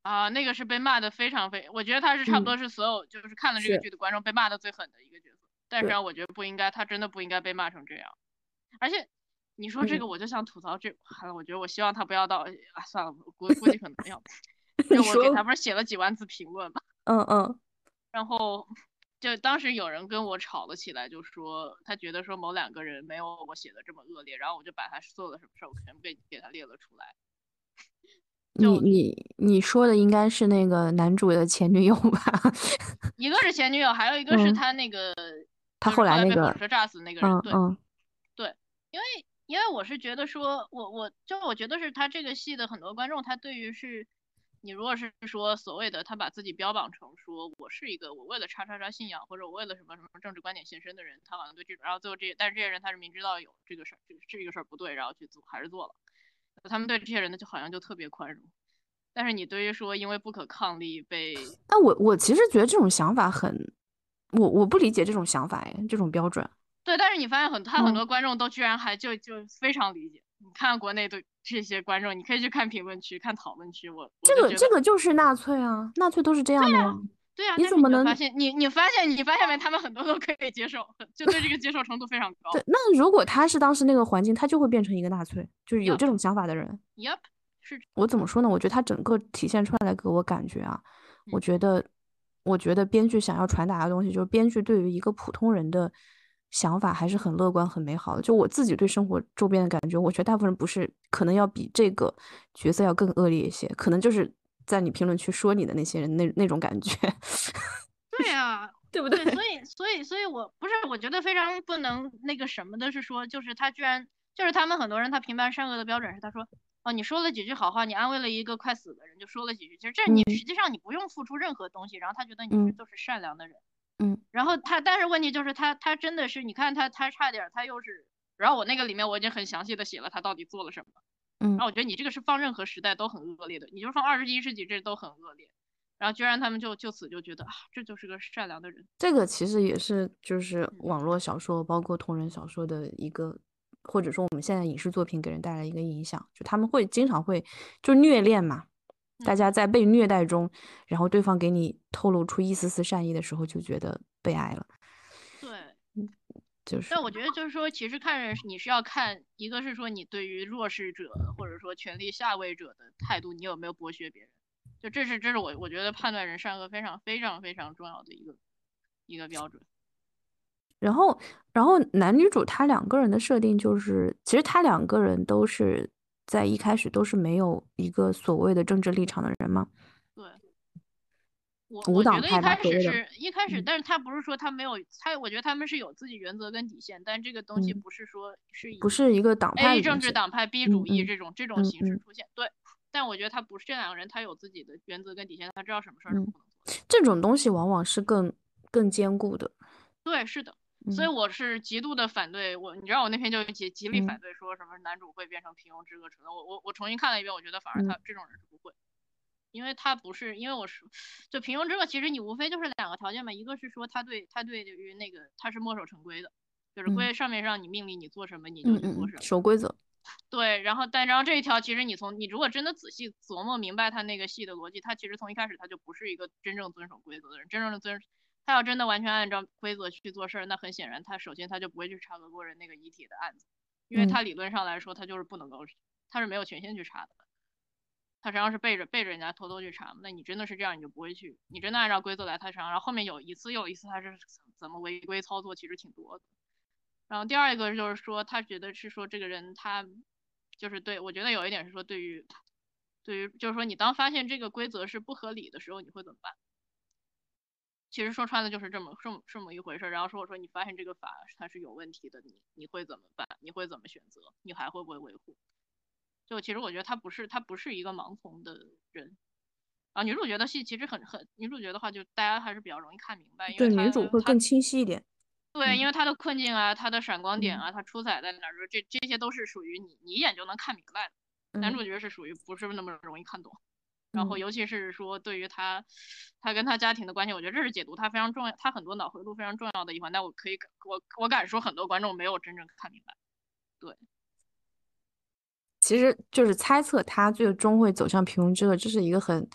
Speaker 2: 啊，那个是被骂的非常非，我觉得他是差不多
Speaker 1: 嗯，
Speaker 2: 是所有就是看了这个
Speaker 1: 是
Speaker 2: 剧的观众被骂的最狠的一个角色，但是
Speaker 1: 对，
Speaker 2: 让我觉得不应该，他真的不应该被骂成这样。而且你说这个，
Speaker 1: 嗯，
Speaker 2: 我就想吐槽这，哎我觉得我希望他不要到，啊，算了，我估估计可能要，
Speaker 1: 你
Speaker 2: 就我给他
Speaker 1: 说，
Speaker 2: 不是写了几万字评论嘛，
Speaker 1: 嗯嗯，
Speaker 2: 然后就当时有人跟我吵了起来，就说他觉得说某两个人没有我写的这么恶劣，然后我就把他做了什么事儿，我全部给给他列了出来。就
Speaker 1: 你你你说的应该是那个男主的前女友吧？
Speaker 2: 一个是前女友，还有一个是
Speaker 1: 嗯，
Speaker 2: 他那个，
Speaker 1: 他
Speaker 2: 就是后来
Speaker 1: 后来那个，
Speaker 2: 被火车炸死的那个人。对
Speaker 1: 嗯嗯
Speaker 2: 对，因为因为我是觉得说，我我就我觉得是他这个戏的很多观众，他对于是，你如果是说所谓的他把自己标榜成说我是一个我为了叉叉叉信仰或者我为了什么什么政治观点献身的人，他好像对这种，然后最后这些，但是这些人他是明知道有这个事儿，这这个事儿不对，然后去做还是做了，他们对这些人呢就好像就特别宽容。但是你对于说因为不可抗力被
Speaker 1: 但我我其实觉得这种想法很，我我不理解这种想法哎，这种标准。
Speaker 2: 对，但是你发现很，他很
Speaker 1: 嗯，
Speaker 2: 多观众都居然还就就非常理解。你看国内的这些观众，你可以去看评论区、看讨论区，我我
Speaker 1: 这个这
Speaker 2: 就觉得，
Speaker 1: 个就是纳粹啊，纳粹都是这样的呀。
Speaker 2: 对啊，但是
Speaker 1: 你怎么能
Speaker 2: 你就发现，你你发现你发现没，他们很多都可以接受，就对这个接受程度非常高。
Speaker 1: 对？那如果他是当时那个环境，他就会变成一个纳粹，就是有
Speaker 2: Yup
Speaker 1: 这种想法的人。
Speaker 2: Yup，是，
Speaker 1: 我怎么说呢？我觉得他整个体现出来给我感觉啊，我
Speaker 2: 嗯，
Speaker 1: 觉得，我觉得编剧想要传达的东西，就是编剧对于一个普通人的想法还是很乐观、很美好的。就我自己对生活周边的感觉，我觉得大部分人不是，可能要比这个角色要更恶劣一些，可能就是在你评论区说你的那些人那那种感觉，
Speaker 2: 对啊，
Speaker 1: 对不对？
Speaker 2: 对，所以所以所以我不是，我觉得非常不能那个什么的是说，就是他居然就是他们很多人他评判善恶的标准是他说，哦，你说了几句好话，你安慰了一个快死的人，就说了几句，其实这你
Speaker 1: 嗯
Speaker 2: 实际上你不用付出任何东西，然后他觉得你是
Speaker 1: 嗯
Speaker 2: 就是善良的人，
Speaker 1: 嗯
Speaker 2: 然后他但是问题就是他他真的是你看他他差点他又是，然后我那个里面我已经很详细的写了他到底做了什么，然
Speaker 1: 嗯。
Speaker 2: 后我觉得你这个是放任何时代都很恶劣的，你就放二十一世纪这都很恶劣。然后居然他们就就此就觉得啊，这就是个善良的人。
Speaker 1: 这个其实也是就是
Speaker 2: 嗯
Speaker 1: 网络小说，包括同人小说的一个，或者说我们现在影视作品给人带来一个影响，就他们会经常会就虐恋嘛，大
Speaker 2: 嗯，
Speaker 1: 家在被虐待中，然后对方给你透露出一丝丝善意的时候，就觉得被爱了，
Speaker 2: 对。
Speaker 1: 嗯，就是
Speaker 2: 但我觉得就是说，其实看人你是要看，一个是说你对于弱势者或者说权力下位者的态度，你有没有剥削别人，就这是这是我我觉得判断人善恶非常非常非常重要的一个一个标准。
Speaker 1: 然后然后男女主他两个人的设定就是，其实他两个人都是在一开始都是没有一个所谓的政治立场的人嘛，
Speaker 2: 对。我
Speaker 1: 无
Speaker 2: 我觉
Speaker 1: 党派吧，
Speaker 2: 得一开始
Speaker 1: 所谓的。
Speaker 2: 是一开始，
Speaker 1: 嗯。
Speaker 2: 但是他不是说他没有他，我觉得他们是有自己原则跟底线，但这个东西
Speaker 1: 嗯，
Speaker 2: 不是说是
Speaker 1: 不
Speaker 2: 以
Speaker 1: 是一个党派
Speaker 2: A
Speaker 1: 的东西。
Speaker 2: 政治党派 B 主义
Speaker 1: 嗯嗯
Speaker 2: 这种这种形式
Speaker 1: 嗯嗯
Speaker 2: 出现。对，但我觉得他不是这两个人，他有自己的原则跟底线，他知道什么事儿是
Speaker 1: 嗯，
Speaker 2: 不能做的。
Speaker 1: 这种东西往往是更更坚固的。
Speaker 2: 对，是的，所以
Speaker 1: 嗯
Speaker 2: 我是极度的反对我，你知道我那篇就极极力
Speaker 1: 嗯
Speaker 2: 反对说什么男主会变成平庸之恶者的，我我我重新看了一遍，我觉得反而
Speaker 1: 嗯
Speaker 2: 他这种人是不会。因为他不是，因为我是，就平庸之恶，其实你无非就是两个条件嘛，一个是说他对他对于那个他是墨守成规的，就是
Speaker 1: 嗯
Speaker 2: 规上面让你命令你做什么你就
Speaker 1: 嗯嗯嗯，
Speaker 2: 去做什么，
Speaker 1: 守规则。
Speaker 2: 对，然后但然后这一条其实你从你如果真的仔细琢磨明白他那个戏的逻辑，他其实从一开始他就不是一个真正遵守规则的人，真正的遵，他要真的完全按照规则去做事儿，那很显然他首先他就不会去查俄国人那个遗体的案子，因为
Speaker 1: 嗯
Speaker 2: 他理论上来说他就是不能够，他是没有权限去查的。他实际上是背着背着人家偷偷去查，那你真的是这样，你就不会去，你真的按照规则来他查，然后后面有一次又一次他是怎么违规操作，其实挺多的。然后第二一个就是说，他觉得是说这个人他就是对我觉得有一点是说，对于对于就是说你当发现这个规则是不合理的时候，你会怎么办？其实说穿了就是这么这么这么一回事。然后说我说你发现这个法它是有问题的，你你会怎么办？你会怎么选择？你还会不会维护？就其实我觉得他不是他不是一个盲从的人啊。女主角的戏其实很很女主角的话，就大家还是比较容易看明白，因为
Speaker 1: 对，女
Speaker 2: 她她
Speaker 1: 主会更清晰一点。
Speaker 2: 对，因
Speaker 1: 嗯
Speaker 2: 为她的困境啊，她的闪光点
Speaker 1: 嗯
Speaker 2: 啊，她出彩在哪儿，这这些都是属于你你一眼就能看明白的。男
Speaker 1: 嗯
Speaker 2: 主角是属于不是那么容易看懂，然后
Speaker 1: 嗯，
Speaker 2: 尤其是说对于他他跟他家庭的关系，我觉得这是解读他非常重要，他很多脑回路非常重要的一环。但我可以我我敢说很多观众没有真正看明白。对，
Speaker 1: 其实就是猜测他最终会走向平庸之恶，这是一个很，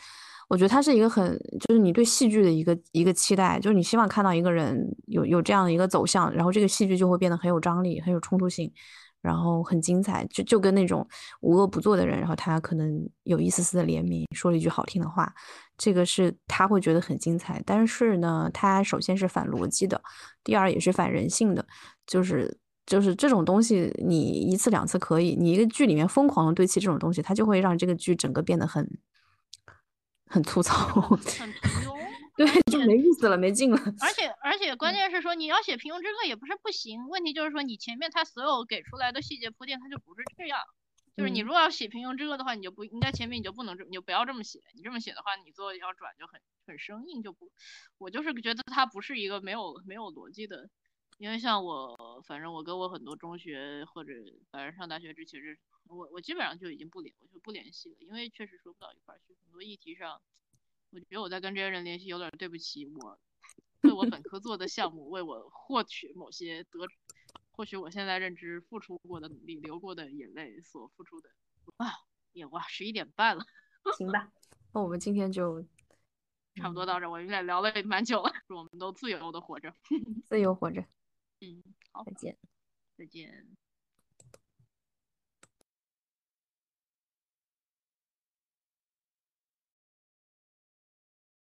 Speaker 1: 我觉得它是一个很，就是你对戏剧的一个一个期待，就是你希望看到一个人有有这样的一个走向，然后这个戏剧就会变得很有张力、很有冲突性，然后很精彩，就就跟那种无恶不作的人，然后他可能有一丝丝的怜悯，说了一句好听的话，这个是他会觉得很精彩。但是呢，他首先是反逻辑的，第二也是反人性的，就是就是这种东西，你一次两次可以，你一个剧里面疯狂的堆砌这种东西，它就会让这个剧整个变得很很粗糙，
Speaker 2: 很很平庸，
Speaker 1: 对，
Speaker 2: 而
Speaker 1: 就
Speaker 2: 且
Speaker 1: 没意思了，没劲了。
Speaker 2: 而且而且关键是说你要写平庸之恶也不是不行，问题就是说你前面他所有给出来的细节铺垫，他就不是这样。就是你
Speaker 1: 嗯，
Speaker 2: 如果要写平庸之恶的话，你就不应该前面你就不能这，你就不要这么写。你这么写的话，你最后要转就很很生硬，就不。我就是觉得它不是一个没有没有逻辑的，因为像我，反正我跟我很多中学或者反正上大学之前是，我我基本上就已经不联我就不联系了，因为确实说不到一块儿去，很多议题上，我觉得我在跟这些人联系有点对不起我为我本科做的项目，为我获取某些得，或许我现在认知付出过的努力、流过的眼泪所付出的啊，也哇十一点半了，
Speaker 1: 行吧，那我们今天就
Speaker 2: 差不多
Speaker 1: 嗯
Speaker 2: 到这，我们俩聊了也蛮久了，祝我们都自由的活着。
Speaker 1: 自由活着，
Speaker 2: 嗯，好，
Speaker 1: 再见。
Speaker 2: 再见。